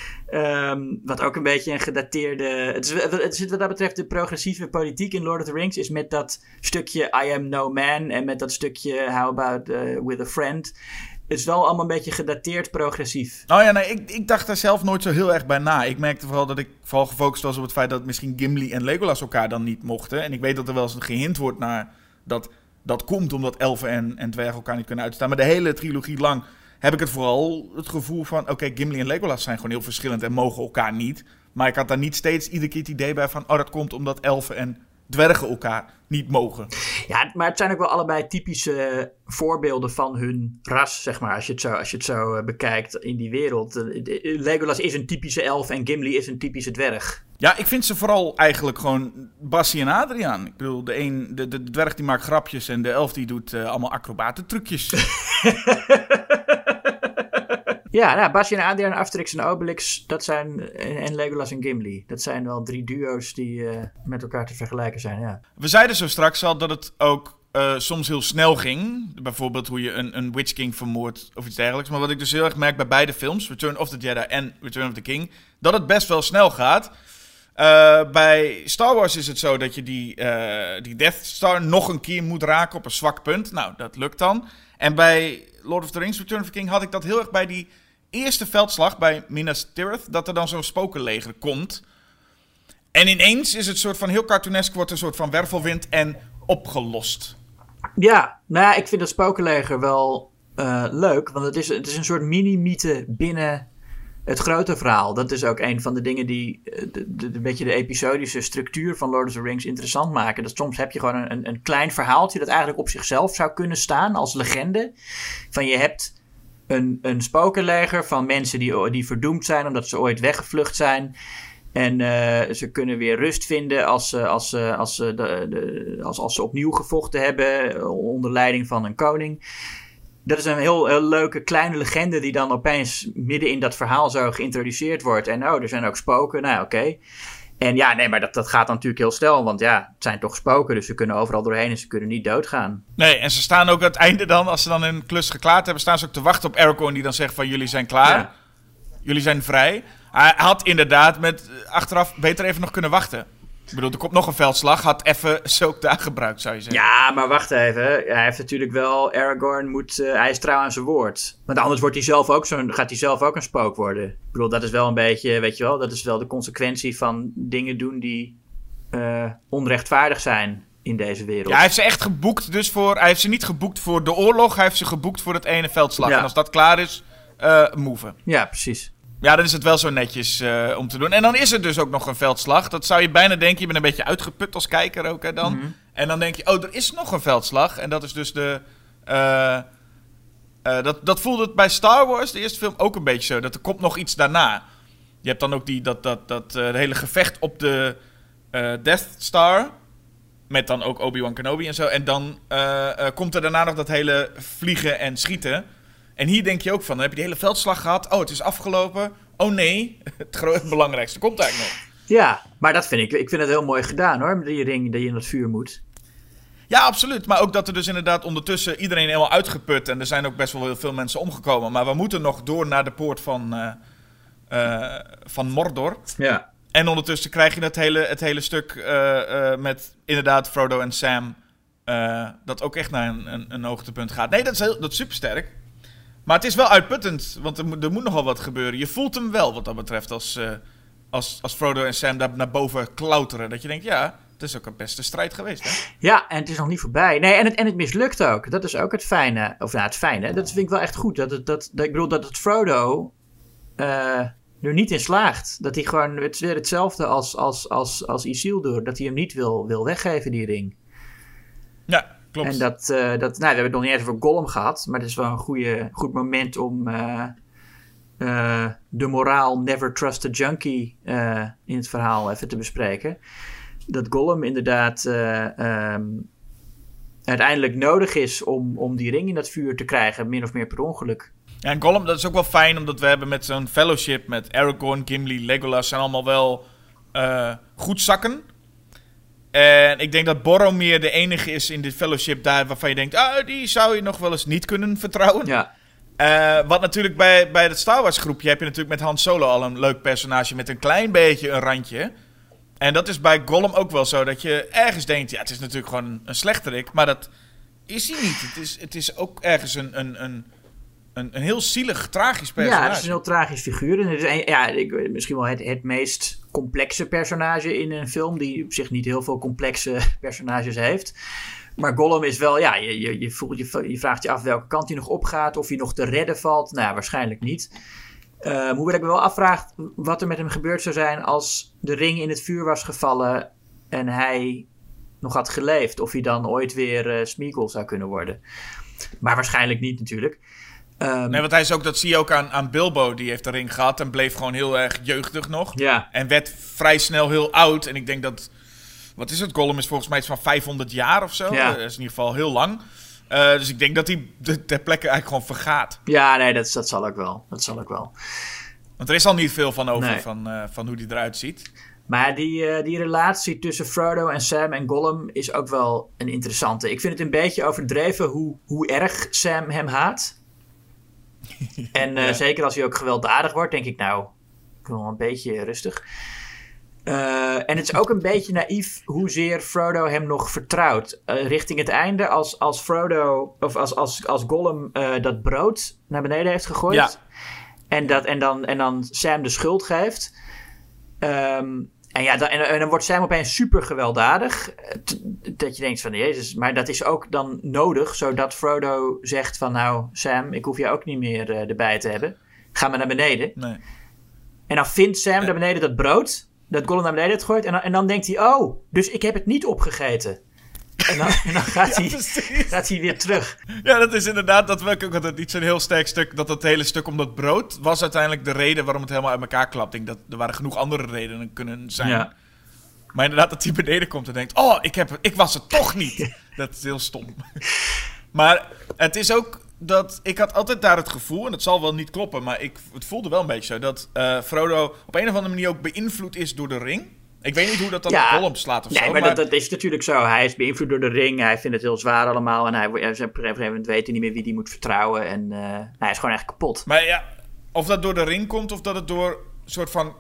Um, wat ook een beetje een gedateerde... Het is, het is wat dat betreft de progressieve politiek in Lord of the Rings... is met dat stukje I am no man... en met dat stukje How about uh, with a friend... Het is wel allemaal een beetje gedateerd progressief. Oh ja, nee, ik, ik dacht daar zelf nooit zo heel erg bij na. Ik merkte vooral dat ik vooral gefocust was op het feit dat misschien Gimli en Legolas elkaar dan niet mochten. En ik weet dat er wel eens gehint wordt naar dat dat komt omdat elfen en, en dwergen elkaar niet kunnen uitstaan. Maar de hele trilogie lang heb ik het vooral het gevoel van... Oké, okay, Gimli en Legolas zijn gewoon heel verschillend en mogen elkaar niet. Maar ik had daar niet steeds iedere keer het idee bij van... Oh, dat komt omdat elfen en dwergen elkaar niet mogen. Ja, maar het zijn ook wel allebei typische voorbeelden van hun ras, zeg maar. Als je het zo, als je het zo bekijkt in die wereld. Legolas is een typische elf en Gimli is een typische dwerg. Ja, ik vind ze vooral eigenlijk gewoon Bassie en Adriaan. Ik bedoel, de, een, de, de dwerg die maakt grapjes en de elf die doet uh, allemaal acrobatentrucjes. Ja, nou, Bassie en Adriaan, Asterix en Obelix, dat zijn, en Legolas en Gimli. Dat zijn wel drie duo's die uh, met elkaar te vergelijken zijn, ja. We zeiden zo straks al dat het ook uh, soms heel snel ging. Bijvoorbeeld hoe je een, een Witch King vermoordt of iets dergelijks. Maar wat ik dus heel erg merk bij beide films, Return of the Jedi en Return of the King, dat het best wel snel gaat. Uh, bij Star Wars is het zo dat je die, uh, die Death Star nog een keer moet raken op een zwak punt. Nou, dat lukt dan. En bij Lord of the Rings, Return of the King, had ik dat heel erg bij die eerste veldslag bij Minas Tirith, dat er dan zo'n spokenleger komt. En ineens is het soort van heel cartoonesk, wordt een soort van wervelwind en opgelost. Ja, nou ja, ik vind dat spokenleger wel uh, leuk, want het is, het is een soort mini-mythe binnen het grote verhaal. Dat is ook een van de dingen die de, de, de, een beetje de episodische structuur van Lord of the Rings interessant maken. Dat soms heb je gewoon een, een klein verhaaltje dat eigenlijk op zichzelf zou kunnen staan als legende. Van je hebt een, een spokenleger van mensen die, die verdoemd zijn omdat ze ooit weggevlucht zijn. En uh, ze kunnen weer rust vinden als, uh, als, uh, als, uh, de, de, als, als ze opnieuw gevochten hebben onder leiding van een koning. Dat is een heel, heel leuke kleine legende die dan opeens midden in dat verhaal zo geïntroduceerd wordt. En oh, er zijn ook spoken, nou oké. Okay. En ja, nee, maar dat, dat gaat dan natuurlijk heel snel, want ja, het zijn toch spoken, dus ze kunnen overal doorheen en ze kunnen niet doodgaan. Nee, en ze staan ook aan het einde dan, als ze dan hun klus geklaard hebben, staan ze ook te wachten op Aragorn die dan zegt van jullie zijn klaar, ja. Jullie zijn vrij. Hij had inderdaad met achteraf beter even nog kunnen wachten. Ik bedoel, er komt nog een veldslag. Had even Soak daar gebruikt, zou je zeggen. Ja, maar wacht even. Hij heeft natuurlijk wel... Aragorn moet... Uh, hij is trouw aan zijn woord. Want anders wordt hij zelf ook zo'n, gaat hij zelf ook een spook worden. Ik bedoel, dat is wel een beetje... Weet je wel, dat is wel de consequentie van dingen doen die uh, onrechtvaardig zijn in deze wereld. Ja, hij heeft ze echt geboekt dus voor... Hij heeft ze niet geboekt voor de oorlog. Hij heeft ze geboekt voor het ene veldslag. Ja. En als dat klaar is, uh, move. Ja, precies. Ja, dan is het wel zo netjes uh, om te doen. En dan is er dus ook nog een veldslag. Dat zou je bijna denken. Je bent een beetje uitgeput als kijker ook hè, dan. Mm-hmm. En dan denk je, oh, er is nog een veldslag. En dat is dus de... Uh, uh, dat, dat voelde het bij Star Wars, de eerste film, ook een beetje zo. Dat er komt nog iets daarna. Je hebt dan ook die, dat, dat, dat uh, hele gevecht op de uh, Death Star. Met dan ook Obi-Wan Kenobi en zo. En dan uh, uh, komt er daarna nog dat hele vliegen en schieten. En hier denk je ook van, dan heb je die hele veldslag gehad. Oh, het is afgelopen. Oh nee, het, gro- het belangrijkste komt eigenlijk nog. Ja, maar dat vind ik, ik vind het heel mooi gedaan hoor. Met die ring dat je in het vuur moet. Ja, absoluut. Maar ook dat er dus inderdaad ondertussen iedereen helemaal uitgeput. En er zijn ook best wel heel veel mensen omgekomen. Maar we moeten nog door naar de poort van, uh, uh, van Mordor. Ja. En ondertussen krijg je dat hele, het hele stuk uh, uh, met inderdaad Frodo en Sam. Uh, dat ook echt naar een, een, een hoogtepunt gaat. Nee, dat is, heel, dat is supersterk. Maar het is wel uitputtend, want er moet, er moet nogal wat gebeuren. Je voelt hem wel, wat dat betreft, als, uh, als, als Frodo en Sam daar naar boven klauteren. Dat je denkt, ja, het is ook een beste strijd geweest, hè? Ja, en het is nog niet voorbij. Nee, en het, en het mislukt ook. Dat is ook het fijne. Of nou, het fijne, dat vind ik wel echt goed. Dat het, dat, dat, ik bedoel, dat het Frodo uh, er niet in slaagt. Dat hij gewoon, het is weer hetzelfde als, als, als, als Isildur. Dat hij hem niet wil, wil weggeven, die ring. Ja. Klopt. En dat, uh, dat, nou, we hebben het nog niet eens over Gollum gehad, maar het is wel een goede, goed moment om uh, uh, de moraal never trust a junkie uh, in het verhaal even te bespreken. Dat Gollum inderdaad uh, um, uiteindelijk nodig is om, om die ring in dat vuur te krijgen, min of meer per ongeluk. Ja, en Gollum, dat is ook wel fijn, omdat we hebben met zo'n fellowship met Aragorn, Gimli, Legolas, zijn allemaal wel uh, goed zakken. En ik denk dat Boromir de enige is in dit fellowship daar waarvan je denkt, ah, die zou je nog wel eens niet kunnen vertrouwen. Ja. Uh, wat natuurlijk bij, bij het Star Wars groepje heb je natuurlijk met Han Solo al een leuk personage met een klein beetje een randje. En dat is bij Gollum ook wel zo, dat je ergens denkt, ja, het is natuurlijk gewoon een, een slechterik, maar dat is hij niet. Het is, het is ook ergens een, een, een, een, een heel zielig, tragisch personage. Ja, het is een heel tragisch figuur. En het is een, ja, ik, misschien wel het, het meest complexe personage in een film, die op zich niet heel veel complexe personages heeft. Maar Gollum is wel, ja, je, je, je, voelt, je, je vraagt je af welke kant hij nog opgaat, of hij nog te redden valt. Nou, waarschijnlijk niet. Uh, hoewel ik me wel afvraag wat er met hem gebeurd zou zijn als de ring in het vuur was gevallen en hij nog had geleefd. Of hij dan ooit weer uh, Smeagol zou kunnen worden. Maar waarschijnlijk niet natuurlijk. Um, nee, want hij is ook, dat zie je ook aan, aan Bilbo, die heeft de ring gehad en bleef gewoon heel erg jeugdig nog. Ja. En werd vrij snel heel oud. En ik denk dat, wat is het, Gollum is volgens mij iets van vijfhonderd jaar of zo. Ja. Dat is in ieder geval heel lang. Uh, dus ik denk dat hij de, ter plekke eigenlijk gewoon vergaat. Ja, nee, dat, dat zal ook wel. Dat zal ook wel. Want er is al niet veel van over, nee. van, uh, van hoe die eruit ziet. Maar die, uh, die relatie tussen Frodo en Sam en Gollum is ook wel een interessante. Ik vind het een beetje overdreven hoe, hoe erg Sam hem haat. En uh, ja. Zeker als hij ook gewelddadig wordt, denk ik nou, ik wil wel een beetje rustig. Uh, en het is ook een beetje naïef hoezeer Frodo hem nog vertrouwt. Uh, richting het einde, als, als Frodo, of als, als, als Gollum uh, dat brood naar beneden heeft gegooid. Ja. En, dat, en, dan, en dan Sam de schuld geeft. Um, en, ja, dan, en, en dan wordt Sam opeens super gewelddadig. T- dat je denkt van, jezus, maar dat is ook dan nodig. Zodat Frodo zegt van, nou Sam, ik hoef je ook niet meer uh, erbij te hebben. Ga maar naar beneden. Nee. En dan vindt Sam Ja. naar beneden dat brood. Dat Gollum naar beneden heeft gegooid. En dan, en dan denkt hij, oh, dus ik heb het niet opgegeten. En dan, en dan gaat, Ja, hij, precies. gaat hij weer terug. Ja, dat is inderdaad, dat wil ik ook altijd niet zo'n heel sterk stuk. Dat dat hele stuk om dat brood was uiteindelijk de reden waarom het helemaal uit elkaar klapt. Ik denk dat er waren genoeg andere redenen kunnen zijn. Ja. Maar inderdaad dat hij beneden komt en denkt, oh, ik, heb, ik was het toch niet. Dat is heel stom. Maar het is ook dat, ik had altijd daar het gevoel, en dat zal wel niet kloppen, maar ik, het voelde wel een beetje zo, dat uh, Frodo op een of andere manier ook beïnvloed is door de ring. Ik weet niet hoe dat dan Ja. op Gollum slaat of Nee, zo. maar, Maar, dat, dat is natuurlijk zo. Hij is beïnvloed door de ring. Hij vindt het heel zwaar allemaal. En hij, op een gegeven moment weet hij niet meer wie hij moet vertrouwen. En uh, hij is gewoon echt kapot. maar ja, of dat door de ring komt of dat het door een soort van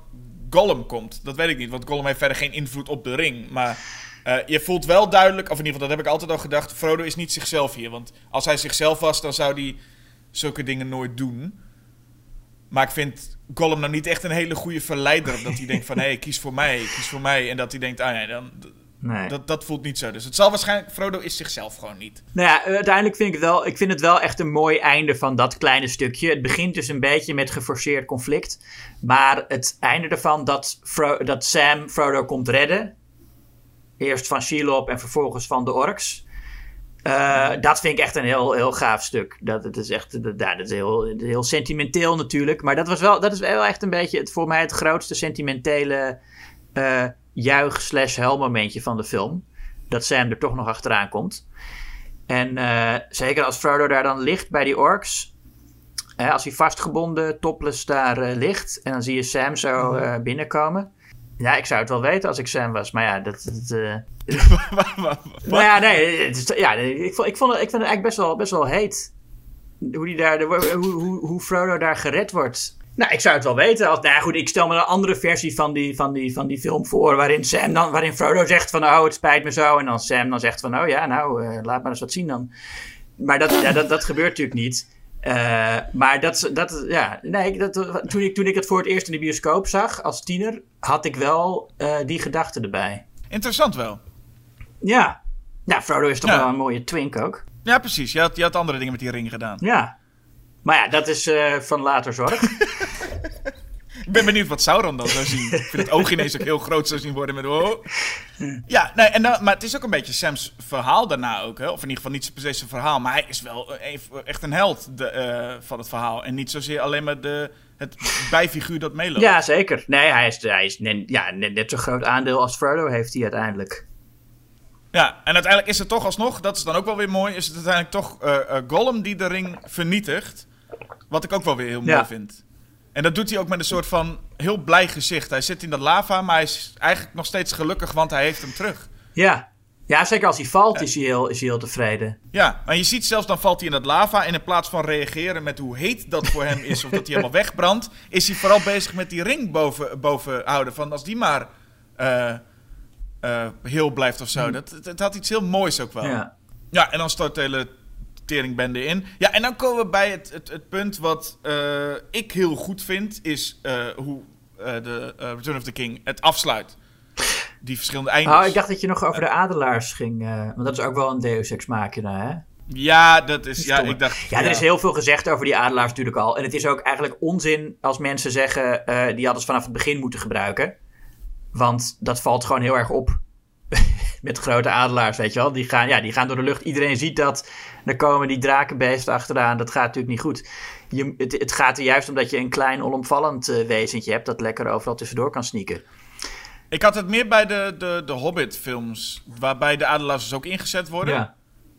Gollum komt. Dat weet ik niet, want Gollum heeft verder geen invloed op de ring. Maar uh, je voelt wel duidelijk, of in ieder geval dat heb ik altijd al gedacht, Frodo is niet zichzelf hier. Want als hij zichzelf was, dan zou hij zulke dingen nooit doen. Maar ik vind Gollum nou niet echt een hele goede verleider. Dat hij denkt van, hé, hey, kies voor mij, kies voor mij. En dat hij denkt, ah nee, dan... Nee. Dat, dat voelt niet zo. Dus het zal waarschijnlijk... Frodo is zichzelf gewoon niet. Nou ja, uiteindelijk vind ik het wel... Ik vind het wel echt een mooi einde van dat kleine stukje. Het begint dus een beetje met geforceerd conflict. Maar het einde ervan dat, Fro- dat Sam Frodo komt redden. Eerst van Shelob en vervolgens van de orks. Uh, dat vind ik echt een heel, heel gaaf stuk. Dat, het is echt dat, dat is heel, heel sentimenteel natuurlijk. Maar dat, was wel, dat is wel echt een beetje het, voor mij het grootste sentimentele... Uh, juich slash helmomentje van de film. Dat Sam er toch nog achteraan komt. En uh, zeker als Frodo daar dan ligt bij die orks. Uh, als hij vastgebonden, topless daar uh, ligt. En dan zie je Sam zo uh, binnenkomen. Ja, ik zou het wel weten als ik Sam was. Maar ja, dat... dat uh... nou ja, nee. Het is, ja, ik, vond, ik, vond het, ik vind het eigenlijk best wel, best wel heet. Hoe, die daar, de, hoe, hoe, hoe Frodo daar gered wordt. Nou, ik zou het wel weten. Als, nou ja, goed, ik stel me een andere versie van die, van die, van die film voor. Waarin, Sam dan, waarin Frodo zegt van, oh, het spijt me zo. En dan Sam dan zegt van, oh ja, nou, uh, laat maar eens wat zien dan. Maar dat, ja, dat, dat gebeurt natuurlijk niet. Uh, maar dat, dat ja, nee, dat, toen, ik, toen ik het voor het eerst in de bioscoop zag, als tiener, had ik wel uh, die gedachte erbij. Interessant wel. Ja. Ja, Frodo is toch ja. wel een mooie twink ook. Ja, precies. Je had, je had andere dingen met die ring gedaan. Ja. Maar ja, dat is uh, van later zorg. Ik ben benieuwd wat Sauron dan zou zien. Ik vind het oog ineens ook heel groot zou zien worden met... Oh. Ja, nee, en dan, maar het is ook een beetje Sam's verhaal daarna ook. Hè? Of in ieder geval niet precies zijn verhaal. Maar hij is wel echt een held de, uh, van het verhaal. En niet zozeer alleen maar de, het bijfiguur dat meeloopt. Ja, zeker. Nee, hij is, hij is net, ja, net, net zo'n groot aandeel als Frodo heeft hij uiteindelijk. Ja, en uiteindelijk is het toch alsnog, dat is dan ook wel weer mooi... is het uiteindelijk toch uh, uh, Gollum die de ring vernietigt... Wat ik ook wel weer heel mooi ja. vind. En dat doet hij ook met een soort van heel blij gezicht. Hij zit in dat lava, maar hij is eigenlijk nog steeds gelukkig, want hij heeft hem terug. Ja, ja zeker als hij valt is hij heel, is hij heel tevreden. Ja, maar je ziet zelfs dan valt hij in dat lava. En in plaats van reageren met hoe heet dat voor hem is, of dat hij helemaal wegbrandt, is hij vooral bezig met die ring boven, boven houden. Van als die maar uh, uh, heel blijft of zo. Hmm. Dat, dat had iets heel moois ook wel. Ja, ja en dan stort de hele... teringbende in. Ja, en dan komen we bij het, het, het punt wat uh, ik heel goed vind, is uh, hoe uh, de uh, Return of the King het afsluit. Die verschillende eindes. Oh, ik dacht dat je nog over de adelaars ging. Uh, want dat is ook wel een Deus Ex Machina, hè? Ja, dat is... Ja, ik dacht, ja, er ja. is heel veel gezegd over die adelaars natuurlijk al. En het is ook eigenlijk onzin als mensen zeggen... Uh, die hadden ze vanaf het begin moeten gebruiken. Want dat valt gewoon heel erg op. Met grote adelaars, weet je wel. Die gaan, ja, die gaan door de lucht. Iedereen ziet dat. Dan komen die drakenbeesten achteraan. Dat gaat natuurlijk niet goed. Je, het, het gaat er juist om dat je een klein onomvallend uh, wezentje hebt... dat lekker overal tussendoor kan sneaken. Ik had het meer bij de, de, de Hobbit-films... waarbij de adelaars dus ook ingezet worden. Ja.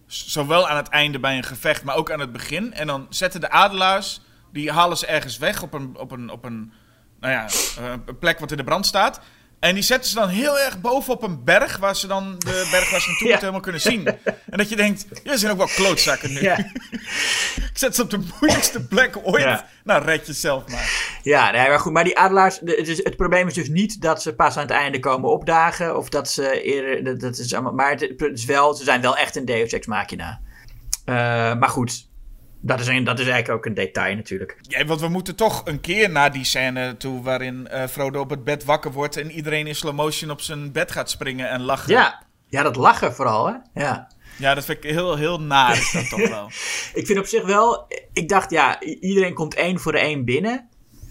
Zowel aan het einde bij een gevecht, maar ook aan het begin. En dan zetten de adelaars... die halen ze ergens weg op een, op een, op een, nou ja, een plek wat in de brand staat... En die zetten ze dan heel erg boven op een berg... waar ze dan de berg waar ze naartoe ja. moeten helemaal kunnen zien. En dat je denkt, ja, ze zijn ook wel klootzakken nu. Ja. Ik zet ze op de moeilijkste plek ooit. Ja. Nou, red jezelf maar. Ja, nee, maar goed. Maar die adelaars... Het, is, het probleem is dus niet dat ze pas aan het einde komen opdagen... of dat ze eerder... Dat, dat is allemaal, maar het, het is wel, ze zijn wel echt een Deus Ex Machina. Uh, maar goed... Dat is, een, dat is eigenlijk ook een detail natuurlijk. Ja, want we moeten toch een keer naar die scène toe... waarin uh, Frodo op het bed wakker wordt... en iedereen in slow motion op zijn bed gaat springen en lachen. Ja, ja dat lachen vooral, hè? Ja, ja dat vind ik heel, heel naar, is dat toch wel. Ik vind op zich wel... Ik dacht, ja, iedereen komt één voor één binnen.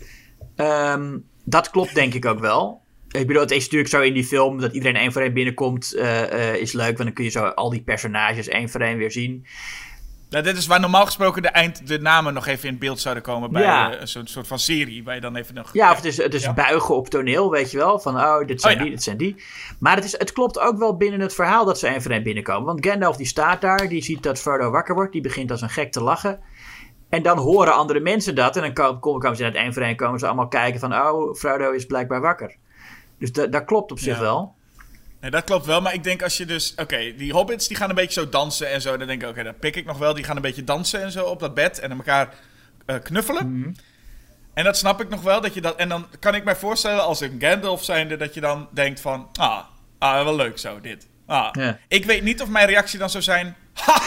Um, dat klopt denk ik ook wel. Ik bedoel, het is natuurlijk zo in die film... dat iedereen één voor één binnenkomt, uh, uh, is leuk... want dan kun je zo al die personages één voor één weer zien... Nou, dit is waar normaal gesproken de, eind, de namen nog even in beeld zouden komen bij ja. uh, een soort, soort van serie. Waar je dan even nog... Ja, of het is, het is ja. buigen op toneel, weet je wel. Van, oh, dit zijn oh, ja. die, dit zijn die. Maar het, is, het klopt ook wel binnen het verhaal dat ze één voor één binnenkomen. Want Gandalf die staat daar, die ziet dat Frodo wakker wordt. Die begint als een gek te lachen. En dan horen andere mensen dat. En dan komen, komen ze in het één voor één, komen ze allemaal kijken van... oh, Frodo is blijkbaar wakker. Dus da, dat klopt op zich ja. wel. Nee, dat klopt wel, maar ik denk als je dus... Oké, okay, die hobbits die gaan een beetje zo dansen en zo. Dan denk ik, oké, okay, dat pik ik nog wel. Die gaan een beetje dansen en zo op dat bed en elkaar uh, knuffelen. Mm-hmm. En dat snap ik nog wel. Dat je dat, en dan kan ik mij voorstellen als een Gandalf zijnde dat je dan denkt van... Ah, ah wel leuk zo, dit. Ah. Ja. Ik weet niet of mijn reactie dan zou zijn...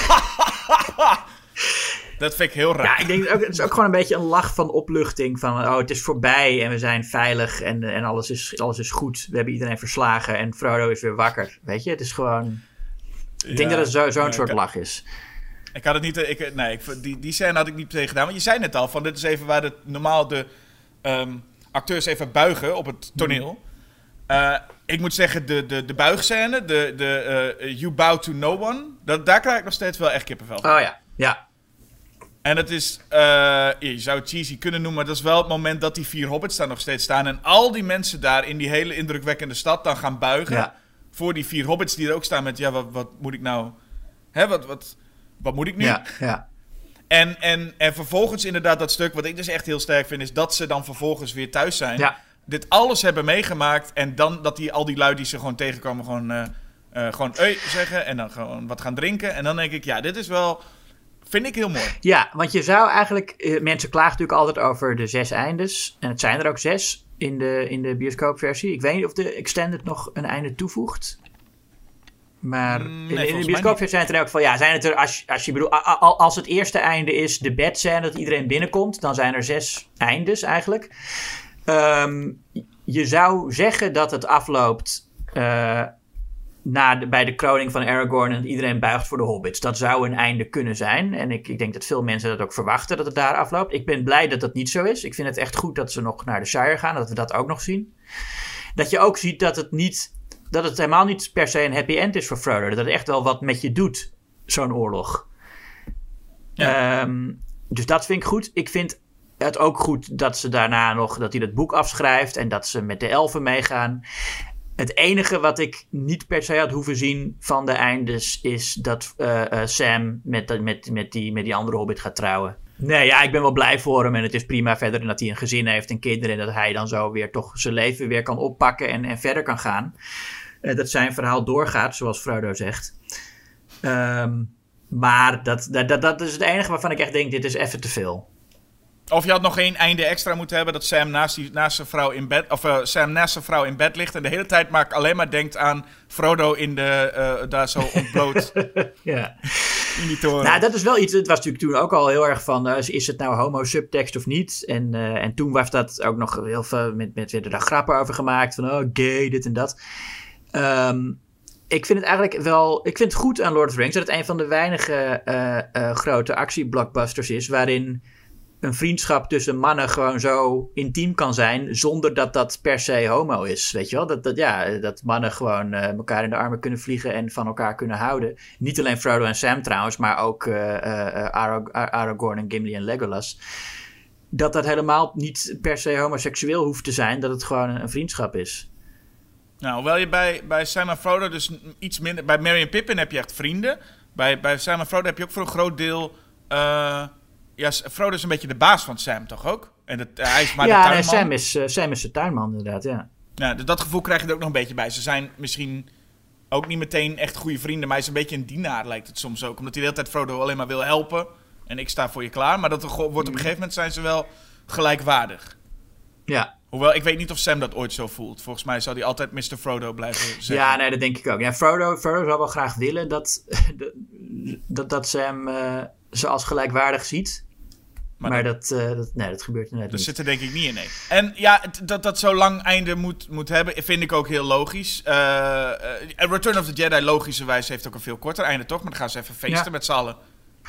Dat vind ik heel raar. Ja, ik denk ook, het is ook gewoon een beetje een lach van opluchting. Van, oh, het is voorbij en we zijn veilig en, en alles, is, alles is goed. We hebben iedereen verslagen en Frodo is weer wakker. Weet je, het is gewoon... Ik denk ja, dat het zo, zo'n ja, soort lach is. Ik had het niet... Ik, nee, ik, die, die scène had ik niet tegen gedaan. Want je zei net al, van dit is even waar de, normaal de um, acteurs even buigen op het toneel. Mm. Uh, ik moet zeggen, de, de, de buigscène, de, de uh, You Bow to No One, dat, daar krijg ik nog steeds wel echt kippenvel van. Oh ja, ja. En het is, uh, je zou het cheesy kunnen noemen, maar dat is wel het moment dat die vier hobbits daar nog steeds staan. En al die mensen daar in die hele indrukwekkende stad dan gaan buigen. Ja. Voor die vier hobbits die er ook staan met, ja, wat, wat moet ik nou... Hè, wat, wat, wat moet ik nu? Ja, ja. En, en, en vervolgens inderdaad dat stuk, wat ik dus echt heel sterk vind, is dat ze dan vervolgens weer thuis zijn. Ja. Dit alles hebben meegemaakt en dan dat die, al die lui die ze gewoon tegenkomen gewoon, uh, uh, gewoon ui zeggen en dan gewoon wat gaan drinken. En dan denk ik, ja, dit is wel... Vind ik heel mooi. Ja, want je zou eigenlijk... Uh, mensen klagen natuurlijk altijd over de zes eindes. En het zijn er ook zes in de, in de bioscoopversie. Ik weet niet of de Extended nog een einde toevoegt. Maar mm, nee, in, in de bioscoopversie zijn het er ook van... Ja, zijn het er... Als, als je bedoelt... Als het eerste einde is de bedscène, dat iedereen binnenkomt... Dan zijn er zes eindes eigenlijk. Um, je zou zeggen dat het afloopt... Uh, Na de, bij de kroning van Aragorn en iedereen buigt voor de hobbits. Dat zou een einde kunnen zijn. En ik, ik denk dat veel mensen dat ook verwachten, dat het daar afloopt. Ik ben blij dat dat niet zo is. Ik vind het echt goed dat ze nog naar de Shire gaan. Dat we dat ook nog zien. Dat je ook ziet dat het niet... Dat het helemaal niet per se een happy end is voor Frodo. Dat het echt wel wat met je doet, zo'n oorlog. Ja. Um, dus dat vind ik goed. Ik vind het ook goed dat ze daarna nog... Dat hij dat boek afschrijft en dat ze met de elfen meegaan... Het enige wat ik niet per se had hoeven zien van de eindes... is dat uh, uh, Sam met, met, met, die, met die andere hobbit gaat trouwen. Nee, ja, ik ben wel blij voor hem en het is prima verder... dat hij een gezin heeft en kinderen... en dat hij dan zo weer toch zijn leven weer kan oppakken en, en verder kan gaan. Uh, dat zijn verhaal doorgaat, zoals Frodo zegt. Um, maar dat, dat, dat, dat is het enige waarvan ik echt denk... dit is even te veel. Of je had nog één einde extra moeten hebben... dat Sam naast, die, naast zijn vrouw in bed... of uh, Sam naast zijn vrouw in bed ligt... en de hele tijd maar alleen maar denkt aan Frodo in de... Uh, daar zo ontbloot. Ja. In die toren. Nou, dat is wel iets... Het was natuurlijk toen ook al heel erg van... Uh, is het nou homo-subtekst of niet? En, uh, en toen was dat ook nog heel veel... met, met werden daar grappen over gemaakt. Van, oh, gay, dit en dat. Um, ik vind het eigenlijk wel... Ik vind het goed aan Lord of the Rings... dat het een van de weinige uh, uh, grote actieblockbusters is... waarin... een vriendschap tussen mannen gewoon zo intiem kan zijn... zonder dat dat per se homo is, weet je wel? Dat, dat, ja, dat mannen gewoon uh, elkaar in de armen kunnen vliegen... en van elkaar kunnen houden. Niet alleen Frodo en Sam trouwens... maar ook uh, uh, Arag- Aragorn en Gimli en Legolas. Dat dat helemaal niet per se homoseksueel hoeft te zijn... dat het gewoon een, een vriendschap is. Nou, hoewel je bij, bij Sam en Frodo dus iets minder... Bij Merry en Pippin heb je echt vrienden. Bij, bij Sam en Frodo heb je ook voor een groot deel... Uh, Ja, Frodo is een beetje de baas van Sam, toch ook? En het, uh, hij is maar ja, de tuinman. Ja, nee, Sam is, uh, Sam is de tuinman inderdaad, ja. Ja, dus dat gevoel krijg je er ook nog een beetje bij. Ze zijn misschien ook niet meteen echt goede vrienden... maar hij is een beetje een dienaar, lijkt het soms ook. Omdat hij de hele tijd Frodo alleen maar wil helpen. En ik sta voor je klaar. Maar dat er wordt op een gegeven moment zijn ze wel gelijkwaardig. Ja. Hoewel, ik weet niet of Sam dat ooit zo voelt. Volgens mij zou hij altijd mister Frodo blijven zeggen. Ja, nee, dat denk ik ook. Ja, Frodo, Frodo zou wel graag willen dat, dat, dat Sam uh, ze als gelijkwaardig ziet... Maar, maar dat, uh, dat, nee, dat gebeurt net niet. Dat zit er denk ik niet in, nee. En ja, t- dat dat zo lang einde moet, moet hebben, vind ik ook heel logisch. Uh, uh, Return of the Jedi, logischerwijs, heeft ook een veel korter einde, toch? Maar dan gaan ze even feesten ja. met z'n allen.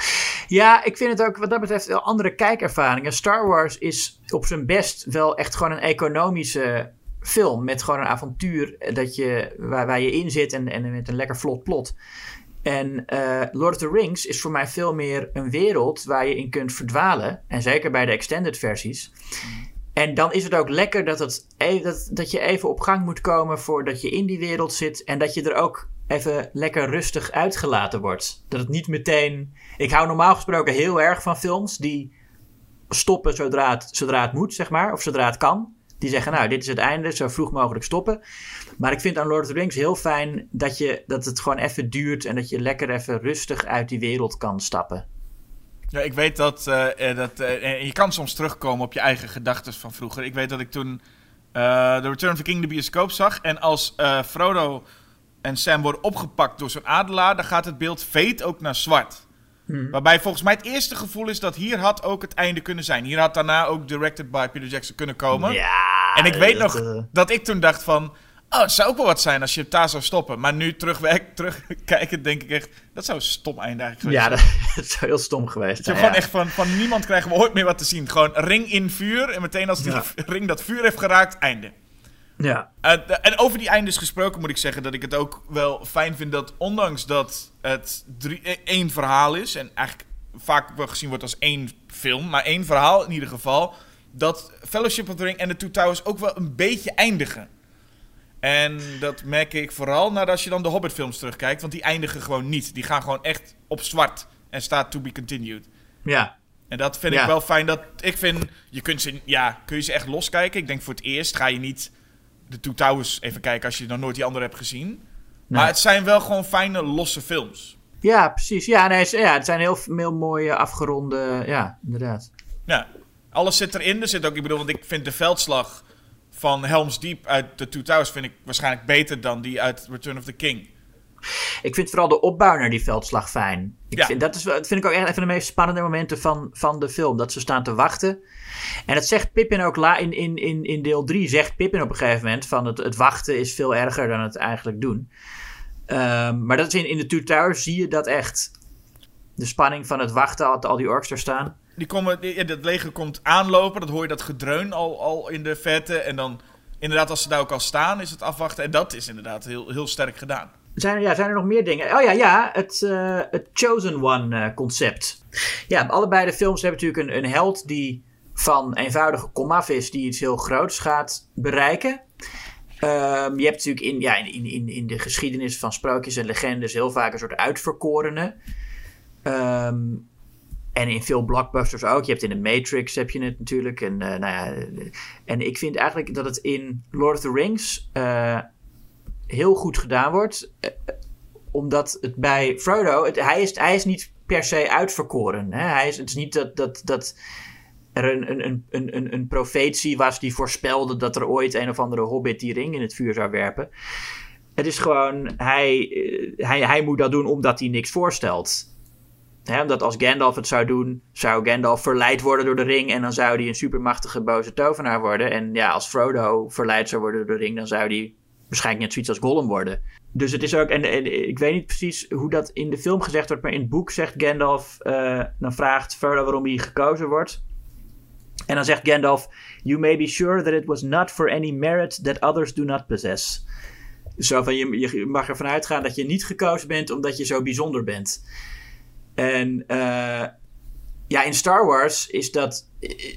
Ja, ik vind het ook wat dat betreft wel andere kijkervaringen. Star Wars is op zijn best wel echt gewoon een economische film. Met gewoon een avontuur dat je, waar, waar je in zit en, en met een lekker vlot plot. En uh, Lord of the Rings is voor mij veel meer een wereld waar je in kunt verdwalen. En zeker bij de extended versies. Mm. En dan is het ook lekker dat, het e- dat, dat je even op gang moet komen voordat je in die wereld zit. En dat je er ook even lekker rustig uitgelaten wordt. Dat het niet meteen... Ik hou normaal gesproken heel erg van films die stoppen zodra het, zodra het moet, zeg maar. Of zodra het kan. Die zeggen, nou, dit is het einde, zo vroeg mogelijk stoppen. Maar ik vind aan Lord of the Rings heel fijn dat, je, dat het gewoon even duurt... en dat je lekker even rustig uit die wereld kan stappen. Ja, ik weet dat, uh, dat uh, je kan soms terugkomen op je eigen gedachten van vroeger. Ik weet dat ik toen uh, The Return of the King de bioscoop zag. En als uh, Frodo en Sam worden opgepakt door zo'n adelaar, dan gaat het beeld fade ook naar zwart. Hmm. Waarbij volgens mij het eerste gevoel is dat hier had ook het einde kunnen zijn. Hier had daarna ook directed by Peter Jackson kunnen komen. Ja, en ik weet dat, nog uh... dat ik toen dacht van... Oh, het zou ook wel wat zijn als je het daar zou stoppen. Maar nu terugwerk, terugkijken denk ik echt... Dat zou een stom einde eigenlijk ja, geweest zijn. Ja, dat zou heel stom geweest zijn. Ja. Gewoon echt van, van niemand krijgen we ooit meer wat te zien. Gewoon ring in vuur. En meteen als die ja. ring dat vuur heeft geraakt, einde. Ja. Uh, en over die eindes gesproken moet ik zeggen dat ik het ook wel fijn vind dat... Ondanks dat het drie, één verhaal is... En eigenlijk vaak wel gezien wordt als één film. Maar één verhaal in ieder geval. Dat Fellowship of the Ring en The Two Towers ook wel een beetje eindigen. En dat merk ik vooral nadat als je dan de Hobbit-films terugkijkt. Want die eindigen gewoon niet. Die gaan gewoon echt op zwart. En staat to be continued. Ja. En dat vind ja. ik wel fijn. Dat ik vind, je kunt ze, ja, kun je ze echt loskijken. Ik denk voor het eerst ga je niet de Two Towers even kijken als je nog nooit die andere hebt gezien. Nee. Maar het zijn wel gewoon fijne, losse films. Ja, precies. Ja, nee, ja, het zijn heel, heel mooie afgeronde... Ja, inderdaad. Ja, alles zit erin. Er zit ook, ik bedoel, want ik vind de veldslag... van Helm's Deep uit The Two Towers vind ik waarschijnlijk beter dan die uit Return of the King. Ik vind vooral de opbouw naar die veldslag fijn. Ik ja. vind, dat, is, dat vind ik ook echt even de meest spannende momenten van, van de film. Dat ze staan te wachten. En dat zegt Pippin ook la, in, in, in, in deel drie. Zegt Pippin op een gegeven moment van het, het wachten is veel erger dan het eigenlijk doen. Um, maar dat is in, in The Two Towers zie je dat echt. De spanning van het wachten, al, al die orks er staan. Die komen, die, dat leger komt aanlopen, dat hoor je dat gedreun al, al in de verte. En dan inderdaad als ze daar ook al staan is het afwachten. En dat is inderdaad heel, heel sterk gedaan. Zijn er, ja, zijn er nog meer dingen? Oh ja, ja het, uh, het Chosen One uh, concept. Ja, allebei de films hebben natuurlijk een, een held die van eenvoudige komaf is. Die iets heel groots gaat bereiken. Um, je hebt natuurlijk in, ja, in, in, in de geschiedenis van sprookjes en legendes heel vaak een soort uitverkorene. Um, En in veel blockbusters ook. Je hebt in de Matrix heb je het natuurlijk. En, uh, nou ja, en ik vind eigenlijk dat het in Lord of the Rings uh, heel goed gedaan wordt. Uh, omdat het bij Frodo... Het, hij, is, hij is niet per se uitverkoren. Hè? Hij is, het is niet dat, dat, dat er een, een, een, een, een profetie was die voorspelde... dat er ooit een of andere hobbit die ring in het vuur zou werpen. Het is gewoon... Hij, uh, hij, hij moet dat doen omdat hij niks voorstelt... He, omdat als Gandalf het zou doen, zou Gandalf verleid worden door de ring... en dan zou hij een supermachtige boze tovenaar worden. En ja, als Frodo verleid zou worden door de ring... dan zou hij waarschijnlijk net zoiets als Gollum worden. Dus het is ook... En, en ik weet niet precies hoe dat in de film gezegd wordt... maar in het boek zegt Gandalf... Uh, dan vraagt Frodo waarom hij gekozen wordt. En dan zegt Gandalf... You may be sure that it was not for any merit... that others do not possess. Zo van, je, je mag ervan uitgaan dat je niet gekozen bent... omdat je zo bijzonder bent... En uh, ja, in Star Wars is dat...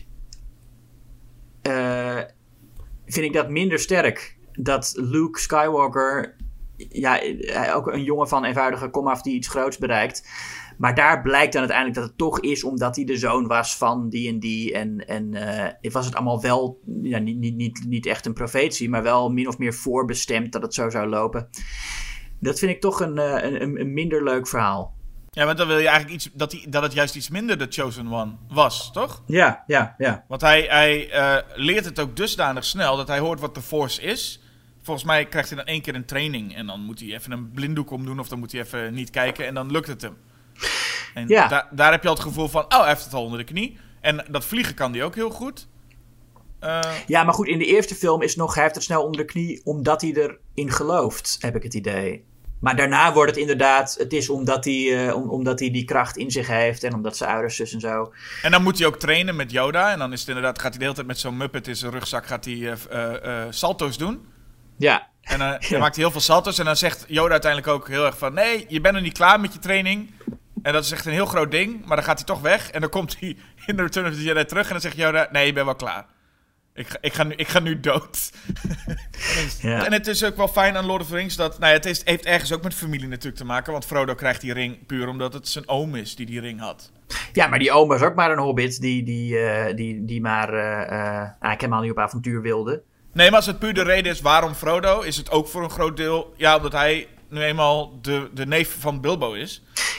Uh, vind ik dat minder sterk. Dat Luke Skywalker... Ja, ook een jongen van eenvoudige komaf die iets groots bereikt. Maar daar blijkt dan uiteindelijk dat het toch is... omdat hij de zoon was van die en die. En, en uh, was het allemaal wel... Ja, niet, niet, niet, niet echt een profetie... maar wel min of meer voorbestemd dat het zo zou lopen. Dat vind ik toch een, een, een minder leuk verhaal. Ja, want dan wil je eigenlijk iets dat, die, dat het juist iets minder de Chosen One was, toch? Ja, ja, ja. Want hij, hij uh, leert het ook dusdanig snel dat hij hoort wat de Force is. Volgens mij krijgt hij dan één keer een training en dan moet hij even een blinddoek omdoen of dan moet hij even niet kijken en dan lukt het hem. En ja. da- daar heb je al het gevoel van, oh, hij heeft het al onder de knie. En dat vliegen kan hij ook heel goed. Uh... Ja, maar goed, in de eerste film is nog, hij heeft het snel onder de knie omdat hij erin gelooft, heb ik het idee. Maar daarna wordt het inderdaad... Het is omdat hij, uh, om, omdat hij die kracht in zich heeft... en omdat zijn ouders zus en zo... En dan moet hij ook trainen met Yoda... en dan is het inderdaad, gaat hij de hele tijd met zo'n Muppet in zijn rugzak... gaat hij uh, uh, uh, salto's doen. Ja. En uh, dan maakt hij heel veel salto's... en dan zegt Yoda uiteindelijk ook heel erg van... nee, je bent nog niet klaar met je training. En dat is echt een heel groot ding... maar dan gaat hij toch weg... en dan komt hij in de Return of the Jedi terug... en dan zegt Yoda... nee, je bent wel klaar. Ik ga, ik, ga nu, ik ga nu dood. Ja. En het is ook wel fijn aan Lord of the Rings dat... Nou ja, het is, heeft ergens ook met familie natuurlijk te maken. Want Frodo krijgt die ring puur omdat het zijn oom is die die ring had. Ja, maar die oom was ook maar een hobbit die, die, uh, die, die maar... Uh, uh, nou, ik helemaal niet op avontuur wilde. Nee, maar als het puur de reden is waarom Frodo... is het ook voor een groot deel... Ja, omdat hij nu eenmaal de, de neef van Bilbo is.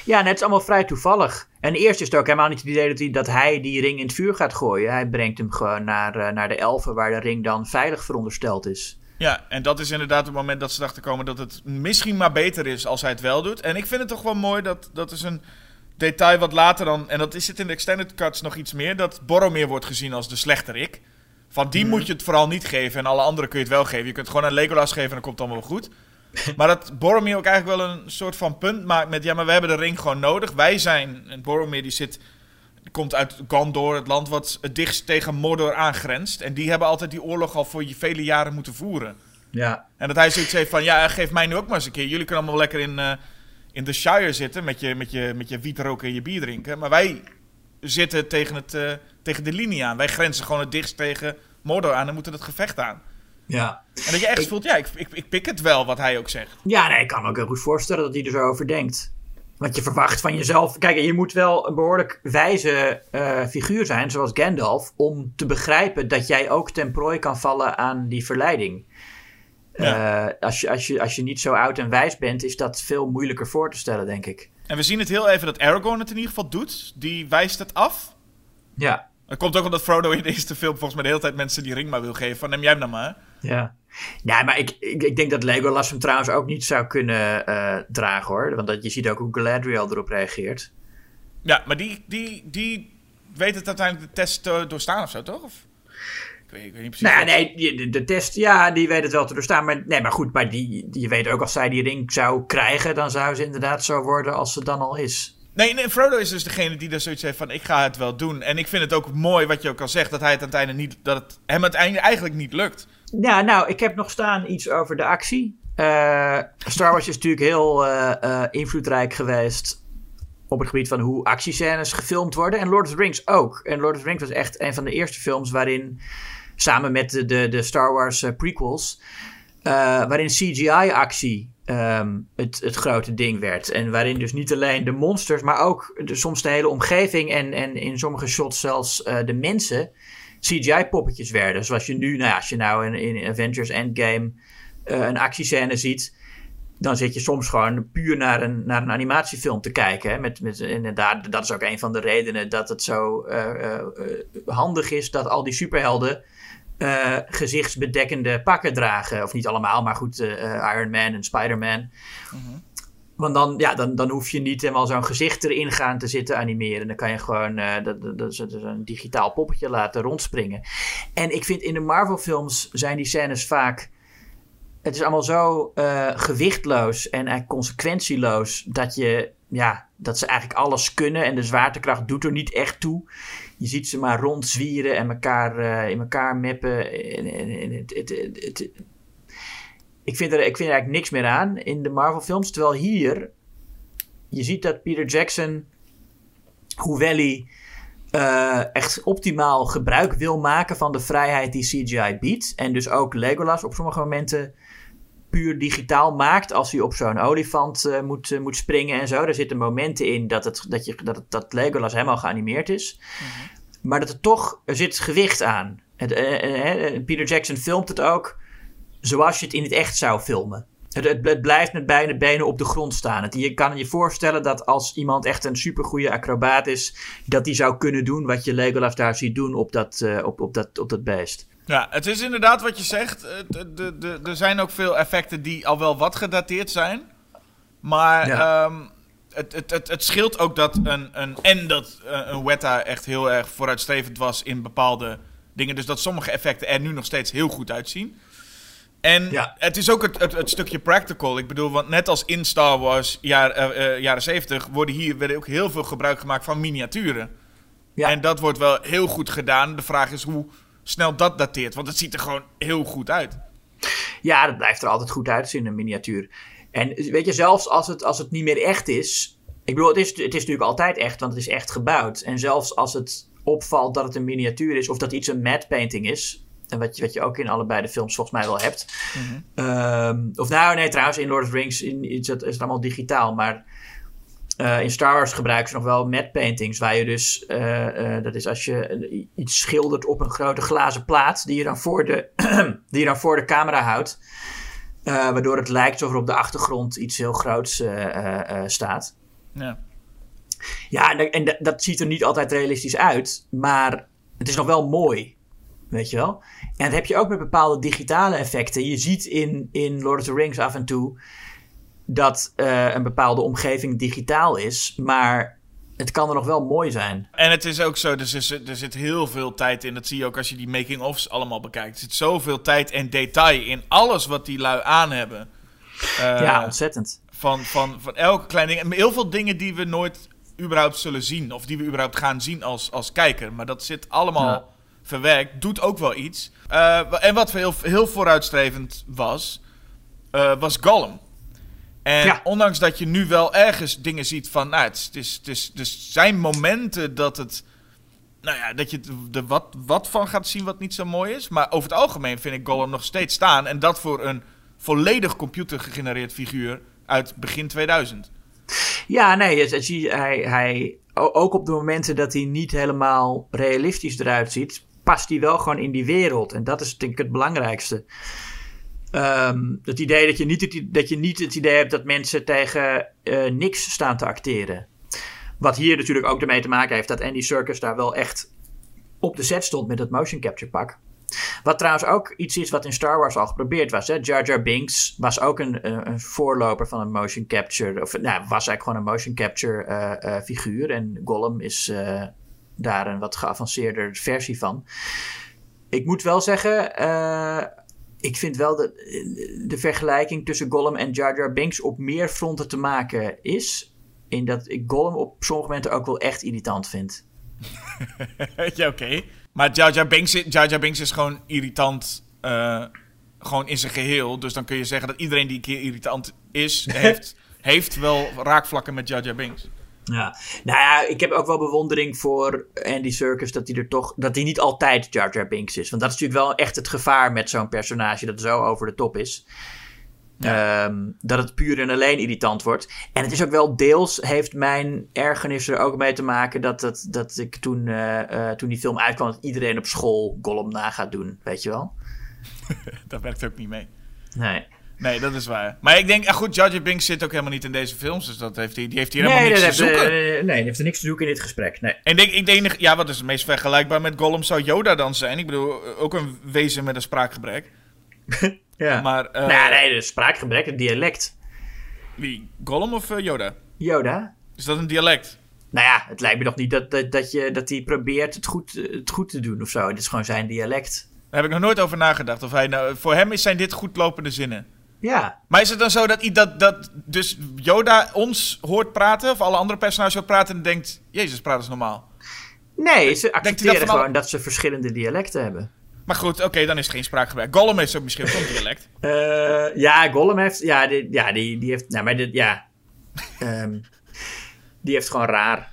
Ja, net is allemaal vrij toevallig. En eerst is het ook helemaal niet het idee dat hij, dat hij die ring in het vuur gaat gooien. Hij brengt hem gewoon naar, uh, naar de elfen, waar de ring dan veilig verondersteld is. Ja, en dat is inderdaad het moment dat ze erachter komen dat het misschien maar beter is als hij het wel doet. En ik vind het toch wel mooi, dat, dat is een detail wat later dan, en dat is het in de extended cuts nog iets meer, dat Boromir wordt gezien als de slechterik. Van die mm-hmm. moet je het vooral niet geven en alle anderen kun je het wel geven. Je kunt het gewoon aan Legolas geven en dan komt het allemaal wel goed. Maar dat Boromir ook eigenlijk wel een soort van punt maakt met, ja, maar we hebben de ring gewoon nodig. Wij zijn, en Boromir die zit, die komt uit Gondor, het land wat het dichtst tegen Mordor aangrenst. En die hebben altijd die oorlog al voor vele jaren moeten voeren. Ja. En dat hij zoiets heeft van, ja, geef mij nu ook maar eens een keer. Jullie kunnen allemaal lekker in, uh, in de Shire zitten met je, met, je, met je wiet roken en je bier drinken. Maar wij zitten tegen, het, uh, tegen de linie aan. Wij grenzen gewoon het dichtst tegen Mordor aan en moeten het gevecht aan. Ja. En dat je echt ik, voelt, ja, ik, ik, ik pik het wel wat hij ook zegt. Ja, nee, ik kan me ook heel goed voorstellen dat hij er zo over denkt. Want je verwacht van jezelf... Kijk, je moet wel een behoorlijk wijze uh, figuur zijn, zoals Gandalf, om te begrijpen dat jij ook ten prooi kan vallen aan die verleiding. Ja. Uh, als, je, als, je, als je niet zo oud en wijs bent, is dat veel moeilijker voor te stellen, denk ik. En we zien het heel even dat Aragorn het in ieder geval doet. Die wijst het af. Ja. Dat komt ook omdat Frodo in de eerste film volgens mij de hele tijd mensen die ring maar wil geven. Van, neem jij hem dan maar. Ja, ja, maar ik, ik, ik denk dat Legolas hem trouwens ook niet zou kunnen uh, dragen, hoor. Want dat, je ziet ook hoe Galadriel erop reageert. Ja, maar die, die, die weet het uiteindelijk de test te doorstaan of zo, toch? Of? Ik, weet, ik weet niet precies. Nou, nee, de, de test, ja, die weet het wel te doorstaan. Maar, nee, maar goed, maar die, die, je weet ook als zij die ring zou krijgen, dan zou ze inderdaad zo worden als ze dan al is. Nee, nee, Frodo is dus degene die daar zoiets heeft van, ik ga het wel doen. En ik vind het ook mooi, wat je ook al zegt, dat hij het uiteindelijk niet, dat het hem uiteindelijk eigenlijk niet lukt. Ja, nou, ik heb nog staan iets over de actie. Uh, Star Wars is natuurlijk heel uh, uh, invloedrijk geweest op het gebied van hoe actiescènes gefilmd worden. En Lord of the Rings ook. En Lord of the Rings was echt een van de eerste films waarin, samen met de, de, de Star Wars uh, prequels, uh, waarin C G I-actie Um, het, het grote ding werd. En waarin dus niet alleen de monsters, maar ook de, soms de hele omgeving en, en in sommige shots zelfs uh, de mensen C G I-poppetjes werden. Zoals je nu, nou ja, als je nou in, in Avengers Endgame uh, een actiescène ziet, dan zit je soms gewoon puur naar een, naar een animatiefilm te kijken. Hè? Met, met, en daar, dat is ook een van de redenen dat het zo uh, uh, handig is dat al die superhelden Uh, gezichtsbedekkende pakken dragen. Of niet allemaal, maar goed, uh, Iron Man en Spider-Man. Mm-hmm. Want dan, ja, dan, dan hoef je niet helemaal zo'n gezicht erin gaan te zitten animeren. Dan kan je gewoon uh, dat, dat, dat, dat een digitaal poppetje laten rondspringen. En ik vind in de Marvel-films zijn die scènes vaak... Het is allemaal zo uh, gewichtloos en uh, consequentieloos dat je, ja, dat ze eigenlijk alles kunnen en de zwaartekracht doet er niet echt toe. Je ziet ze maar rondzwieren en elkaar uh, in elkaar meppen. En, en, en, het, het, het, het, ik, vind er, ik vind er eigenlijk niks meer aan in de Marvel-films. Terwijl hier, je ziet dat Peter Jackson, hoewel hij uh, echt optimaal gebruik wil maken van de vrijheid die C G I biedt, en dus ook Legolas op sommige momenten puur digitaal maakt als hij op zo'n olifant uh, moet, uh, moet springen en zo. Er zitten momenten in dat, het, dat, je, dat, het, dat Legolas helemaal geanimeerd is. Mm-hmm. Maar dat er toch, er zit gewicht aan. Het, uh, uh, uh, Peter Jackson filmt het ook zoals je het in het echt zou filmen. Het, het, het blijft met beide benen op de grond staan. Het, je kan je voorstellen dat als iemand echt een supergoeie acrobaat is, dat die zou kunnen doen wat je Legolas daar ziet doen op dat, uh, op, op dat, op dat beest. Ja, het is inderdaad wat je zegt. De, de, de, er zijn ook veel effecten die al wel wat gedateerd zijn. Maar ja. um, het, het, het, het scheelt ook dat een, een... En dat een Weta echt heel erg vooruitstrevend was in bepaalde dingen. Dus dat sommige effecten er nu nog steeds heel goed uitzien. En ja. het is ook het, het, het stukje practical. Ik bedoel, want net als in Star Wars jaar, uh, uh, jaren zeventig... worden hier werden ook heel veel gebruik gemaakt van miniaturen. Ja. En dat wordt wel heel goed gedaan. De vraag is hoe snel dat dateert. Want het ziet er gewoon heel goed uit. Ja, dat blijft er altijd goed uitzien, een miniatuur. En weet je, zelfs als het, als het niet meer echt is... Ik bedoel, het is, het is natuurlijk altijd echt, want het is echt gebouwd. En zelfs als het opvalt dat het een miniatuur is... of dat iets een matte painting is... en wat je, wat je ook in allebei de films volgens mij wel hebt. Mm-hmm. Um, of nou, nee, trouwens, in Lord of the Rings in, is, het, is het allemaal digitaal. Maar uh, in Star Wars gebruiken ze nog wel matte paintings... waar je dus, uh, uh, dat is als je iets schildert op een grote glazen plaat... die je dan voor de, die je dan voor de camera houdt... Uh, waardoor het lijkt alsof er op de achtergrond iets heel groots uh, uh, uh, staat. Ja. Ja, en, en dat, dat ziet er niet altijd realistisch uit, maar het is nog wel mooi, weet je wel. En dat heb je ook met bepaalde digitale effecten. Je ziet in, in Lord of the Rings af en toe dat uh, een bepaalde omgeving digitaal is, maar het kan er nog wel mooi zijn. En het is ook zo, er zit, er zit heel veel tijd in. Dat zie je ook als je die making-ofs allemaal bekijkt. Er zit zoveel tijd en detail in alles wat die lui aan hebben. Uh, ja, ontzettend. Van, van, van elke klein ding. En heel veel dingen die we nooit überhaupt zullen zien. Of die we überhaupt gaan zien als, als kijker. Maar dat zit allemaal ja. verwerkt. Doet ook wel iets. Uh, en wat heel, heel vooruitstrevend was, uh, was Gollum. En ja. ondanks dat je nu wel ergens dingen ziet van, nou, het, het, is, het, is, het zijn momenten dat het, nou ja, dat je er wat, wat van gaat zien wat niet zo mooi is. Maar over het algemeen vind ik Gollum nog steeds staan. En dat voor een volledig computergegenereerd figuur uit begin tweeduizend. Ja, nee, hij, hij, ook op de momenten dat hij niet helemaal realistisch eruit ziet, past hij wel gewoon in die wereld. En dat is denk ik het belangrijkste. Um, het idee dat je, niet het, dat je niet het idee hebt dat mensen tegen uh, niks staan te acteren. Wat hier natuurlijk ook ermee te maken heeft dat Andy Serkis daar wel echt op de set stond met het motion capture pak. Wat trouwens ook iets is wat in Star Wars al geprobeerd was. Hè? Jar Jar Binks was ook een, een, een voorloper van een motion capture. Of nou, was eigenlijk gewoon een motion capture uh, uh, figuur. En Gollum is uh, daar een wat geavanceerder versie van. Ik moet wel zeggen, Uh, ik vind wel dat de vergelijking tussen Gollum en Jar Jar Binks op meer fronten te maken is. In dat ik Gollum op sommige momenten ook wel echt irritant vind. Ja, oké. Okay. Maar Jar Jar Binks, Jar Jar Binks is gewoon irritant, uh, gewoon in zijn geheel. Dus dan kun je zeggen dat iedereen die een keer irritant is, heeft, heeft wel raakvlakken met Jar Jar Binks. Ja, nou ja, ik heb ook wel bewondering voor Andy Serkis dat hij er toch, dat hij niet altijd Jar Jar Binks is. Want dat is natuurlijk wel echt het gevaar met zo'n personage dat zo over de top is. Ja. Um, dat het puur en alleen irritant wordt. En het is ook wel deels, heeft mijn ergernis er ook mee te maken dat, dat, dat ik toen, uh, uh, toen die film uitkwam, dat iedereen op school Gollum na gaat doen, weet je wel? Dat werkt ook niet mee. Nee. Nee, dat is waar. Maar ik denk, ah goed, Jar Jar Binks zit ook helemaal niet in deze films. Dus dat heeft hij, die heeft hier nee, helemaal niks te heeft, zoeken. Uh, nee, die heeft er niks te zoeken in dit gesprek. Nee. En denk, ik denk, ja, wat is het meest vergelijkbaar met Gollum zou Yoda dan zijn? Ik bedoel, ook een wezen met een spraakgebrek. Ja. Maar, uh, nou, nee, de spraakgebrek, het dialect. Wie? Gollum of uh, Yoda? Yoda. Is dat een dialect? Nou ja, het lijkt me nog niet dat, dat, dat, je, dat hij probeert het goed, het goed te doen of zo. Dit is gewoon zijn dialect. Daar heb ik nog nooit over nagedacht. Of hij nou, voor hem zijn dit goedlopende zinnen. Ja. Maar is het dan zo dat, dat, dat dus Yoda ons hoort praten, of alle andere personages hoort praten en denkt, Jezus, praat eens normaal? Nee, ze accepteren dat gewoon al... dat ze verschillende dialecten hebben. Maar goed, oké, okay, dan is het geen spraakgebrek. Gollum heeft ook misschien ook een dialect. Uh, ja, Gollum heeft, ja, die, ja, die, die heeft, nou, maar dit, ja, um, die heeft gewoon raar.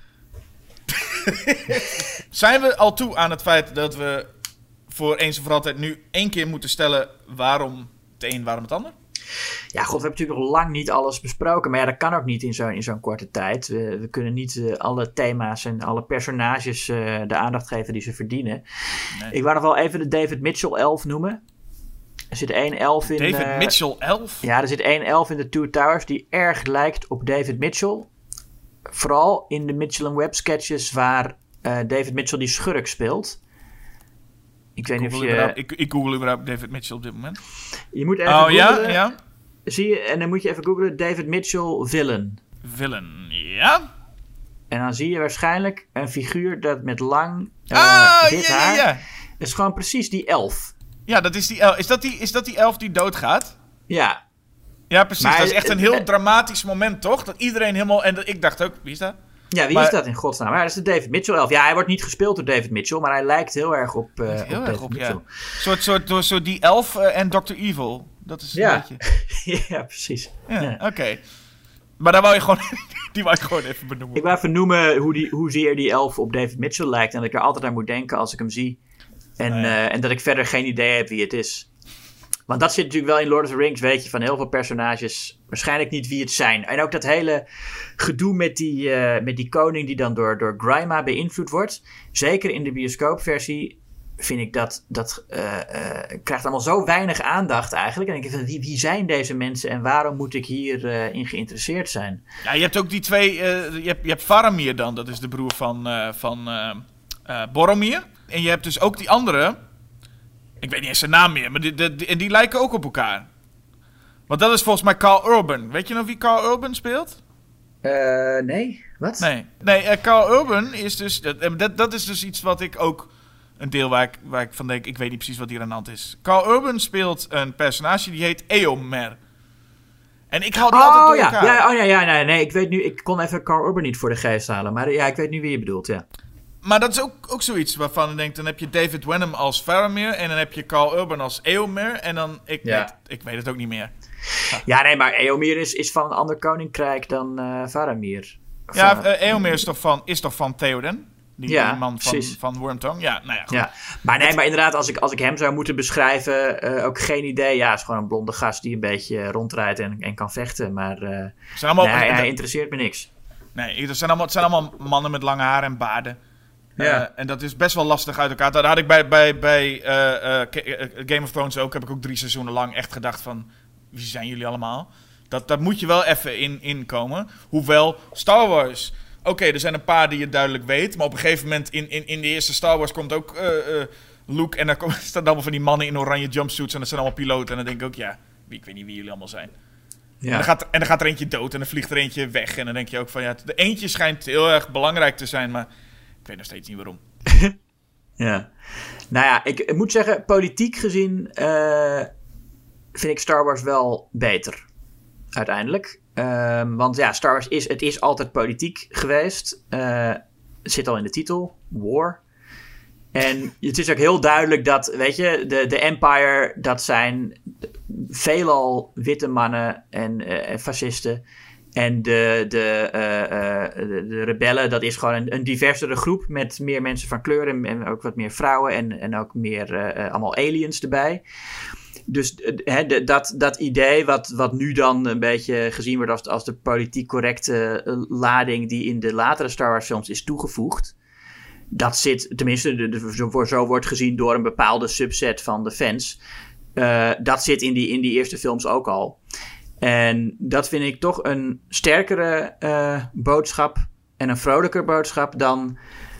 Zijn we al toe aan het feit dat we voor eens en voor altijd nu één keer moeten stellen waarom het een, waarom het ander? Ja, god, we hebben natuurlijk nog lang niet alles besproken. Maar ja, dat kan ook niet in, zo, in zo'n korte tijd. We, we kunnen niet uh, alle thema's en alle personages uh, de aandacht geven die ze verdienen. Nee. Ik wou nog wel even de David Mitchell elf noemen. Er zit één elf in... David uh, Mitchell elf? Ja, er zit één elf in de Two Towers die erg lijkt op David Mitchell. Vooral in de Mitchell en Webb sketches waar uh, David Mitchell die schurk speelt. Ik weet niet of je... Ik, ik google überhaupt David Mitchell op dit moment. Je moet even oh, googlen. ja? Ja? Zie je, en dan moet je even googlen David Mitchell villain. Villain, ja. En dan zie je waarschijnlijk een figuur dat met lang uh, ah, wit ja, haar... Ja, ja. Het is gewoon precies die elf. Ja, dat is die elf. Is dat die, is dat die elf die doodgaat? Ja. Ja, precies. Maar, dat is echt een heel uh, dramatisch moment, toch? Dat iedereen helemaal... En dat, ik dacht ook, wie is dat? Ja, wie maar, is dat in godsnaam? Maar dat is de David Mitchell elf. Ja, hij wordt niet gespeeld door David Mitchell, maar hij lijkt heel erg op, uh, heel op erg David op, Mitchell. Ja. Soort, soort, door, soort die elf uh, en doctor Evil. Dat is ja. een beetje... ja, precies. Ja, ja. Oké. Okay. Maar daar wou je gewoon... die wou ik gewoon even benoemen. Ik wou even noemen hoe die, hoezeer die elf op David Mitchell lijkt. En dat ik er altijd aan moet denken als ik hem zie. En, oh, ja. uh, en dat ik verder geen idee heb wie het is. Want dat zit natuurlijk wel in Lord of the Rings, weet je, van heel veel personages waarschijnlijk niet wie het zijn. En ook dat hele gedoe met die, uh, met die koning die dan door, door Grima beïnvloed wordt. Zeker in de bioscoopversie vind ik dat... dat uh, uh, krijgt allemaal zo weinig aandacht eigenlijk. En ik denk van, wie, wie zijn deze mensen en waarom moet ik hierin uh, in geïnteresseerd zijn? Ja, je hebt ook die twee... Uh, je, hebt, je hebt Faramir dan, dat is de broer van, uh, van uh, uh, Boromir. En je hebt dus ook die andere... Ik weet niet eens zijn naam meer, maar die, die, die, en die lijken ook op elkaar. Want dat is volgens mij Carl Urban. Weet je nog wie Carl Urban speelt? Uh, nee, wat? Nee, nee uh, Carl Urban is dus... Dat, dat, dat is dus iets wat ik ook... Een deel waar ik, waar ik van denk, ik weet niet precies wat hier aan de hand is. Carl Urban speelt een personage die heet Eomer. En ik haal die oh, altijd door ja. elkaar. Ja, oh ja, ja, nee, nee, ik weet nu... Ik kon even Carl Urban niet voor de geest halen. Maar ja, ik weet nu wie je bedoelt, ja. Maar dat is ook, ook zoiets waarvan ik denk, dan heb je David Wenham als Faramir en dan heb je Carl Urban als Eomer en dan, ik, Ja. weet, ik weet het ook niet meer. Ja, nee, maar Eomer is, is van een ander koninkrijk dan uh, Faramir. Ja, Van- uh, Eomer is toch van, is toch van Theoden? Die, Ja, die man van, precies. van Wormtongue? Ja, nou ja, goed. Ja, maar nee, maar inderdaad, als ik, als ik hem zou moeten beschrijven, uh, ook geen idee. Ja, het is gewoon een blonde gast die een beetje rondrijdt en, en kan vechten. Maar uh, Het zijn allemaal, nee, hij, hij nee, interesseert me niks. nee, het zijn allemaal, het zijn allemaal mannen met lange haar en baarden. Ja. Uh, en dat is best wel lastig uit elkaar. Daar had ik bij, bij, bij uh, uh, Game of Thrones ook, heb ik ook drie seizoenen lang echt gedacht van, wie zijn jullie allemaal? Dat, dat moet je wel even in, inkomen. Hoewel, Star Wars... Oké, okay, er zijn een paar die je duidelijk weet. Maar op een gegeven moment in, in, in de eerste Star Wars komt ook uh, uh, Luke. En dan komt, staan allemaal van die mannen in oranje jumpsuits. En dat zijn allemaal piloten. En dan denk ik ook, ja, ik weet niet wie jullie allemaal zijn. Ja. En, dan gaat, en dan gaat er eentje dood en dan vliegt er eentje weg. En dan denk je ook van, ja, de eentje schijnt heel erg belangrijk te zijn. Maar ik weet nog steeds niet waarom. Ja. Nou ja, ik, ik moet zeggen, politiek gezien uh, vind ik Star Wars wel beter. Uiteindelijk. Um, want ja, Star Wars is, het is altijd politiek geweest. Uh, het zit al in de titel, War. En het is ook heel duidelijk dat, weet je, de, de Empire, dat zijn veelal witte mannen en uh, fascisten. En de, de, uh, uh, de, de rebellen, dat is gewoon een, een diversere groep met meer mensen van kleur en, en ook wat meer vrouwen en, en ook meer uh, allemaal aliens erbij. Dus he, de, dat, dat idee wat, wat nu dan een beetje gezien wordt als, als de politiek correcte uh, lading die in de latere Star Wars films is toegevoegd. Dat zit, tenminste de, de, zo, zo wordt gezien door een bepaalde subset van de fans. Uh, dat zit in die, in die eerste films ook al. En dat vind ik toch een sterkere uh, boodschap en een vrolijker boodschap dan...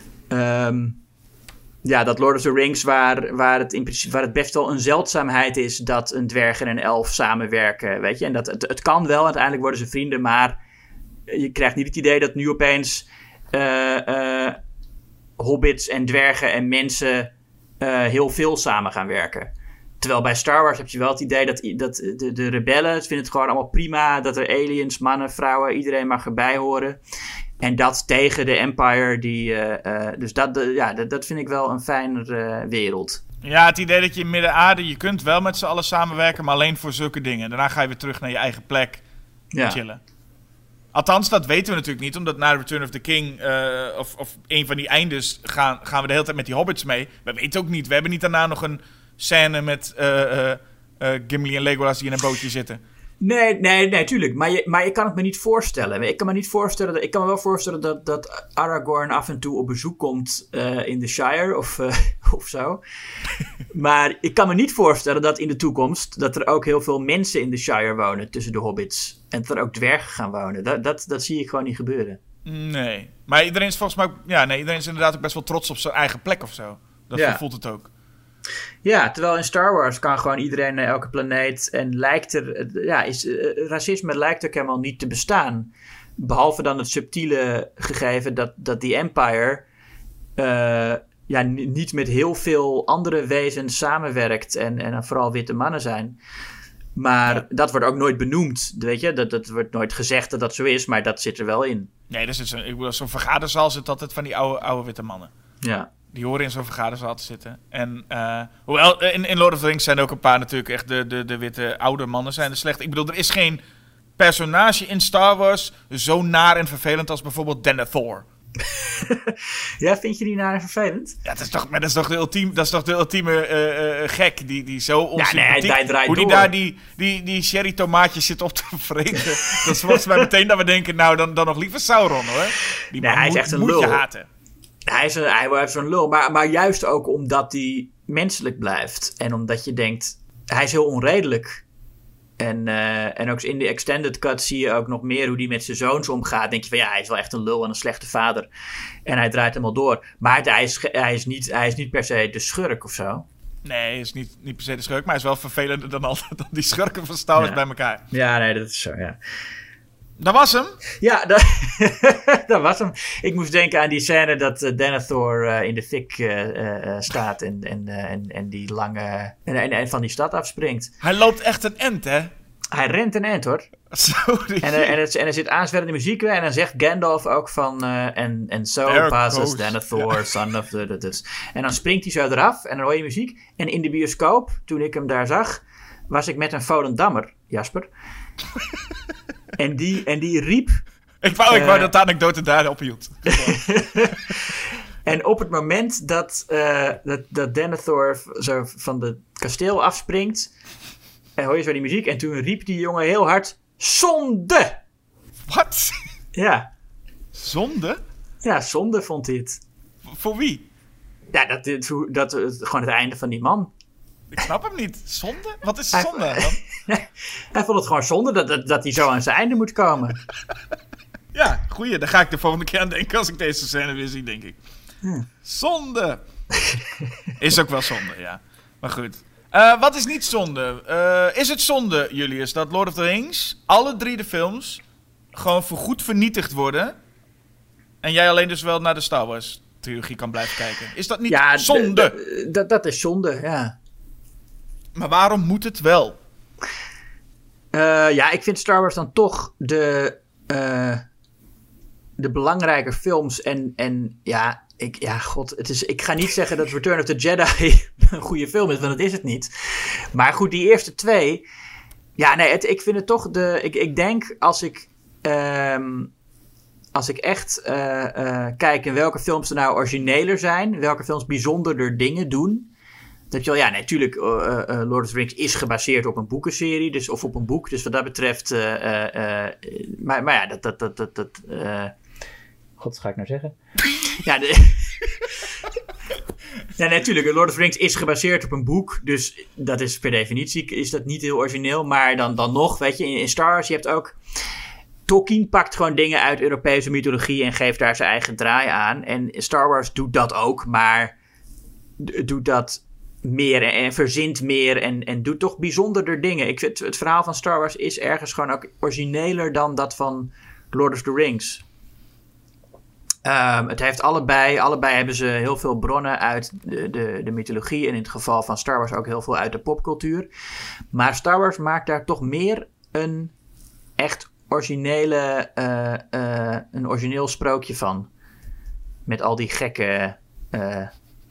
Um, Ja, dat Lord of the Rings, waar, waar, het in principe, waar het best wel een zeldzaamheid is dat een dwerg en een elf samenwerken, weet je. En dat, het, het kan wel, uiteindelijk worden ze vrienden, maar je krijgt niet het idee dat nu opeens uh, uh, hobbits en dwergen en mensen uh, heel veel samen gaan werken. Terwijl bij Star Wars heb je wel het idee dat, dat de, de rebellen vinden het gewoon allemaal prima, dat er aliens, mannen, vrouwen, iedereen mag erbij horen. En dat tegen de Empire, die, uh, uh, dus dat, uh, ja, dat, dat vind ik wel een fijnere uh, wereld. Ja, het idee dat je in Midden-Aarde, je kunt wel met z'n allen samenwerken, maar alleen voor zulke dingen. Daarna ga je weer terug naar je eigen plek Ja. chillen. Althans, dat weten we natuurlijk niet, omdat na Return of the King, uh, of, of een van die eindes, gaan, gaan we de hele tijd met die hobbits mee. We weten ook niet, we hebben niet daarna nog een scène met uh, uh, uh, Gimli en Legolas die in een bootje zitten. Nee, nee, nee, tuurlijk. Maar je, maar je kan het me niet voorstellen. Ik kan me niet voorstellen. Dat, ik kan me wel voorstellen dat, dat Aragorn af en toe op bezoek komt uh, in de Shire of, uh, of zo. Maar ik kan me niet voorstellen dat in de toekomst dat er ook heel veel mensen in de Shire wonen tussen de hobbits. En dat er ook dwergen gaan wonen. Dat, dat, dat zie ik gewoon niet gebeuren. Nee. Maar iedereen is volgens mij ook, ja, nee, iedereen is inderdaad ook best wel trots op zijn eigen plek of zo. Dat Ja. voelt het ook. Ja, terwijl in Star Wars kan gewoon iedereen naar elke planeet en lijkt er, ja, is, uh, racisme lijkt ook helemaal niet te bestaan. Behalve dan het subtiele gegeven dat, dat die Empire uh, ja, n- niet met heel veel andere wezens samenwerkt en, en dan vooral witte mannen zijn. Maar Ja. dat wordt ook nooit benoemd, weet je. Dat, dat wordt nooit gezegd dat dat zo is, maar dat zit er wel in. Nee, dus zo'n, ik bedoel, zo'n vergaderzaal zit altijd van die oude, oude witte mannen. Ja. Die horen in zo'n vergaderzaal te zitten. En uh, hoewel, in, in Lord of the Rings zijn er ook een paar natuurlijk echt de, de, de witte oude mannen zijn er slecht. Ik bedoel, er is geen personage in Star Wars zo naar en vervelend als bijvoorbeeld Denethor. Ja, vind je die naar vervelend? Ja, dat is toch, maar dat is toch de ultieme, dat is toch de ultieme uh, uh, gek, die, die zo onsympathiek... hij draait hoe die door. daar die, die, die sherry tomaatjes zit op te vreten. Dat is volgens mij meteen dat we denken, nou, dan, dan nog liever Sauron, hoor. Die Nee, man hij is moet, echt een moet lul. je haten. Hij is, een, hij wordt zo'n lul, maar, maar juist ook omdat hij menselijk blijft. En omdat je denkt, hij is heel onredelijk. En, uh, en ook in de extended cut zie je ook nog meer hoe hij met zijn zoons omgaat. Denk je van ja, hij is wel echt een lul en een slechte vader. En hij draait helemaal door. Maar hij is, hij is, niet, hij is niet per se de schurk of zo. Nee, hij is niet, niet per se de schurk, maar hij is wel vervelender dan, al, dan die schurken van Star Wars ja. bij elkaar. Ja, nee, dat is zo, ja. Dat was hem? Ja, dat, dat was hem. Ik moest denken aan die scène dat uh, Denethor uh, in de fik uh, uh, staat en, en, uh, en, en die lange... En, en, en van die stad afspringt. Hij loopt echt een end, hè? Hij rent een end, hoor. Sorry. En, uh, en, het, en er zit aanzwervende muziek en dan zegt Gandalf ook van... Uh, en en zo so passes Denethor, ja. son of the... the en dan springt hij zo eraf en dan hoor je muziek. En in de bioscoop, toen ik hem daar zag, was ik met een Volendammer, Jasper... En die, en die riep... Ik wou, ik wou uh, dat de anekdote daar ophield. En op het moment dat, uh, dat, dat Denethor zo van het kasteel afspringt... En hoor je zo die muziek. En toen riep die jongen heel hard... Zonde! Wat? Ja. Zonde? Ja, zonde vond hij het. Voor wie? Ja, dat, dat, dat, dat gewoon het einde van die man. Ik snap hem niet. Zonde? Wat is zonde hij, dan? Hij vond het gewoon zonde dat, dat, dat hij zo aan zijn einde moet komen. Ja, goeie. Daar ga ik de volgende keer aan denken als ik deze scène weer zie, denk ik. Hm. Zonde! Is ook wel zonde, ja. Maar goed. Uh, wat is niet zonde? Uh, is het zonde, Julius, dat Lord of the Rings, alle drie de films, gewoon voorgoed vernietigd worden? En jij alleen dus wel naar de Star Wars trilogie kan blijven kijken? Is dat niet ja, zonde? D- d- d- dat is zonde, ja. Maar waarom moet het wel? Uh, ja, ik vind Star Wars dan toch de, uh, de belangrijke films. En, en ja, ik, ja, god, het is, ik ga niet zeggen dat Return of the Jedi een goede film is, want dat is het niet. Maar goed, die eerste twee. Ja, nee, het, ik vind het toch de. Ik, ik denk als ik. Um, als ik echt uh, uh, kijk in welke films er nou origineler zijn, welke films bijzonderder dingen doen. Dat je wel, ja, natuurlijk, nee, uh, uh, Lord of the Rings is gebaseerd op een boekenserie, dus, of op een boek. Dus wat dat betreft, uh, uh, uh, maar, maar ja, dat, dat, dat, dat, dat uh, god, wat ga ik nou zeggen? ja, de, ja, natuurlijk, Lord of the Rings is gebaseerd op een boek, dus dat is per definitie, is dat niet heel origineel. Maar dan, dan nog, weet je, in, in Star Wars, je hebt ook... Tolkien pakt gewoon dingen uit Europese mythologie en geeft daar zijn eigen draai aan. En Star Wars doet dat ook, maar d- doet dat meer en, en verzint meer en, en doet toch bijzonderder dingen. Ik vind, het verhaal van Star Wars is ergens gewoon ook origineler dan dat van Lord of the Rings. Um, het heeft allebei, allebei hebben ze heel veel bronnen uit de, de, de mythologie en in het geval van Star Wars ook heel veel uit de popcultuur. Maar Star Wars maakt daar toch meer een echt originele, uh, uh, een origineel sprookje van. Met al die gekke... Uh...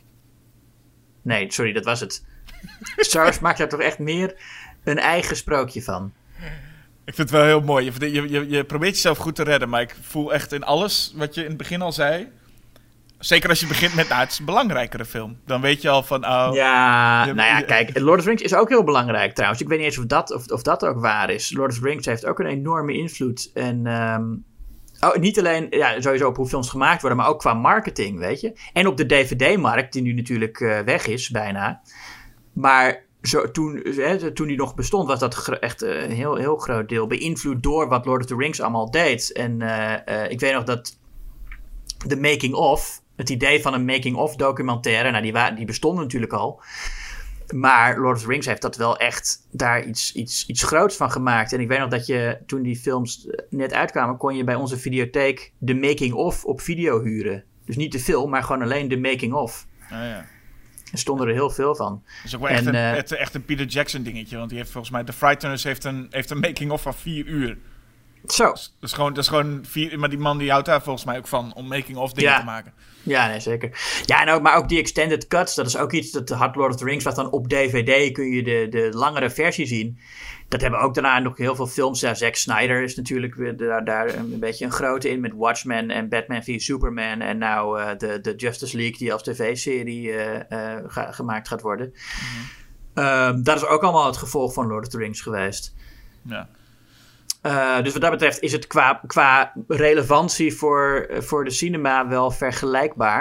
Nee, sorry, dat was het. Star Wars maakt daar toch echt meer een eigen sprookje van. Ik vind het wel heel mooi. Je, je, je, je probeert jezelf goed te redden, maar ik voel echt in alles wat je in het begin al zei... Zeker als je begint met, nou, het is een belangrijkere film. Dan weet je al van, oh... Ja, je, nou ja, je, kijk, Lord of the Rings is ook heel belangrijk trouwens. Ik weet niet eens of dat, of, of dat ook waar is. Lord of the Rings heeft ook een enorme invloed. En um, oh, niet alleen, ja, sowieso op hoe films gemaakt worden, maar ook qua marketing, weet je. En op de D V D-markt, die nu natuurlijk uh, weg is, bijna. Maar zo, toen, hè, toen die nog bestond, was dat gro- echt uh, een heel, heel groot deel beïnvloed door wat Lord of the Rings allemaal deed. En uh, uh, ik weet nog dat de making-of... Het idee van een making-of documentaire, nou die, wa- die bestonden natuurlijk al. Maar Lord of the Rings heeft dat wel echt daar iets, iets, iets groots van gemaakt. En ik weet nog dat je, toen die films net uitkwamen, kon je bij onze videotheek de making-of op video huren. Dus niet de film, maar gewoon alleen de making-of. Oh ja. Er stonden er heel veel van. Dat is ook wel echt, en, een, uh, echt, echt een Peter Jackson dingetje. Want die heeft volgens mij, The Frighteners heeft een, heeft een making-of van vier uur. Zo. Dat is gewoon, dat is gewoon vier, maar die man die houdt daar volgens mij ook van om making-of dingen ja. te maken. Ja, nee, zeker. Ja, en ook, maar ook die extended cuts, dat is ook iets, dat had Lord of the Rings, wat dan op D V D kun je de, de langere versie zien. Dat hebben ook daarna nog heel veel films. Ja, Zack Snyder is natuurlijk weer daar, daar een beetje een grote in met Watchmen en Batman v Superman. En nou uh, de, de Justice League die als tv-serie uh, uh, ga, gemaakt gaat worden. Mm-hmm. Um, dat is ook allemaal het gevolg van Lord of the Rings geweest. Ja. Uh, dus wat dat betreft is het qua, qua relevantie voor, voor de cinema wel vergelijkbaar.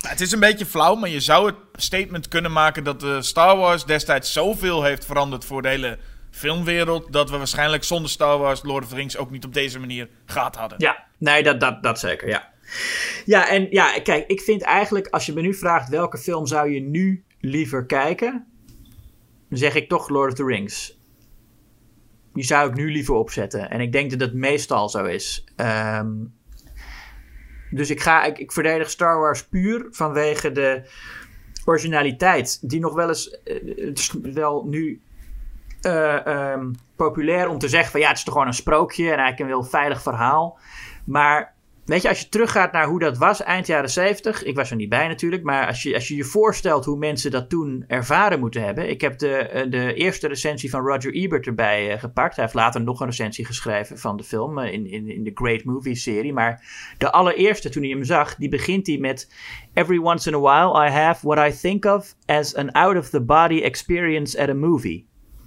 Nou, het is een beetje flauw, maar je zou het statement kunnen maken dat de Star Wars destijds zoveel heeft veranderd voor de hele filmwereld, dat we waarschijnlijk zonder Star Wars Lord of the Rings ook niet op deze manier gehad hadden. Ja, nee, dat, dat, dat zeker, ja. Ja, en ja, kijk, ik vind eigenlijk, als je me nu vraagt welke film zou je nu liever kijken, dan zeg ik toch Lord of the Rings. Die zou ik nu liever opzetten. En ik denk dat dat meestal zo is. Um, dus ik, ga, ik, ik verdedig Star Wars puur vanwege de originaliteit. Die nog wel eens, uh, het is wel nu uh, um, populair om te zeggen van ja, het is toch gewoon een sprookje en eigenlijk een heel veilig verhaal. Maar weet je, als je teruggaat naar hoe dat was eind jaren zeventig... ik was er niet bij natuurlijk, maar als je als je, je voorstelt hoe mensen dat toen ervaren moeten hebben. Ik heb de, de eerste recensie van Roger Ebert erbij uh, gepakt. Hij heeft later nog een recensie geschreven van de film uh, in, in, in de Great Movies serie. Maar de allereerste, toen hij hem zag, die begint hij met: Every once in a while I have what I think of as an out-of-the-body experience at a movie.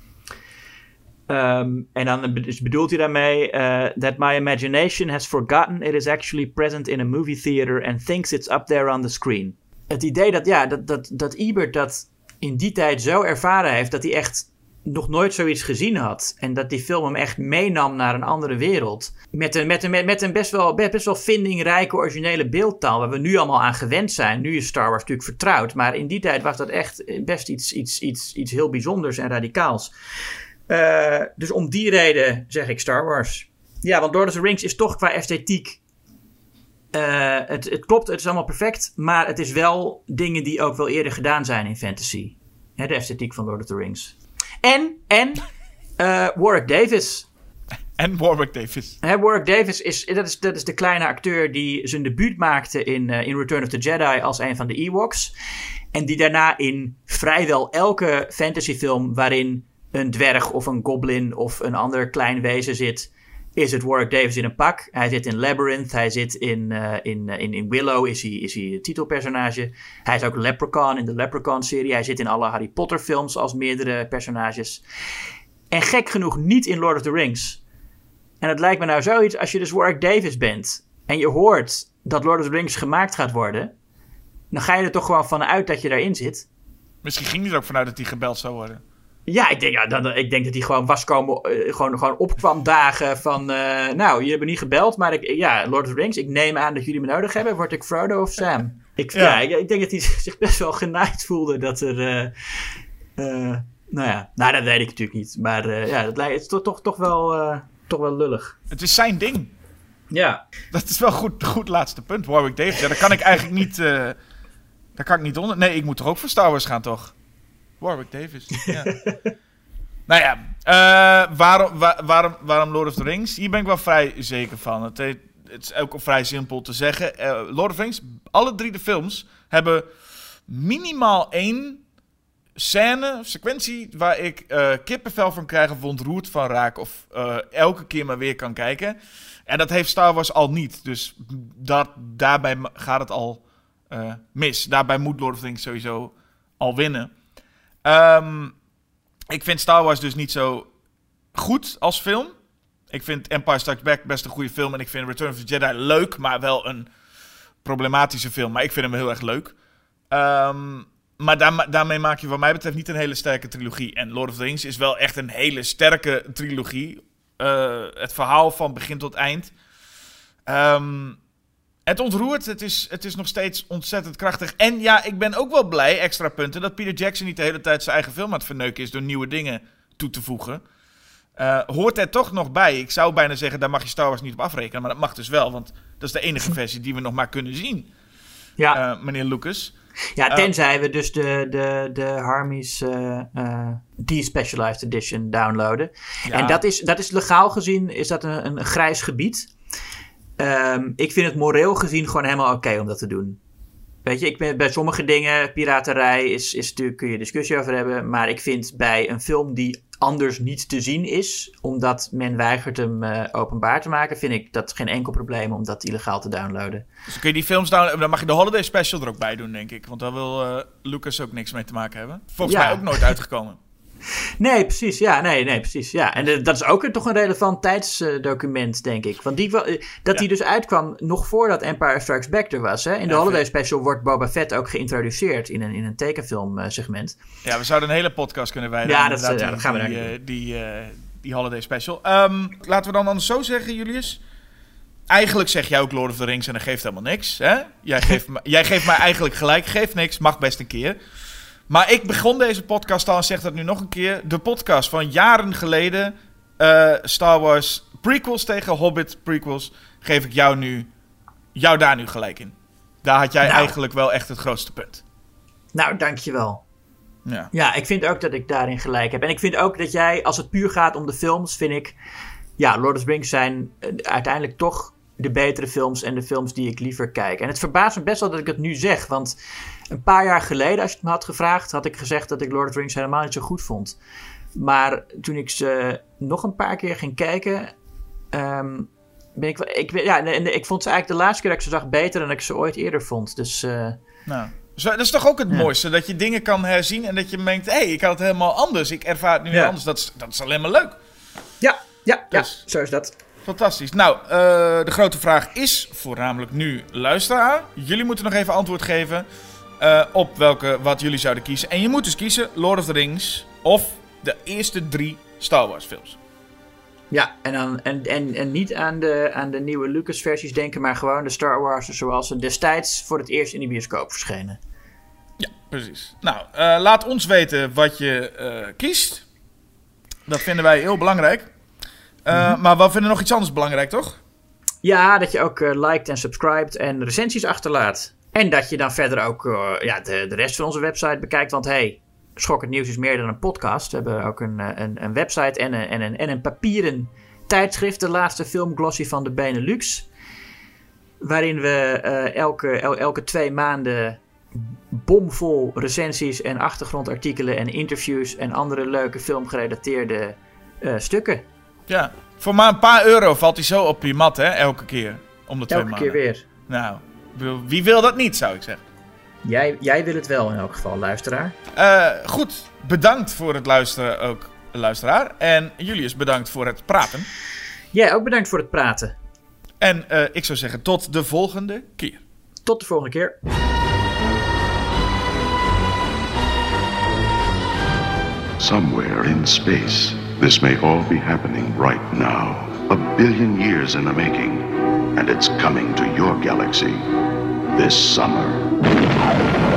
Um, en dan bedoelt hij daarmee uh, that my imagination has forgotten it is actually present in a movie theater and thinks it's up there on the screen. Het idee dat, ja, dat, dat, dat Ebert dat in die tijd zo ervaren heeft dat hij echt nog nooit zoiets gezien had. En dat die film hem echt meenam naar een andere wereld. Met een, met een, met een best, wel, best wel vindingrijke originele beeldtaal waar we nu allemaal aan gewend zijn. Nu is Star Wars natuurlijk vertrouwd. Maar in die tijd was dat echt best iets, iets, iets, iets heel bijzonders en radicaals. Uh, dus om die reden zeg ik Star Wars. Ja, want Lord of the Rings is toch qua esthetiek... Uh, het, het klopt, het is allemaal perfect. Maar het is wel dingen die ook wel eerder gedaan zijn in fantasy. Hè, de esthetiek van Lord of the Rings. En, en uh, Warwick Davis. En Warwick Davis. Hè, Warwick Davis is dat, is, dat is de kleine acteur die zijn debuut maakte in, uh, in Return of the Jedi als een van de Ewoks. En die daarna in vrijwel elke fantasyfilm waarin een dwerg of een goblin of een ander klein wezen zit, is het Warwick Davis in een pak. Hij zit in Labyrinth, hij zit in, uh, in, in, in Willow, is hij, is hij het titelpersonage. Hij is ook Leprechaun in de Leprechaun-serie. Hij zit in alle Harry Potter-films als meerdere personages. En gek genoeg niet in Lord of the Rings. En het lijkt me nou zoiets, als je dus Warwick Davis bent en je hoort dat Lord of the Rings gemaakt gaat worden, dan ga je er toch gewoon vanuit dat je daarin zit. Misschien ging hij er ook vanuit dat hij gebeld zou worden. Ja, ik denk, ja dan, ik denk dat hij gewoon was komen, uh, gewoon, gewoon opkwam dagen van, uh, nou, jullie hebben niet gebeld, maar ik, ja, Lord of the Rings, ik neem aan dat jullie me nodig hebben. Word ik Frodo of Sam? Ik, ja. ja ik, ik denk dat hij zich best wel genaaid voelde dat er, uh, uh, nou ja, nou dat weet ik natuurlijk niet, maar uh, ja, dat lijkt, het is toch, toch, toch, wel, uh, toch wel lullig. Het is zijn ding. Ja. Dat is wel goed, goed laatste punt, Warwick Davis. Ja, daar kan ik eigenlijk niet, uh, daar kan ik niet onder. Nee, ik moet toch ook voor Star Wars gaan, toch? Warwick Davis, ja. Nou ja, uh, waarom, waar, waarom, waarom Lord of the Rings? Hier ben ik wel vrij zeker van. Het, het is ook vrij simpel te zeggen. Uh, Lord of the Rings, alle drie de films hebben minimaal één scène of sequentie waar ik uh, kippenvel van krijg of ontroerd van raak of uh, elke keer maar weer kan kijken. En dat heeft Star Wars al niet. Dus dat, daarbij gaat het al uh, mis. Daarbij moet Lord of the Rings sowieso al winnen. Um, ik vind Star Wars dus niet zo goed als film. Ik vind Empire Strikes Back best een goede film. En ik vind Return of the Jedi leuk, maar wel een problematische film. Maar ik vind hem heel erg leuk. Um, maar daar, daarmee maak je wat mij betreft niet een hele sterke trilogie. En Lord of the Rings is wel echt een hele sterke trilogie. Uh, het verhaal van begin tot eind. Um, Het ontroert, het is, het is nog steeds ontzettend krachtig. En ja, ik ben ook wel blij, extra punten, dat Peter Jackson niet de hele tijd zijn eigen film aan het verneuken is door nieuwe dingen toe te voegen. Uh, hoort er toch nog bij. Ik zou bijna zeggen, daar mag je Star Wars niet op afrekenen, maar dat mag dus wel, want dat is de enige versie die we nog maar kunnen zien. Ja. Uh, meneer Lucas. Ja, tenzij uh, we dus de, de, de Harmy's uh, uh, Despecialized Edition downloaden. Ja. En dat is, dat is legaal gezien, is dat een, een grijs gebied. Um, ik vind het moreel gezien gewoon helemaal oké okay om dat te doen. Weet je, ik ben bij sommige dingen, piraterij is, is natuurlijk, kun je discussie over hebben. Maar ik vind bij een film die anders niet te zien is, omdat men weigert hem uh, openbaar te maken, vind ik dat geen enkel probleem om dat illegaal te downloaden. Dus dan kun je die films downloaden, dan mag je de Holiday Special er ook bij doen, denk ik. Want daar wil uh, Lucas ook niks mee te maken hebben. Volgens ja. mij ook nooit uitgekomen. Nee, precies. Ja, nee, nee, precies. Ja. En uh, dat is ook een, toch een relevant tijdsdocument, uh, denk ik. Want die, uh, dat die ja. dus uitkwam nog voordat Empire Strikes Back er was. Hè? In de ja, Holiday Special wordt Boba Fett ook geïntroduceerd in een, in een tekenfilm uh, segment. Ja, we zouden een hele podcast kunnen wijden. Ja, dat, uh, ja, dat gaan we die, dan uh, die, uh, die Holiday Special. Um, laten we dan anders zo zeggen, Julius. Eigenlijk zeg jij ook Lord of the Rings en dat geeft helemaal niks. Hè? Jij, geeft me, jij geeft mij eigenlijk gelijk. Geeft niks, mag best een keer. Maar ik begon deze podcast al en zeg dat nu nog een keer. De podcast van jaren geleden. Uh, Star Wars prequels tegen Hobbit prequels. Geef ik jou nu. Jou daar nu gelijk in. Daar had jij nou. eigenlijk wel echt het grootste punt. Nou, dankjewel. Ja. ja, ik vind ook dat ik daarin gelijk heb. En ik vind ook dat jij, als het puur gaat om de films, vind ik... Ja, Lord of the Rings zijn uh, uiteindelijk toch de betere films en de films die ik liever kijk. En het verbaast me best wel dat ik het nu zeg. Want een paar jaar geleden, als je het me had gevraagd, had ik gezegd dat ik Lord of the Rings helemaal niet zo goed vond. Maar toen ik ze nog een paar keer ging kijken, um, ben ik, ik, ja, en ik vond ze eigenlijk de laatste keer dat ik ze zag beter dan ik ze ooit eerder vond. Dus... Uh, nou. Dat is toch ook het ja. mooiste, dat je dingen kan herzien en dat je denkt, hé, hey, ik had het helemaal anders. Ik ervaar het nu ja. anders. Dat is, dat is alleen maar leuk. Ja, ja, dus, ja, zo is dat. Fantastisch. Nou, uh, de grote vraag is voornamelijk nu luisteraar. Jullie moeten nog even antwoord geven uh, op welke, wat jullie zouden kiezen. En je moet dus kiezen Lord of the Rings of de eerste drie Star Wars films. Ja, en, dan, en, en, en niet aan de, aan de nieuwe Lucas versies denken, maar gewoon de Star Wars zoals ze destijds voor het eerst in de bioscoop verschenen. Ja, precies. Nou, uh, laat ons weten wat je uh, kiest. Dat vinden wij heel belangrijk. Uh, mm-hmm. Maar we vinden nog iets anders belangrijk, toch? Ja, dat je ook uh, liked en subscribed en recensies achterlaat. En dat je dan verder ook uh, ja, de, de rest van onze website bekijkt. Want hey, Schokkend Nieuws is meer dan een podcast. We hebben ook een, een, een website en een, en, een, en een papieren tijdschrift. De laatste filmglossy van de Benelux. Waarin we uh, elke, el, elke twee maanden bomvol recensies en achtergrondartikelen en interviews en andere leuke filmgerelateerde uh, stukken. Ja, voor maar een paar euro valt hij zo op je mat, hè? Elke keer. Om de twee elke maanden. keer weer. Nou, wie wil dat niet, zou ik zeggen. Jij, jij wil het wel in elk geval, luisteraar. Uh, goed, bedankt voor het luisteren ook, luisteraar. En Julius, bedankt voor het praten. Jij ook bedankt voor het praten. En uh, ik zou zeggen, tot de volgende keer. Tot de volgende keer. Somewhere in space, this may all be happening right now. A billion years in the making. And it's coming to your galaxy this summer.